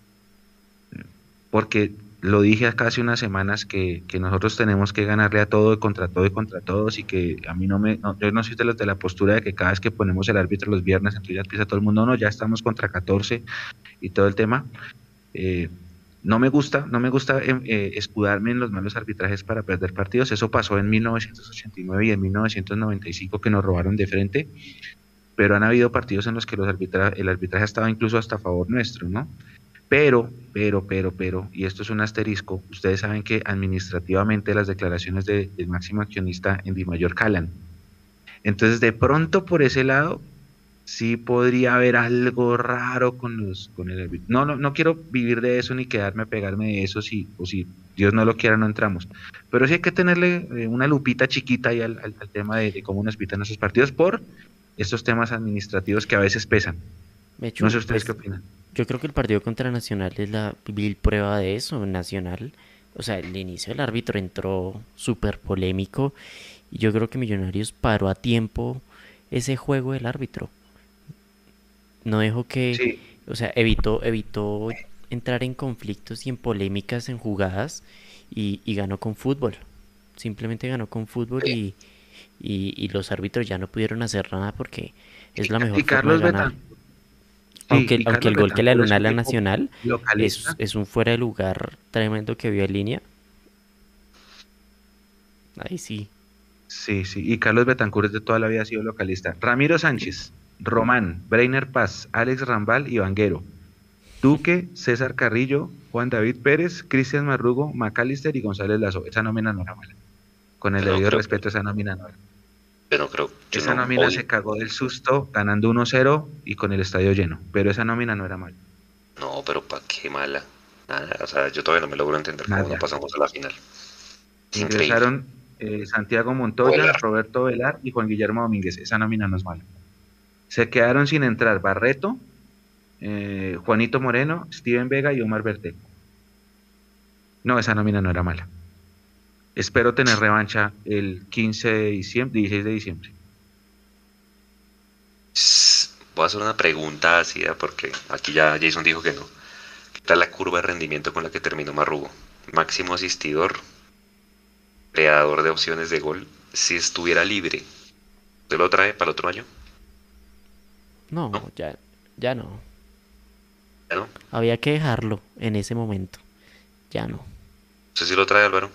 porque lo dije acá hace unas semanas que, que nosotros tenemos que ganarle a todo y contra todo y contra todos y que a mí no me, no, yo no soy de los de la postura de que cada vez que ponemos el árbitro los viernes, entonces ya empieza todo el mundo, no, ya estamos contra catorce y todo el tema. Eh, No me gusta, no me gusta eh, eh, escudarme en los malos arbitrajes para perder partidos. Eso pasó en mil novecientos ochenta y nueve y en mil novecientos noventa y cinco que nos robaron de frente, pero han habido partidos en los que los arbitra el arbitraje ha estado incluso hasta a favor nuestro, ¿no? Pero, pero, pero, pero, y esto es un asterisco, ustedes saben que administrativamente las declaraciones de, del máximo accionista en Dimayor calan. Entonces, de pronto por ese lado, sí podría haber algo raro con los con el árbitro. No, no, no quiero vivir de eso ni quedarme a pegarme de eso, si, o si Dios no lo quiera, no entramos. Pero sí hay que tenerle eh, una lupita chiquita ahí al, al, al tema de, de cómo nos pitan esos partidos por estos temas administrativos que a veces pesan. Mechu, No sé ustedes pues qué opinan. yo creo que el partido contra Nacional es la vil prueba de eso. Nacional, o sea, el inicio del árbitro entró súper polémico y yo creo que Millonarios paró a tiempo ese juego del árbitro. No dejó que, Sí, o sea, evitó, evitó entrar en conflictos y en polémicas en jugadas y, y ganó con fútbol. Simplemente ganó con fútbol y, y, y los árbitros ya no pudieron hacer nada porque es y, la mejor y forma de Carlos ganar. Betancourt, sí, Aunque, y aunque Carlos el gol que le Betancourt es anula a un la tipo Nacional es, localista. es un fuera de lugar tremendo que vio en línea. Ahí sí. Sí, sí, y Carlos Betancourt de toda la vida ha sido localista. Ramiro Sánchez, Román, Breiner Paz, Alex Rambal y Vanguero. Duque, César Carrillo, Juan David Pérez, Cristian Marrugo, Macalister y González Lazo. Esa nómina no era mala. Con el Yo no debido creo, respeto, esa nómina no era. yo no creo, yo Esa no nómina odio. se cagó del susto ganando uno cero y con el estadio lleno. Pero esa nómina no era mala. No, pero pa' qué mala. Nada, o sea, yo todavía no me logro entender cómo no Nada. pasamos a la final. Es increíble. Ingresaron eh, Santiago Montoya, Velar. Roberto Velar y Juan Guillermo Domínguez. Esa nómina no es mala. Se quedaron sin entrar Barreto, eh, Juanito Moreno, Steven Vega y Omar Bertel. No, esa nómina no era mala. Espero tener revancha el quince de diciembre, dieciséis de diciembre. Voy a hacer una pregunta ácida porque aquí ya Jason dijo que no. ¿Qué tal la curva de rendimiento con la que terminó Marrugo? Máximo asistidor, creador de opciones de gol. Si estuviera libre, ¿usted lo trae para el otro año? No, ¿No? ya, ya no. ¿Ya no? Había que dejarlo en ese momento. Ya no. ¿Usted sí lo trae, Álvaro?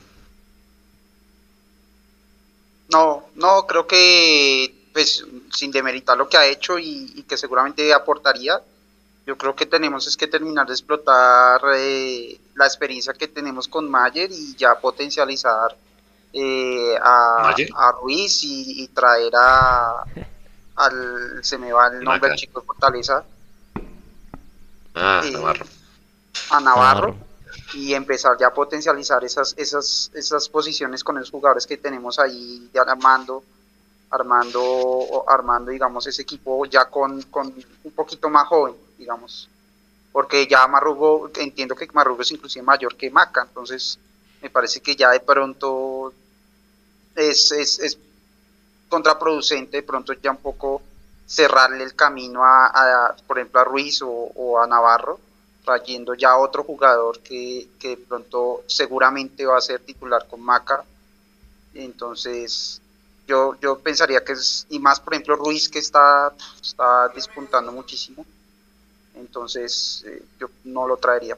No, no, creo que, pues, sin demeritar lo que ha hecho y, y que seguramente aportaría, yo creo que tenemos es que terminar de explotar eh, la experiencia que tenemos con Mayer y ya potencializar eh, a, ¿Mayer? a Ruiz y, y traer a, al, se me va el nombre Maca. del chico de Fortaleza, Ah, eh, Navarro. a Navarro, Navarro. y empezar ya a potencializar esas, esas, esas posiciones con esos jugadores que tenemos ahí de armando, armando, armando, digamos, ese equipo ya con, con un poquito más joven, digamos, porque ya Marrugo, entiendo que Marrugo es inclusive mayor que Maca, entonces me parece que ya de pronto es, es, es contraproducente, de pronto ya un poco cerrarle el camino a, a por ejemplo, a Ruiz o, o a Navarro, trayendo ya otro jugador que, que de pronto seguramente va a ser titular con Maca. Entonces, yo, yo pensaría que es, y más por ejemplo Ruiz que está, está despuntando muchísimo, entonces eh, yo no lo traería.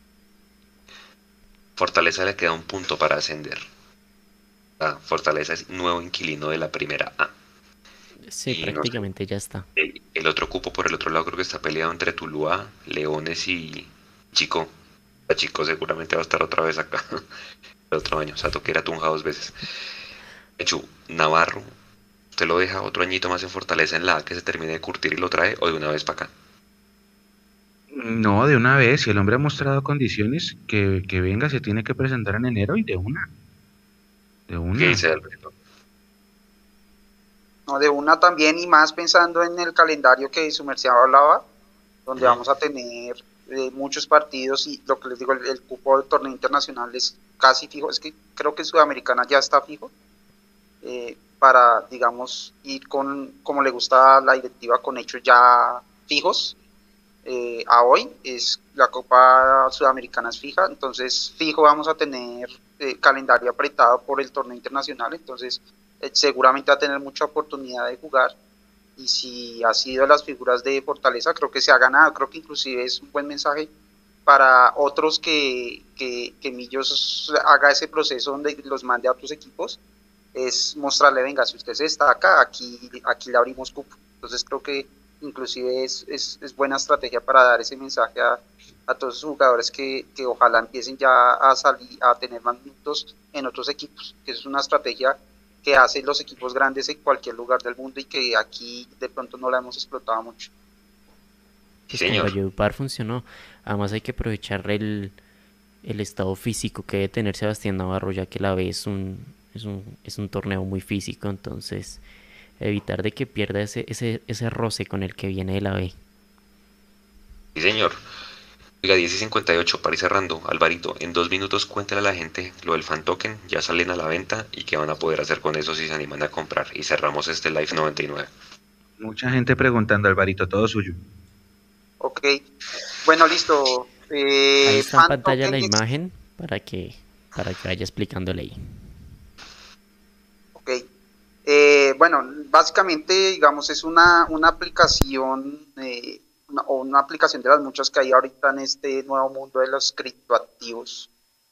Fortaleza le queda un punto para ascender. Ah, Fortaleza es nuevo inquilino de la primera A. Sí, Y no sé, prácticamente ya está. el, el otro cupo por el otro lado creo que está peleado entre Tuluá, Leones y Chico. La Chico seguramente va a estar otra vez acá el otro año. O sea, toque ir a Tunja dos veces. Hecho, Navarro, ¿usted lo deja otro añito más en Fortaleza en la A que se termine de curtir y lo trae o de una vez para acá? No, de una vez, si el hombre ha mostrado condiciones, que, que venga, se tiene que presentar en enero y de una. De ¿Qué una. dice Alberto? No, de una también y más pensando en el calendario que su merced hablaba, donde Ujú. vamos a tener eh, muchos partidos y lo que les digo, el, el cupo del torneo internacional es casi fijo, es que creo que Sudamericana ya está fijo, eh, para, digamos, ir con, como le gusta a la directiva, con hechos ya fijos. Eh, a hoy es la Copa Sudamericana es fija, entonces fijo vamos a tener eh, calendario apretado por el torneo internacional, entonces eh, seguramente va a tener mucha oportunidad de jugar, y si ha sido las figuras de Fortaleza, creo que se ha ganado, creo que inclusive es un buen mensaje para otros que, que, que Millos haga ese proceso donde los mande a otros equipos, es mostrarle, venga, si usted se destaca, aquí, aquí le abrimos cupo. Entonces creo que inclusive es, es, es buena estrategia para dar ese mensaje a, a todos los jugadores que, que ojalá empiecen ya a salir, a tener más minutos en otros equipos, que es una estrategia que hacen los equipos grandes en cualquier lugar del mundo y que aquí de pronto no la hemos explotado mucho. Sí, Pues con señor. Valledupar funcionó. Además hay que aprovechar el, el estado físico que debe tener Sebastián Navarro, ya que la B es un, es un, es un torneo muy físico, entonces evitar de que pierda ese, ese, ese roce con el que viene de la B. Sí, señor. Oiga, diez y cincuenta y ocho, para ir cerrando, Alvarito, en dos minutos cuéntale a la gente lo del fan token, ya salen a la venta y qué van a poder hacer con eso si se animan a comprar. Y cerramos este live noventa y nueve. Mucha gente preguntando, Alvarito, todo suyo. Ok, bueno, listo. Ahí Eh, está en fan pantalla la token es, imagen para que, para que vaya explicándole ahí. ok. Eh, bueno, básicamente, digamos, es una, una aplicación eh, una, o una aplicación de las muchas que hay ahorita en este nuevo mundo de los criptoactivos.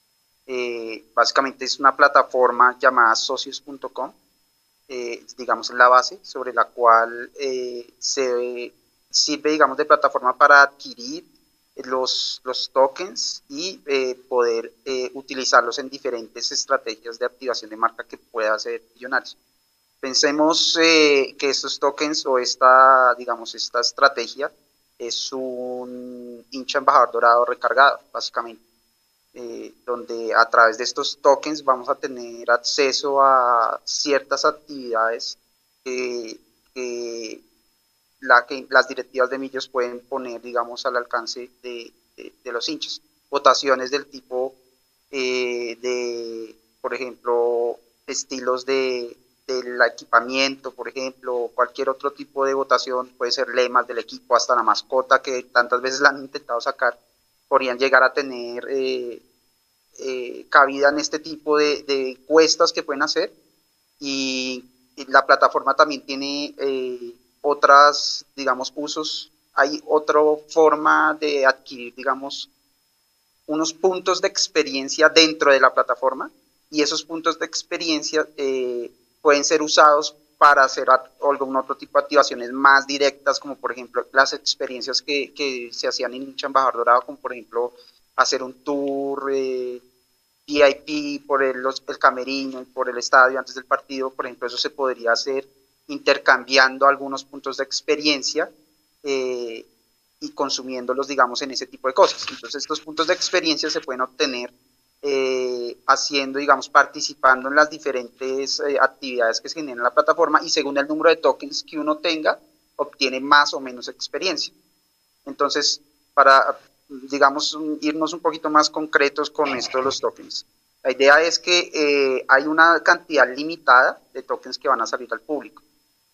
Eh, básicamente es una plataforma llamada socios punto com, eh, digamos, es la base sobre la cual eh, se sirve, digamos, de plataforma para adquirir los, los tokens y eh, poder eh, utilizarlos en diferentes estrategias de activación de marca que pueda hacer Millonarios. Pensemos eh, que estos tokens o esta, digamos, esta estrategia es un hincha embajador dorado recargado, básicamente, eh, donde a través de estos tokens vamos a tener acceso a ciertas actividades que, que, la, que las directivas de Millos pueden poner, digamos, al alcance de, de, de los hinchas. Votaciones del tipo eh, de, por ejemplo, estilos de del equipamiento, por ejemplo, cualquier otro tipo de votación, puede ser lemas del equipo, hasta la mascota que tantas veces la han intentado sacar, podrían llegar a tener eh, eh, cabida en este tipo de, de encuestas que pueden hacer. Y, y la plataforma también tiene eh, otras, digamos, usos. Hay otra forma de adquirir, digamos, unos puntos de experiencia dentro de la plataforma, y esos puntos de experiencia eh, pueden ser usados para hacer algún otro tipo de activaciones más directas, como por ejemplo las experiencias que, que se hacían en Hincha Embajador Dorado, como por ejemplo hacer un tour eh, V I P por el, los, el camerino, por el estadio antes del partido, por ejemplo. Eso se podría hacer intercambiando algunos puntos de experiencia eh, y consumiéndolos, digamos, en ese tipo de cosas. Entonces estos puntos de experiencia se pueden obtener eh, haciendo, digamos, participando en las diferentes eh, actividades que se generan en la plataforma, y según el número de tokens que uno tenga, obtiene más o menos experiencia. Entonces, para, digamos, irnos un poquito más concretos con esto de los tokens, la idea es que eh, hay una cantidad limitada de tokens que van a salir al público.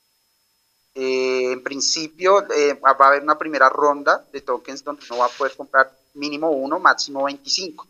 Eh, en principio eh, va a haber una primera ronda de tokens donde uno va a poder comprar mínimo uno, máximo veinticinco.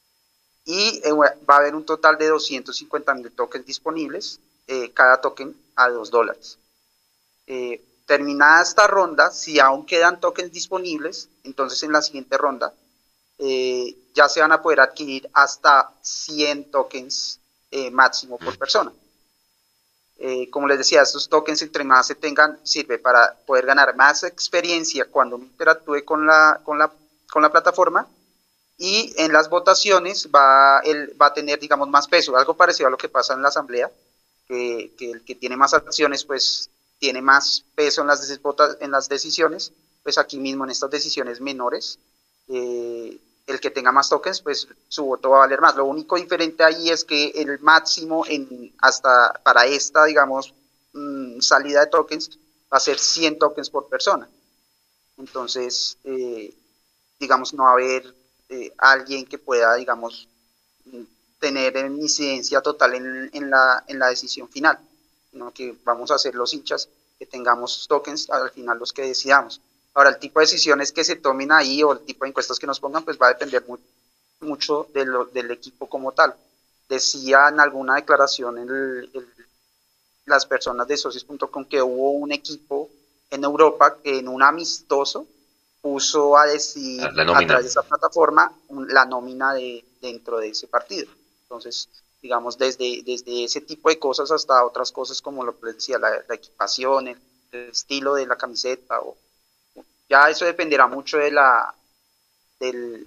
Y eh, va a haber un total de doscientos cincuenta mil tokens disponibles, eh, cada token a dos dólares. Eh, terminada esta ronda, si aún quedan tokens disponibles, entonces en la siguiente ronda eh, ya se van a poder adquirir hasta cien tokens eh, máximo por persona. Eh, como les decía, estos tokens, entre más se tengan, sirve para poder ganar más experiencia cuando uno interactúe con la, con la, con la plataforma, y en las votaciones va, el, va a tener, digamos, más peso, algo parecido a lo que pasa en la asamblea, que, que el que tiene más acciones, pues tiene más peso en las, en las decisiones. Pues aquí mismo en estas decisiones menores, eh, el que tenga más tokens, pues su voto va a valer más. Lo único diferente ahí es que el máximo en, hasta para esta, digamos, mmm, salida de tokens va a ser cien tokens por persona. Entonces, eh, digamos, no va a haber eh, alguien que pueda, digamos, tener incidencia total en, en, la, en la decisión final, sino que vamos a hacer los hinchas que tengamos tokens al final los que decidamos. Ahora, el tipo de decisiones que se tomen ahí o el tipo de encuestas que nos pongan, pues va a depender muy, mucho de lo, del equipo como tal. Decía en alguna declaración el, el, las personas de socios punto com que hubo un equipo en Europa, en un amistoso, puso a decidir La a nómina. través de esa plataforma un- la nómina de, dentro de ese partido. Entonces, digamos, desde, desde ese tipo de cosas hasta otras cosas como lo que les decía, la, la equipación, el, el estilo de la camiseta, o ya eso dependerá mucho de la, del,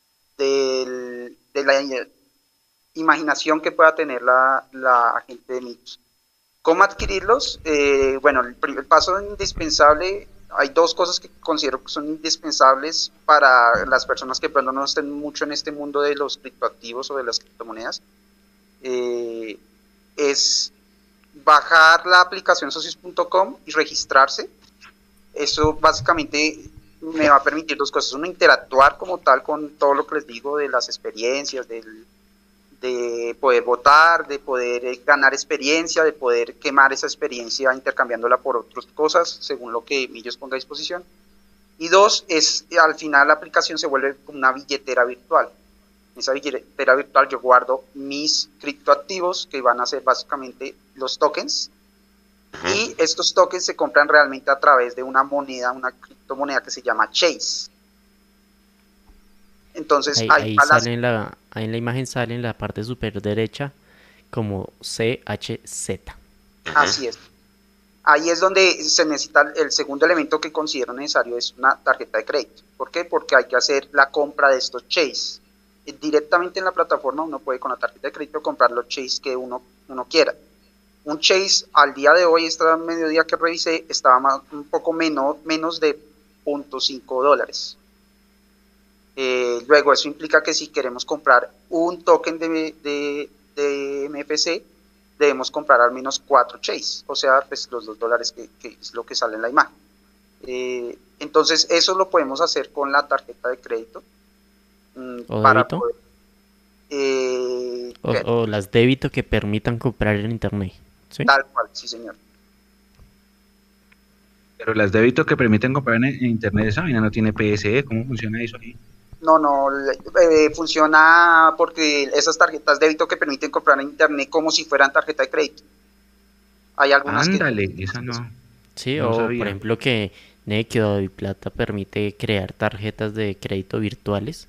del- de la imaginación que pueda tener la, la agente de mitos. ¿Cómo adquirirlos? Eh, bueno, el, primer paso indispensable, hay dos cosas que considero que son indispensables para las personas que pronto no estén mucho en este mundo de los criptoactivos o de las criptomonedas. Eh, es bajar la aplicación socios punto com y registrarse. Eso básicamente me va a permitir dos cosas. Uno, interactuar como tal con todo lo que les digo de las experiencias, del, de poder votar, de poder eh, ganar experiencia, de poder quemar esa experiencia intercambiándola por otras cosas, según lo que Millos ponga a disposición. Y dos, es al final la aplicación se vuelve como una billetera virtual. En esa billetera virtual yo guardo mis criptoactivos, que van a ser básicamente los tokens, Ujú. y estos tokens se compran realmente a través de una moneda, una criptomoneda que se llama Chase. Entonces, Ahí, hay ahí a las sale en la, ahí en la imagen sale en la parte superior derecha como C H Z. Ujú. Así es. Ahí es donde se necesita el segundo elemento que considero necesario, es una tarjeta de crédito. ¿Por qué? Porque hay que hacer la compra de estos Chase. Directamente en la plataforma uno puede con la tarjeta de crédito comprar los Chase que uno, uno quiera. Un Chase al día de hoy, este mediodía que revisé, estaba más, un poco menos, menos de cero punto cinco dólares. Eh, luego eso implica que si queremos comprar un token de, de, de M F C, debemos comprar al menos cuatro Chase, o sea, pues los dos dólares que, que es lo que sale en la imagen. Eh, entonces eso lo podemos hacer con la tarjeta de crédito mm, ¿O para débito? poder... Eh, O, ¿qué? o las débito que permitan comprar en internet. ¿Sí? Tal cual, sí señor. Pero las débito que permiten comprar en, en internet, esa vaina no tiene P S E, ¿cómo funciona eso ahí? No, no, eh, funciona porque esas tarjetas de débito que permiten comprar en internet como si fueran tarjeta de crédito. Hay algunas que... Ándale, esa no, Sí, no o por sabía. ejemplo que Nequi o Plata permite crear tarjetas de crédito virtuales,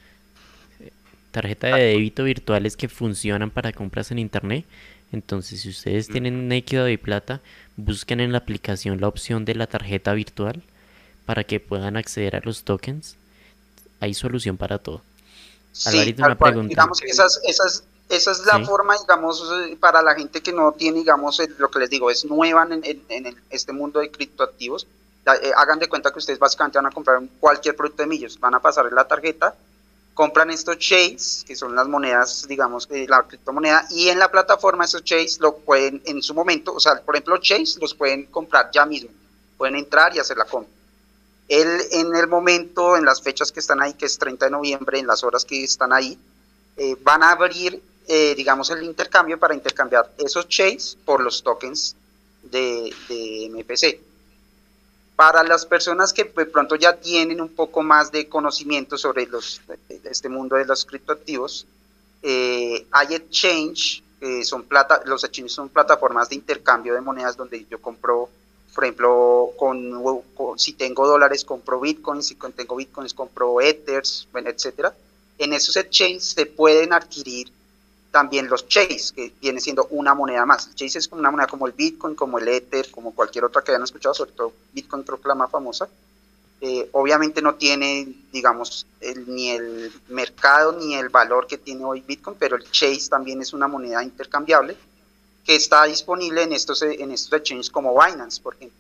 tarjeta de débito virtuales que funcionan para compras en internet. Entonces, si ustedes tienen Nequi o Plata, busquen en la aplicación la opción de la tarjeta virtual para que puedan acceder a los tokens. Hay solución para todo. Sí, Alvarito, tal una cual. pregunta. Digamos que esas, esas, esa es la Sí, forma, digamos, eh, para la gente que no tiene, digamos, el- lo que les digo, es nueva en, en- en el- este mundo de criptoactivos. Da- eh, hagan de cuenta que ustedes básicamente van a comprar cualquier producto de Millos, van a pasar la tarjeta, compran estos Chase, que son las monedas, digamos, que la criptomoneda, y en la plataforma esos Chase lo pueden en su momento, o sea, por ejemplo, Chase los pueden comprar ya mismo, pueden entrar y hacer la compra. Él en el momento, en las fechas que están ahí, que es treinta de noviembre, en las horas que están ahí, eh, van a abrir, eh, digamos, el intercambio para intercambiar esos Chase por los tokens de, de M F C. Para las personas que de pronto ya tienen un poco más de conocimiento sobre los, este mundo de los criptoactivos, eh, hay exchange, eh, son plata, los exchanges son plataformas de intercambio de monedas donde yo compro, por ejemplo, con, con, si tengo dólares compro bitcoins, si tengo bitcoins compro ethers, bueno, etcétera. En esos exchanges se pueden adquirir también los Chase, que viene siendo una moneda más. El Chase es como una moneda como el Bitcoin, como el Ether, como cualquier otra que hayan escuchado, sobre todo Bitcoin creo que la más famosa. Eh, obviamente no tiene, digamos, el, ni el mercado ni el valor que tiene hoy Bitcoin, pero el Chase también es una moneda intercambiable que está disponible en estos, en estos exchanges como Binance, por ejemplo.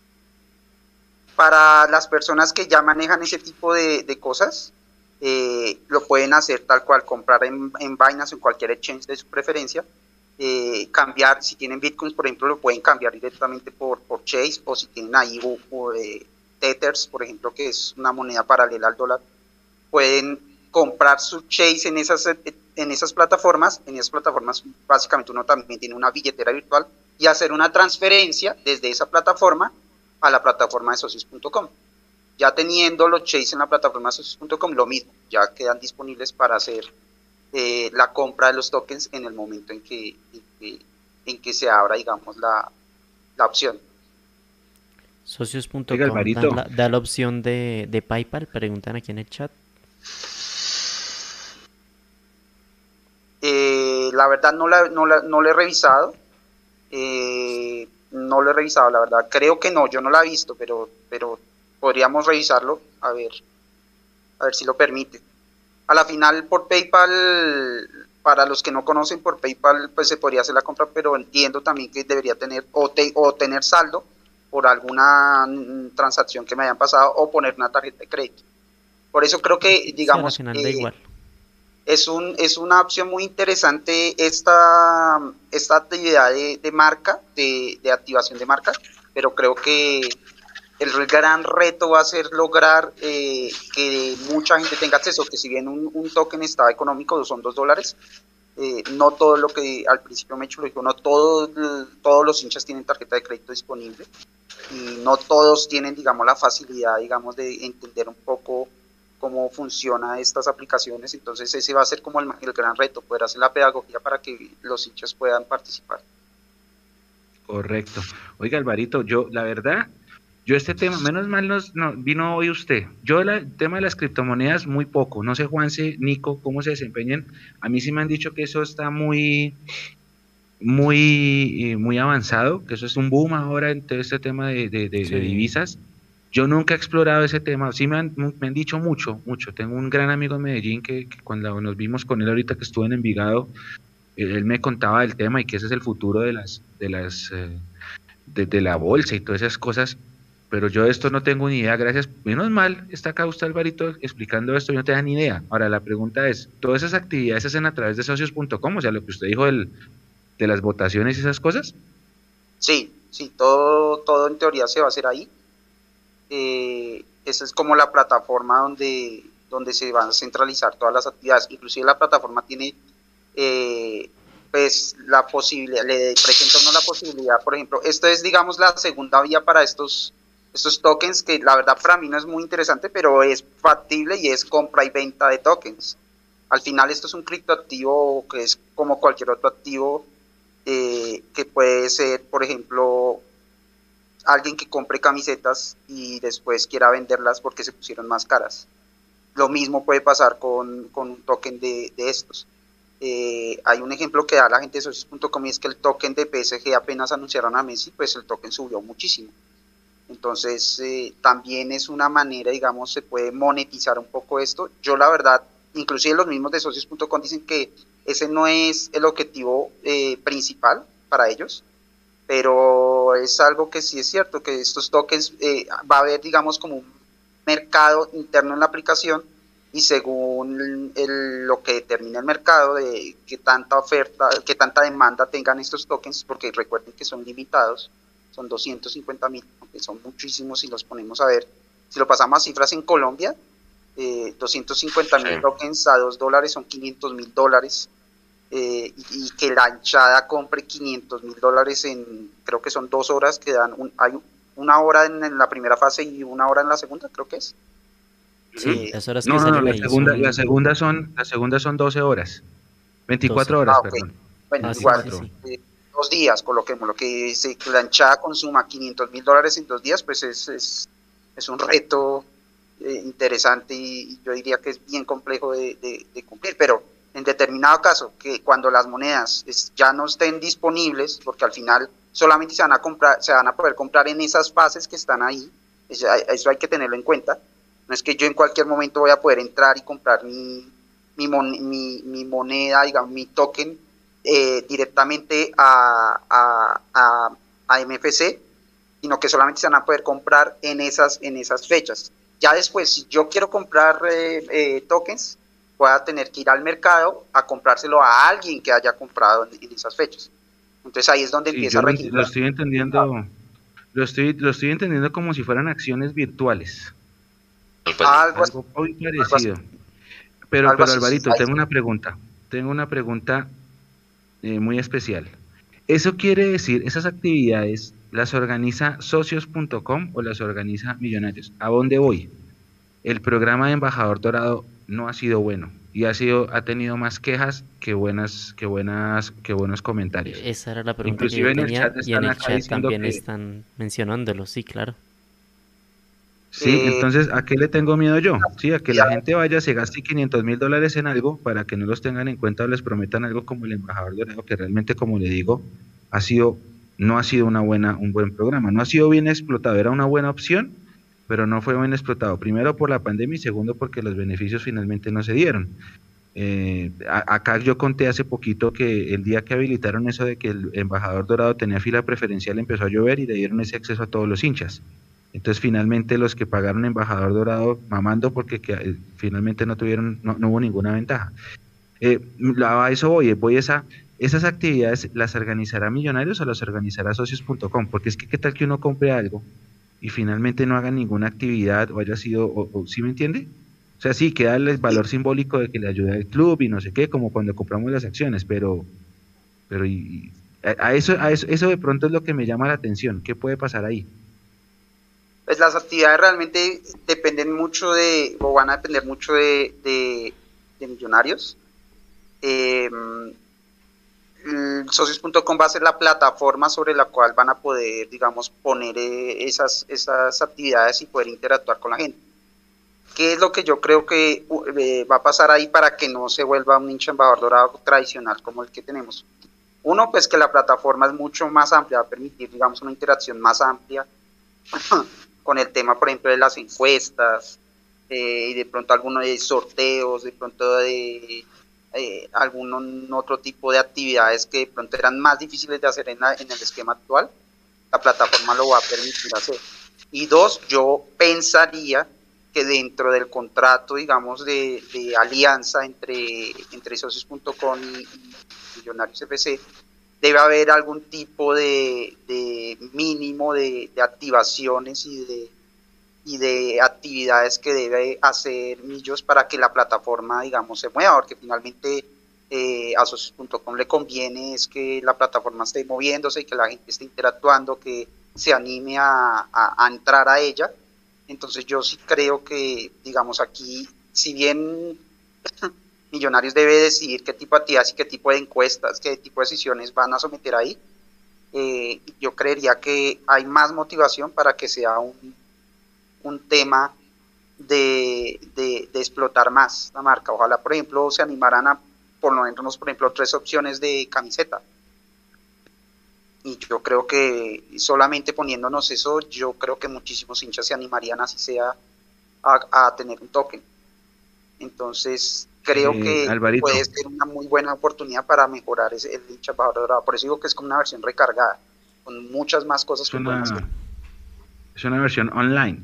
Para las personas que ya manejan ese tipo de, de cosas, eh, lo pueden hacer tal cual, comprar en, en Binance o en cualquier exchange de su preferencia, eh, cambiar, si tienen Bitcoins, por ejemplo, lo pueden cambiar directamente por, por Chase, o si tienen ahí o, o, eh, Tethers, por ejemplo, que es una moneda paralela al dólar, pueden comprar su Chase en esas, en esas plataformas. En esas plataformas básicamente uno también tiene una billetera virtual y hacer una transferencia desde esa plataforma a la plataforma de socios punto com. Ya teniendo los Chase en la plataforma de socios punto com, lo mismo, ya quedan disponibles para hacer eh, la compra de los tokens en el momento en que, en que, en que se abra, digamos, la, la opción. Oiga, Socios punto com da Alvarito, la, da la opción de, de PayPal, preguntan aquí en el chat. Eh, la verdad no la, no la, no la he revisado. Eh, no lo he revisado, la verdad. Creo que no, yo no la he visto, pero, pero podríamos revisarlo, a ver, a ver si lo permite. A la final, por PayPal, para los que no conocen, por PayPal, pues se podría hacer la compra, pero entiendo también que debería tener o, te, o tener saldo por alguna mm, transacción que me hayan pasado o poner una tarjeta de crédito. Por eso creo que, Sí, a la digamos, final da eh, igual. es, un, es una opción muy interesante esta, esta actividad de, de marca, de, de activación de marca, pero creo que el gran reto va a ser lograr eh, que mucha gente tenga acceso, que si bien un, un token está económico, son dos dólares, eh, no todo lo que al principio me lo dijo, no todo, todos los hinchas tienen tarjeta de crédito disponible y no todos tienen, digamos, la facilidad, digamos, de entender un poco cómo funcionan estas aplicaciones, entonces ese va a ser como el, el gran reto, poder hacer la pedagogía para que los hinchas puedan participar. correcto. Oiga, Alvarito, yo, la verdad, yo este tema, menos mal nos, no, vino hoy usted. Yo la- el tema de las criptomonedas, muy poco. No sé, Juanse, Nico, cómo se desempeñan. A mí sí me han dicho que eso está muy, muy, eh, muy avanzado, que eso es un boom ahora en todo este tema de, de, de, de Sí. divisas. Yo nunca he explorado ese tema, sí me han, me han dicho mucho, mucho. Tengo un gran amigo en Medellín que, que cuando nos vimos con él ahorita que estuve en Envigado, él, él me contaba del tema y que ese es el futuro de las, de las, eh, de, de la bolsa y todas esas cosas, pero yo de esto no tengo ni idea, gracias, menos mal, está acá usted Alvarito explicando esto, yo no tenía ni idea. Ahora la pregunta es, ¿todas esas actividades se hacen a través de socios punto com? O sea, lo que usted dijo del, de las votaciones y esas cosas. Sí, sí, todo, todo en teoría se va a hacer ahí. Eh, esa es como la plataforma donde, donde se van a centralizar todas las actividades. Inclusive la plataforma tiene eh, pues la posibilidad, le presenta a uno la posibilidad, por ejemplo, esto es digamos la segunda vía para estos, estos tokens que la verdad para mí no es muy interesante, pero es factible y es compra y venta de tokens. Al final esto es un criptoactivo que es como cualquier otro activo eh, que puede ser, por ejemplo, alguien que compre camisetas y después quiera venderlas porque se pusieron más caras. Lo mismo puede pasar con, con un token de, de estos. Eh, hay un ejemplo que da la gente de socios punto com y es que el token de P S G apenas anunciaron a Messi, pues el token subió muchísimo. Entonces eh, también es una manera, digamos, se puede monetizar un poco esto. Yo la verdad, inclusive los mismos de socios punto com dicen que ese no es el objetivo eh, principal para ellos, pero es algo que sí es cierto, que estos tokens eh, va a haber, digamos, como un mercado interno en la aplicación y según el, lo que determina el mercado de qué tanta oferta, qué tanta demanda tengan estos tokens, porque recuerden que son limitados, son doscientos cincuenta mil, aunque son muchísimos si los ponemos a ver. Si lo pasamos a cifras en Colombia, eh, doscientos cincuenta mil Sí. tokens a dos dólares son quinientos mil dólares. Eh, y, y que la hinchada compre quinientos mil dólares en, creo que son dos horas, que dan, un, hay una hora en, en la primera fase y una hora en la segunda, creo que es. Sí, Eh, las horas No, que no, no, salen la ahí segunda, la son segunda son, la segunda son doce horas, doce. veinticuatro ah, horas, ok. perdón. Bueno, Ah, sí, igual, sí, veinticuatro. sí. eh, dos días, coloquémoslo, que, se, que la hinchada consuma quinientos mil dólares en dos días, pues es, es, es un reto eh, interesante y, y yo diría que es bien complejo de, de, de cumplir, pero en determinado caso, que cuando las monedas es, ya no estén disponibles, porque al final solamente se van a comprar, se van a poder comprar en esas fases que están ahí, eso, eso hay que tenerlo en cuenta. No es que yo en cualquier momento voy a poder entrar y comprar mi, mi, mon, mi, mi moneda, digamos, mi token eh, directamente a, a, a, a M F C, sino que solamente se van a poder comprar en esas, en esas fechas. Ya después, si yo quiero comprar eh, eh, tokens, voy a tener que ir al mercado a comprárselo a alguien que haya comprado en, en esas fechas. Entonces ahí es donde Sí, empieza yo a lo, regir. ent- lo estoy entendiendo, lo estoy, lo estoy entendiendo como si fueran acciones virtuales, Y pues, Algo así, algo muy algo así, parecido. Pero, algo pero así. Alvarito, Ahí tengo una pregunta, tengo una pregunta eh, muy especial. ¿Eso quiere decir, esas actividades las organiza socios punto com o las organiza Millonarios? ¿A dónde voy? El programa de Embajador Dorado no ha sido bueno y ha sido, ha tenido más quejas que buenas, que buenas, que buenos comentarios. E- Esa era la pregunta que yo Inclusive en el tenía chat y en están el acá chat diciendo también que están mencionándolo, sí, claro. Sí, Eh, entonces, ¿a qué le tengo miedo yo? Sí, a que la ya, gente vaya, se gaste quinientos mil dólares en algo para que no los tengan en cuenta o les prometan algo como el embajador dorado, que realmente, como le digo, ha sido, no ha sido una buena, un buen programa, no ha sido bien explotado, era una buena opción, pero no fue bien explotado. Primero por la pandemia y segundo porque los beneficios finalmente no se dieron. Eh, a- acá yo conté hace poquito que el día que habilitaron eso de que el embajador dorado tenía fila preferencial empezó a llover y le dieron ese acceso a todos los hinchas. Entonces finalmente los que pagaron embajador dorado mamando porque que, eh, finalmente no tuvieron, no, no hubo ninguna ventaja. Eh, la- a eso voy, voy esa, esas actividades las organizará Millonarios o las organizará socios punto com, porque es que qué tal que uno compre algo y finalmente no haga ninguna actividad o haya sido, o, o- ¿sí me entiende? O sea, sí, queda el sí, valor simbólico de que le ayuda al club y no sé qué, como cuando compramos las acciones, pero, pero y, y a, a eso, a eso, eso de pronto es lo que me llama la atención. ¿Qué puede pasar ahí? pues las actividades realmente dependen mucho de, o van a depender mucho de, de, de Millonarios. Eh, socios punto com va a ser la plataforma sobre la cual van a poder, digamos, poner eh, esas, esas actividades y poder interactuar con la gente. ¿Qué es lo que yo creo que uh, eh, va a pasar ahí para que no se vuelva un hincha embajador dorado tradicional como el que tenemos? Uno, pues que la plataforma es mucho más amplia, va a permitir, digamos, una interacción más amplia con el tema, por ejemplo, de las encuestas, eh, y de pronto algunos de sorteos, de pronto de eh, algún otro tipo de actividades que de pronto eran más difíciles de hacer en, la, en el esquema actual, la plataforma lo va a permitir hacer. Y dos, yo pensaría que dentro del contrato, digamos, de, de alianza entre, entre socios punto com y, y Millonarios F C, debe haber algún tipo de, de mínimo de, de activaciones y de, y de actividades que debe hacer Millos para que la plataforma, digamos, se mueva, porque finalmente eh, a socios punto com le conviene es que la plataforma esté moviéndose y que la gente esté interactuando, que se anime a, a, a entrar a ella. Entonces yo sí creo que, digamos, aquí, si bien Millonarios debe decidir qué tipo de actividades y qué tipo de encuestas, qué tipo de decisiones van a someter ahí, eh, yo creería que hay más motivación para que sea un, un tema de, de, de, explotar más la marca. Ojalá, por ejemplo, se animaran a ponernos, por ejemplo, tres opciones de camiseta. Y yo creo que solamente poniéndonos eso, yo creo que muchísimos hinchas se animarían, así sea, a, a tener un token. Entonces, creo Eh, que Alvarito, puede ser una muy buena oportunidad para mejorar ese, el hincha embajador dorado. Por eso digo que es como una versión recargada, con muchas más cosas es que pueden hacer. una, es una versión online.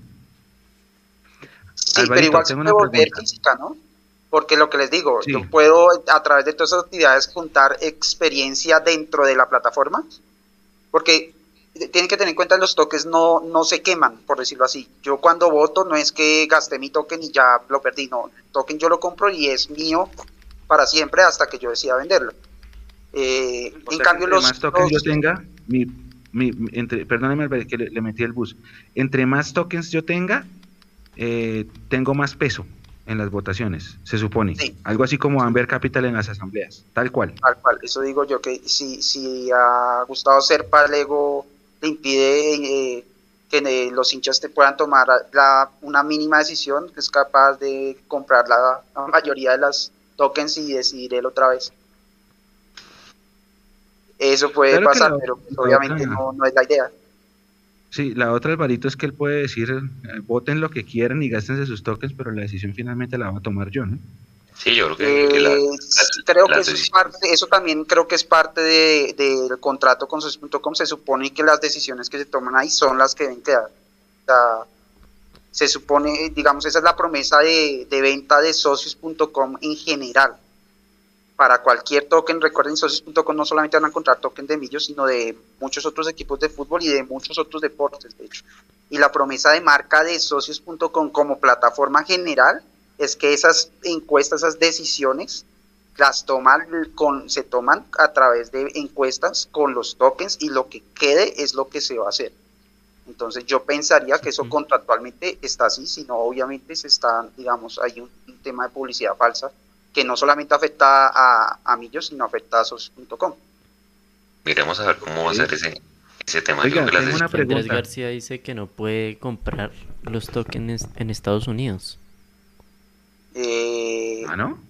Sí, pero Alvarito, igual se tengo puede una volver pregunta. física, ¿no? Porque lo que les digo, yo Sí, puedo a través de todas esas actividades juntar experiencia dentro de la plataforma, porque tienen que tener en cuenta los tokens no, no se queman, por decirlo así. Yo cuando voto no es que gasté mi token y ya lo perdí, no, el token yo lo compro y es mío para siempre hasta que yo decida venderlo. Eh, o en sea que cambio entre los, más tokens yo los tenga, mi, mi, mi- entre, perdóneme Alvarito, que le, le metí el bus, entre más tokens yo tenga, eh, tengo más peso en las votaciones, se supone. sí, Algo así como Amber Capital en las asambleas, tal cual. tal cual, eso digo yo, que si, si a Gustavo Serpa Lego le impide eh, que eh, los hinchas te puedan tomar la, una mínima decisión, que es capaz de comprar la, la mayoría de las tokens y decidir él otra vez. Eso puede Claro que pasar, la, pero pues, la obviamente otra, no, no es la idea. sí, la otra Alvarito es que él puede decir, eh, voten lo que quieran y gástense sus tokens, pero la decisión finalmente la va a tomar yo, ¿no? Sí, yo creo que, que la- Eh, las, creo que las eso es decisiones. parte, eso también creo que es parte de, del contrato con socios punto com. Se supone que las decisiones que se toman ahí son las que deben quedar. O sea, se supone, digamos, esa es la promesa de, de venta de socios punto com en general. Para cualquier token, recuerden, socios punto com no solamente van a encontrar token de Millos, sino de muchos otros equipos de fútbol y de muchos otros deportes, de hecho. Y la promesa de marca de socios punto com como plataforma general es que esas encuestas, esas decisiones, las toman con, se toman a través de encuestas con los tokens y lo que quede es lo que se va a hacer. Entonces yo pensaría que eso contractualmente está así, sino obviamente se está, digamos, hay un, un tema de publicidad falsa que no solamente afecta a, a Millos, sino afecta a socios punto com. Miremos a ver cómo va a Ok. ser ese, ese tema. Yo Oiga, creo que las tengo una Que Andrés pregunta. García dice que no puede comprar los tokens en Estados Unidos. Eh, Ah, ¿no?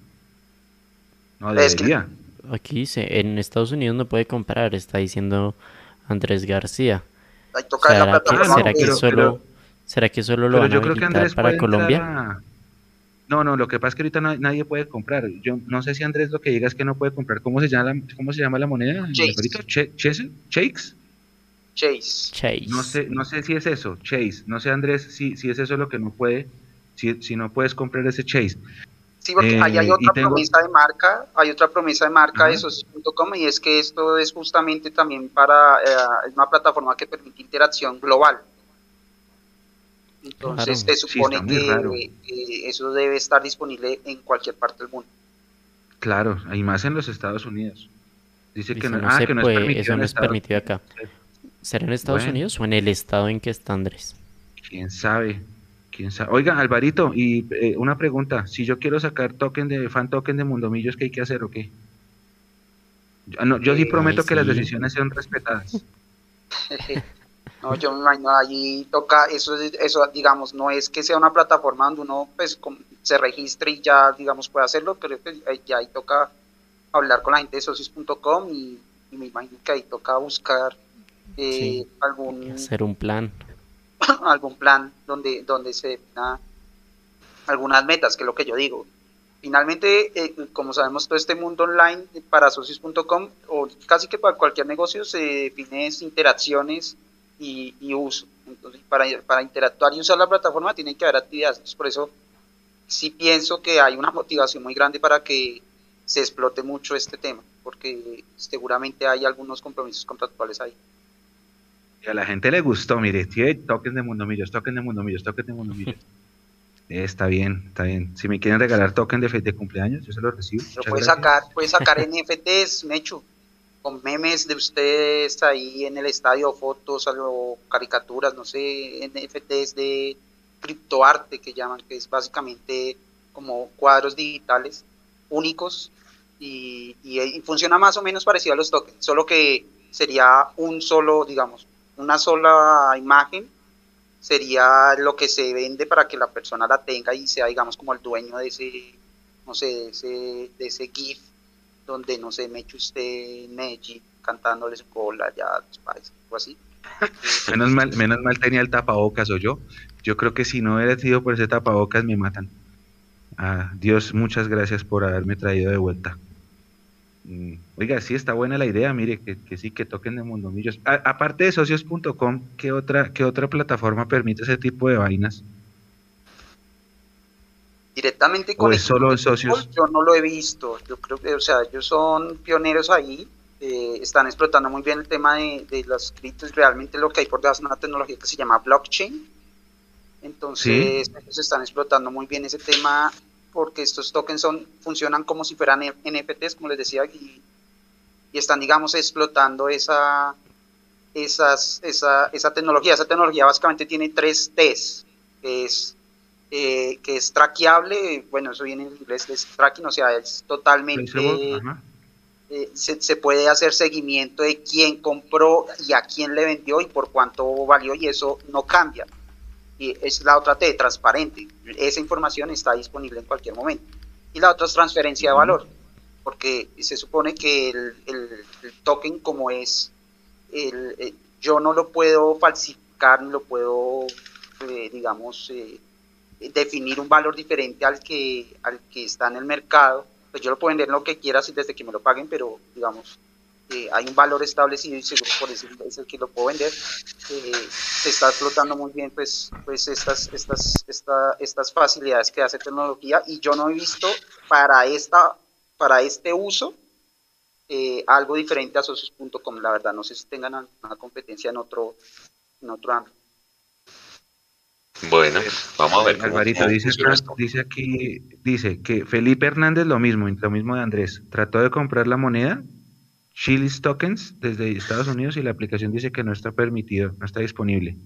No es que debería. Aquí dice, en Estados Unidos no puede comprar, está diciendo Andrés García. ahí toca ver la ¿Será que, Ah, plataforma no, será que donde... pero, solo, pero, será que solo lo pero van a yo creo que habilitar Andrés para puede entrar Colombia? a... No, no, lo que pasa es que ahorita no- nadie puede comprar. Yo no sé si Andrés lo que diga es que no puede comprar. ¿Cómo se llama la, cómo se llama la moneda, Alvarito? Chase, Che- Chase, Shakes. Chase. No Chase. sé, no sé si es eso, Chase. No sé, Andrés, si, si es eso lo que no puede, si, si no puedes comprar ese Chase. Sí, porque ahí hay Eh, y otra tengo, promesa de marca, hay otra promesa de marca de ajá, socios punto com y es que esto es justamente también para, eh, es una plataforma que permite interacción global. Entonces Claro. se sí, está supone muy que raro. eh, eso debe estar disponible en cualquier parte del mundo. Claro, hay más en los Estados Unidos. Dice que Dice, no, no ah, se que no es puede, permitido eso en no es Estados permitido Unidos. acá. Sí. ¿Será en Estados Bueno, Unidos o en el estado en que está Andrés? quién sabe, quién sabe. Oiga, Alvarito, y eh, una pregunta, si yo quiero sacar token de fan token de Mundomillos, ¿qué hay que hacer o qué? Yo, no, yo sí Eh, Ay, prometo que las sí. decisiones sean respetadas. no, yo me imagino allí toca, eso, es- eso digamos, no es que sea una plataforma donde uno pues com- se registre y ya digamos puede hacerlo, pero pues, ahí- ya ahí toca hablar con la gente de socios punto com y, y me imagino que ahí toca buscar Sí. eh, algún, Hacer un plan. algún plan donde, donde se defina algunas metas, que es lo que yo digo. Finalmente, eh, como sabemos, todo este mundo online para socios punto com o casi que para cualquier negocio se define es interacciones y, y uso. Entonces, para, para interactuar y usar la plataforma tiene que haber actividades. Entonces, por eso sí pienso que hay una motivación muy grande para que se explote mucho este tema, porque seguramente hay algunos compromisos contractuales ahí. Y a la gente le gustó, mire, tiene tokens de Mundomillos, tokens de Mundomillos, tokens de Mundomillos. Eh, está bien, está bien. Si me quieren regalar token de, fe- de cumpleaños, yo se los recibo. Pero Muchas puede gracias. sacar, puede sacar N F Ts, Mechu, con memes de ustedes ahí en el estadio, fotos, algo, caricaturas, no sé, N F Ts de criptoarte que llaman, que es básicamente como cuadros digitales únicos y, y, y funciona más o menos parecido a los tokens, solo que sería un solo, digamos, una sola imagen sería lo que se vende para que la persona la tenga y sea, digamos, como el dueño de ese, no sé, de ese, de ese GIF donde, no sé, me eche usted en Medellín cantándole su cola ya a los países, o así. Menos mal, menos mal tenía el tapabocas o yo. Yo creo que si no hubiera sido por ese tapabocas me matan. Ah, Dios, muchas gracias por haberme traído de vuelta. Mm, Oiga, sí está buena la idea, mire, que, que sí, que toquen de Mundomillos. A- aparte de socios punto com, ¿qué otra, qué otra plataforma permite ese tipo de vainas? Directamente ¿O con es equipos solo de en socios? fútbol yo no lo he visto, yo creo que, o sea, ellos son pioneros ahí, eh, están explotando muy bien el tema de, de los criptos, realmente lo que hay por detrás es una tecnología que se llama blockchain, Sí, entonces ellos están explotando muy bien ese tema porque estos tokens son, funcionan como si fueran N F Ts, como les decía, y, y están, digamos, explotando esa, esas, esa, esa tecnología. Esa tecnología básicamente tiene tres Ts, que es, eh, que es traqueable, bueno, eso viene en inglés, es tracking, o sea, es traceable, totalmente, ajá. eh, se, se puede hacer seguimiento de quién compró y a quién le vendió y por cuánto valió y eso no cambia. Y es la otra T, transparente. Esa información está disponible en cualquier momento. Y la otra es transferencia de Ujú. valor, porque se supone que el, el, el token como es, el, eh, yo no lo puedo falsificar, ni lo puedo, eh, digamos, eh, definir un valor diferente al que, al que está en el mercado. Pues yo lo puedo vender lo que quieras desde que me lo paguen, pero digamos, eh, hay un valor establecido y seguro por eso es el que lo puedo vender. Eh, se está explotando muy bien pues, pues estas, estas, esta, estas facilidades que hace tecnología y yo no he visto para, esta, para este uso eh, algo diferente a socios punto com, la verdad, no sé si tengan una competencia en otro, en otro ámbito. Bueno, A ver, vamos a ver Al- cómo, Alvarito, cómo dice funciona acá, esto. dice aquí, dice que Felipe Hernández lo mismo, lo mismo de Andrés, trató de comprar la moneda, Chilis Tokens, desde Estados Unidos y la aplicación dice que no está permitido, no está disponible.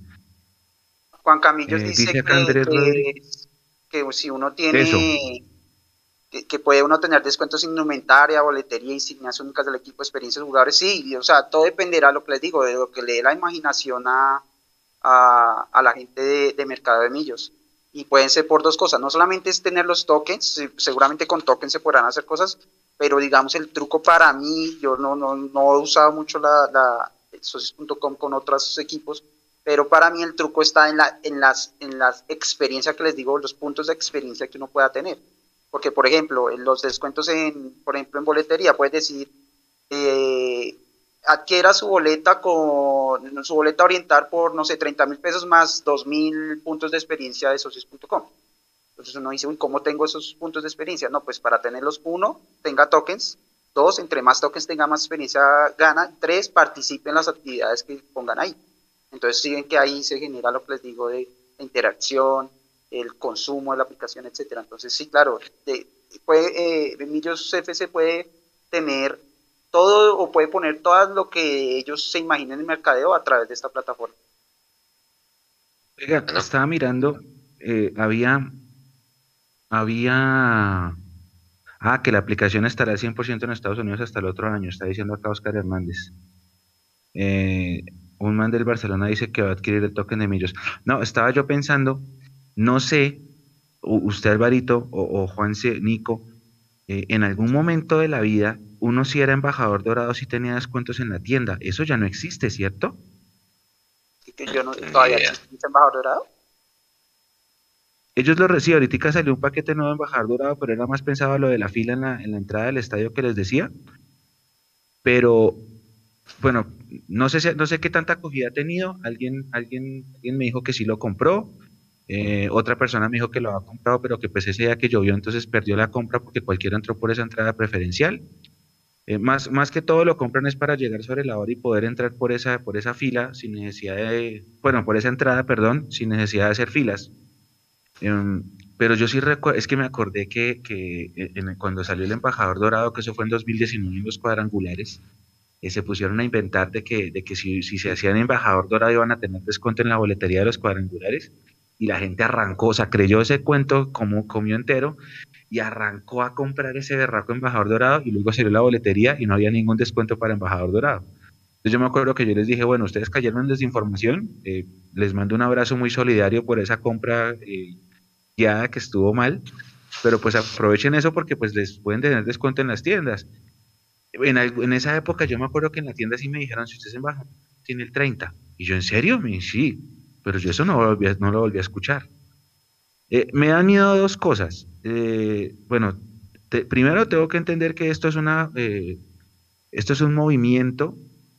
Juan Camillos Eh, dice dice acá que, Andrés Rodríguez, que, que si uno eso, tiene que, que puede uno tener descuentos en indumentaria, boletería, insignias únicas del equipo, experiencias de jugadores, sí, o sea, todo dependerá, lo que les digo, de lo que le dé la imaginación a, a, a la gente de, de mercado de millos. Y pueden ser por dos cosas, no solamente es tener los tokens, seguramente con tokens se podrán hacer cosas, pero digamos el truco para mí, yo no, no, no he usado mucho la, la socios punto com con otros equipos, pero para mí el truco está en, la, en, las, en las experiencias que les digo, los puntos de experiencia que uno pueda tener. Porque, por ejemplo, en los descuentos, en, por ejemplo, en boletería, puedes decir, eh, adquiera su boleta con su boleta orientar por, no sé, treinta mil pesos más dos mil puntos de experiencia de socios punto com. Entonces uno dice, uy, ¿cómo tengo esos puntos de experiencia? No, pues para tenerlos, uno, tenga tokens, dos, entre más tokens tenga, más experiencia gana, tres, participe en las actividades que pongan ahí. Entonces siguen que ahí se genera lo que les digo de interacción, el consumo de la aplicación, etcétera. Entonces, sí, claro, de, puede, eh, Millos F C puede tener todo o puede poner todo lo que ellos se imaginen en mercadeo a través de esta plataforma. Oiga, Bueno, estaba mirando, eh, había, había, ah, que la aplicación estará cien por ciento en Estados Unidos hasta el otro año, está diciendo acá Oscar Hernández. Eh, un man del Barcelona dice que va a adquirir el token de Millos. No, estaba yo pensando, no sé, u- usted Alvarito o, o Juanse, Nico, eh, en algún momento de la vida, uno si era embajador dorado si tenía descuentos en la tienda. Eso ya no existe, ¿cierto? Así que yo no, ni todavía idea. existe ese embajador dorado. Ellos lo reciben. Ahorita salió un paquete nuevo de embajador dorado, pero era más pensado lo de la fila en la, en la entrada del estadio que les decía. Pero, bueno, no sé, si- no sé qué tanta acogida ha tenido. Alguien, alguien, alguien me dijo que sí lo compró. Eh, otra persona me dijo que lo había comprado, pero que pues ese día que llovió, entonces perdió la compra porque cualquiera entró por esa entrada preferencial. Eh, más, más que todo lo compran es para llegar sobre la hora y poder entrar por esa, por esa fila sin necesidad de, bueno, por esa entrada, perdón, sin necesidad de hacer filas. Em, pero yo sí recuerdo, es que me acordé que, que en- cuando salió el embajador dorado, que eso fue en dos mil diecinueve en los cuadrangulares, eh, se pusieron a inventar de que, de que si, si se hacían embajador dorado iban a tener descuento en la boletería de los cuadrangulares. Y la gente arrancó, o sea, creyó ese cuento como comió entero y arrancó a comprar ese berraco embajador dorado y luego salió la boletería y no había ningún descuento para embajador dorado. Entonces yo me acuerdo que yo les dije, bueno, ustedes cayeron en desinformación, eh, les mando un abrazo muy solidario por esa compra eh, guiada que estuvo mal, pero pues aprovechen eso porque pues les pueden tener descuento en las tiendas. En, algo- en esa época yo me acuerdo que en la tienda sí me dijeron, si usted es embajador, tiene el treinta. Y yo, ¿en serio? Me dije, sí, pero yo eso no, volví a- no lo volví a escuchar. Eh, me dan miedo dos cosas. Eh, bueno, te- primero tengo que entender que esto es una, eh, esto es un movimiento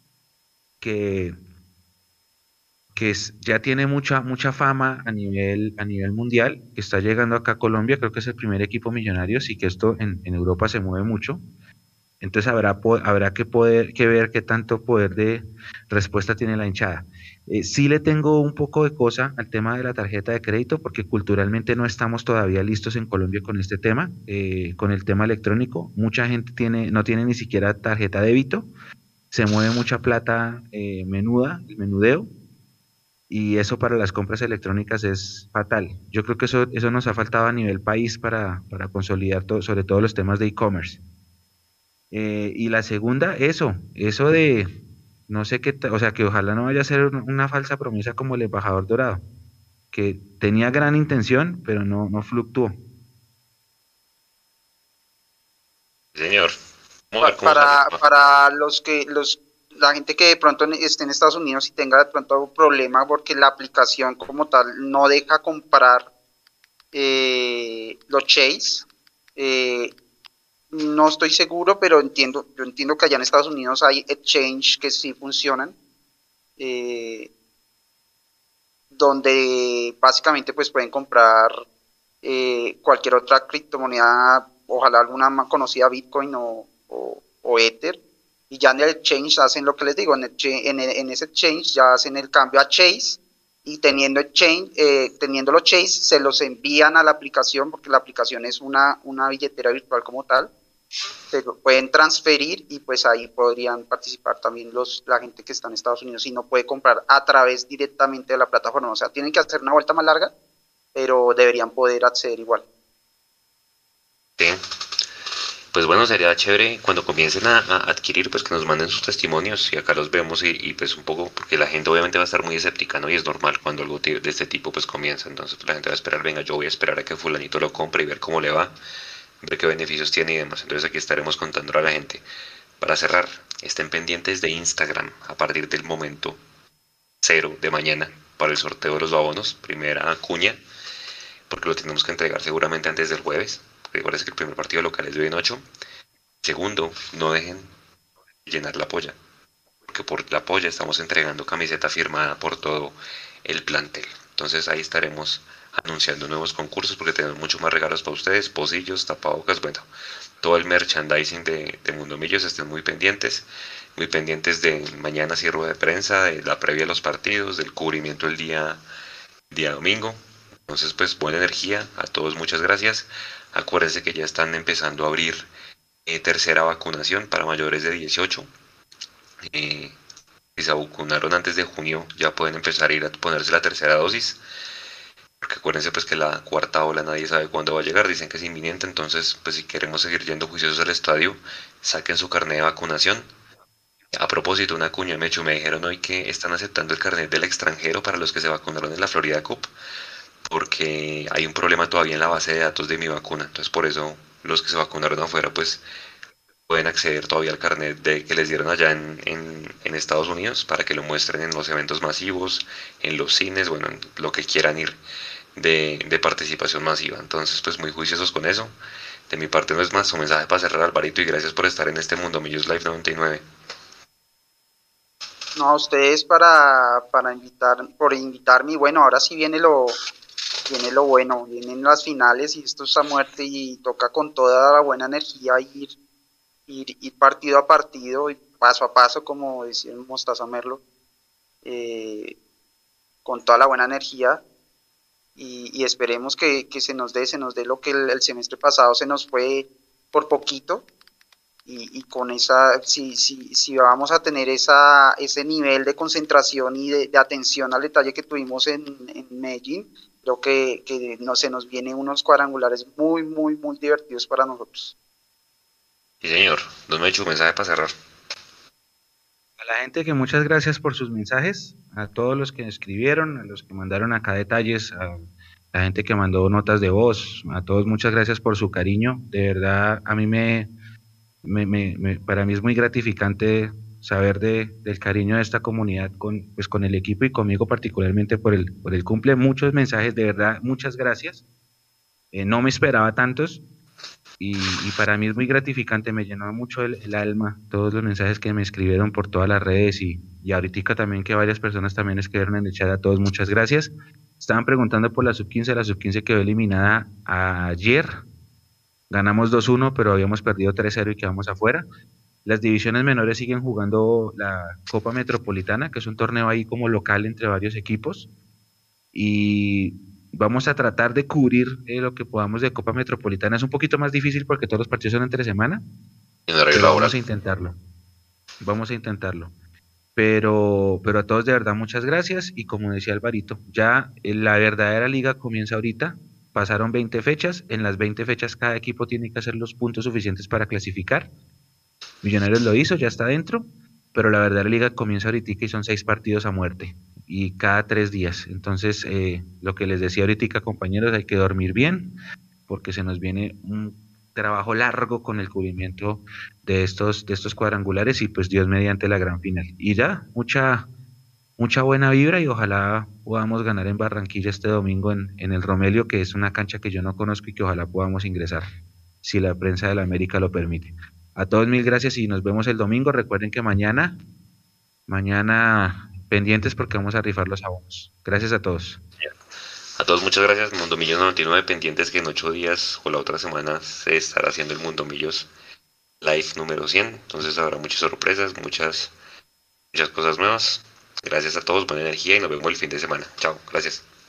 que, que es- ya tiene mucha, mucha fama a nivel, a nivel mundial, que está llegando acá a Colombia, creo que es el primer equipo millonario, sí que esto en, en Europa se mueve mucho. Entonces habrá, po- habrá que, poder, que ver qué tanto poder de respuesta tiene la hinchada. Eh, sí le tengo un poco de cosa al tema de la tarjeta de crédito, porque culturalmente no estamos todavía listos en Colombia con este tema, eh, con el tema electrónico. Mucha gente tiene, no tiene ni siquiera tarjeta débito, se mueve mucha plata eh, menuda, el menudeo, y eso para las compras electrónicas es fatal. Yo creo que eso, eso nos ha faltado a nivel país para, para consolidar todo, sobre todo los temas de e-commerce. Eh, y la segunda, eso, eso de, no sé qué, ta- o sea, que ojalá no vaya a ser una, una falsa promesa como el embajador dorado, que tenía gran intención, pero no, no fluctuó. Señor, vamos a ver Pa- cómo sale. para, para los que, los, la gente que de pronto esté en Estados Unidos y tenga de pronto algún problema porque la aplicación como tal no deja comprar eh, los Chase, eh, no estoy seguro, pero entiendo, yo entiendo que allá en Estados Unidos hay exchange que sí funcionan, eh, donde básicamente pues pueden comprar eh, cualquier otra criptomoneda, ojalá alguna más conocida, Bitcoin o, o, o Ether, y ya en el exchange hacen lo que les digo, en, el, en, el, en ese exchange ya hacen el cambio a Chase y teniendo exchange, eh, teniendo los Chase se los envían a la aplicación porque la aplicación es una, una billetera virtual como tal, se pueden transferir y pues ahí podrían participar también los, la gente que está en Estados Unidos y no puede comprar a través directamente de la plataforma, o sea, tienen que hacer una vuelta más larga, pero deberían poder acceder igual. Sí. Pues bueno, sería chévere cuando comiencen a, a adquirir, pues que nos manden sus testimonios y acá los vemos y, y, pues un poco, porque la gente obviamente va a estar muy escéptica, ¿no? Y es normal cuando algo de este tipo pues comienza, entonces pues, la gente va a esperar, venga, yo voy a esperar a que fulanito lo compre y ver cómo le va, ver qué beneficios tiene y demás. Entonces aquí estaremos contando a la gente. Para cerrar, estén pendientes de Instagram a partir del momento cero de mañana para el sorteo de los abonos, primera cuña, porque lo tenemos que entregar seguramente antes del jueves, porque parece que el primer partido local es de hoy en ocho. Segundo, no dejen de llenar la polla, porque por la polla estamos entregando camiseta firmada por todo el plantel. Entonces ahí estaremos anunciando nuevos concursos porque tenemos mucho más regalos para ustedes, pocillos, tapabocas, bueno, todo el merchandising de, de Mundo Millos, estén muy pendientes, muy pendientes de mañana cierre de prensa, de la previa de los partidos, del cubrimiento el día, día domingo. Entonces pues buena energía, a todos muchas gracias. Acuérdense que ya están empezando a abrir eh, tercera vacunación para mayores de dieciocho. Eh, si se vacunaron antes de junio ya pueden empezar a ir a ponerse la tercera dosis. Porque acuérdense pues que la cuarta ola nadie sabe cuándo va a llegar, dicen que es inminente, entonces pues si queremos seguir yendo juiciosos al estadio, saquen su carnet de vacunación. A propósito, una cuña me echó, me dijeron hoy que están aceptando el carnet del extranjero para los que se vacunaron en la Florida Cup, porque hay un problema todavía en la base de datos de mi vacuna, entonces por eso los que se vacunaron afuera pues pueden acceder todavía al carnet de que les dieron allá en, en, en Estados Unidos para que lo muestren en los eventos masivos, en los cines, bueno, en lo que quieran ir de, de participación masiva. Entonces, pues muy juiciosos con eso. De mi parte no es más, un mensaje para cerrar, Alvarito, y gracias por estar en este Mundo Millos Live noventa y nueve. No, a ustedes para, para invitar, por invitarme. Y bueno, ahora sí viene lo, viene lo bueno, vienen las finales y esto es a muerte y toca con toda la buena energía ir, ir, ir partido a partido y paso a paso, como decía Mostaza Merlo, eh, con toda la buena energía y, y esperemos que, que, se nos dé, se nos dé lo que el, el semestre pasado se nos fue por poquito. Y, y, con esa, si, si, si vamos a tener esa, ese nivel de concentración y de, de atención al detalle que tuvimos en, en Medellín, creo que, que no, se nos vienen unos cuadrangulares muy, muy, muy divertidos para nosotros. Sí, señor. Don Mechu, mensaje para cerrar. A la gente que muchas gracias por sus mensajes, a todos los que escribieron, a los que mandaron acá detalles, a la gente que mandó notas de voz, a todos muchas gracias por su cariño. De verdad, a mí me... Me, me, me, para mí es muy gratificante saber de, del cariño de esta comunidad con, pues con el equipo y conmigo particularmente por el, por el cumple. Muchos mensajes, de verdad, muchas gracias. Eh, no me esperaba tantos y, y, para mí es muy gratificante, me llenó mucho el, el, alma todos los mensajes que me escribieron por todas las redes y, y ahorita también que varias personas también escribieron en el chat. A todos muchas gracias. Estaban preguntando por la sub quince, la sub quince quedó eliminada ayer. Ganamos dos uno, pero habíamos perdido tres cero y quedamos afuera. Las divisiones menores siguen jugando la Copa Metropolitana, que es un torneo ahí como local entre varios equipos. Y vamos a tratar de cubrir eh, lo que podamos de Copa Metropolitana. Es un poquito más difícil porque todos los partidos son entre semana, pero vamos a intentarlo. Vamos a intentarlo. Pero, pero a todos de verdad muchas gracias y como decía Alvarito, ya la verdadera liga comienza ahorita. Pasaron veinte fechas, en las veinte fechas cada equipo tiene que hacer los puntos suficientes para clasificar. Millonarios lo hizo, ya está dentro, pero la verdad la liga comienza ahorita y son seis partidos a muerte y cada tres días. Entonces, eh, lo que les decía ahorita, compañeros, hay que dormir bien porque se nos viene un trabajo largo con el cubrimiento de estos, de estos cuadrangulares y pues Dios mediante la gran final. Y ya, mucha... mucha buena vibra y ojalá podamos ganar en Barranquilla este domingo en, en el Romelio, que es una cancha que yo no conozco y que ojalá podamos ingresar, si la prensa de la América lo permite. A todos mil gracias y nos vemos el domingo. Recuerden que mañana, mañana pendientes porque vamos a rifar los abonos. Gracias a todos. A todos muchas gracias. Mundo Millos noventa y nueve, pendientes que en ocho días o la otra semana se estará haciendo el Mundo Millos Live número cien. Entonces habrá muchas sorpresas, muchas, muchas cosas nuevas. Gracias a todos, buena energía y nos vemos el fin de semana. Chao, gracias.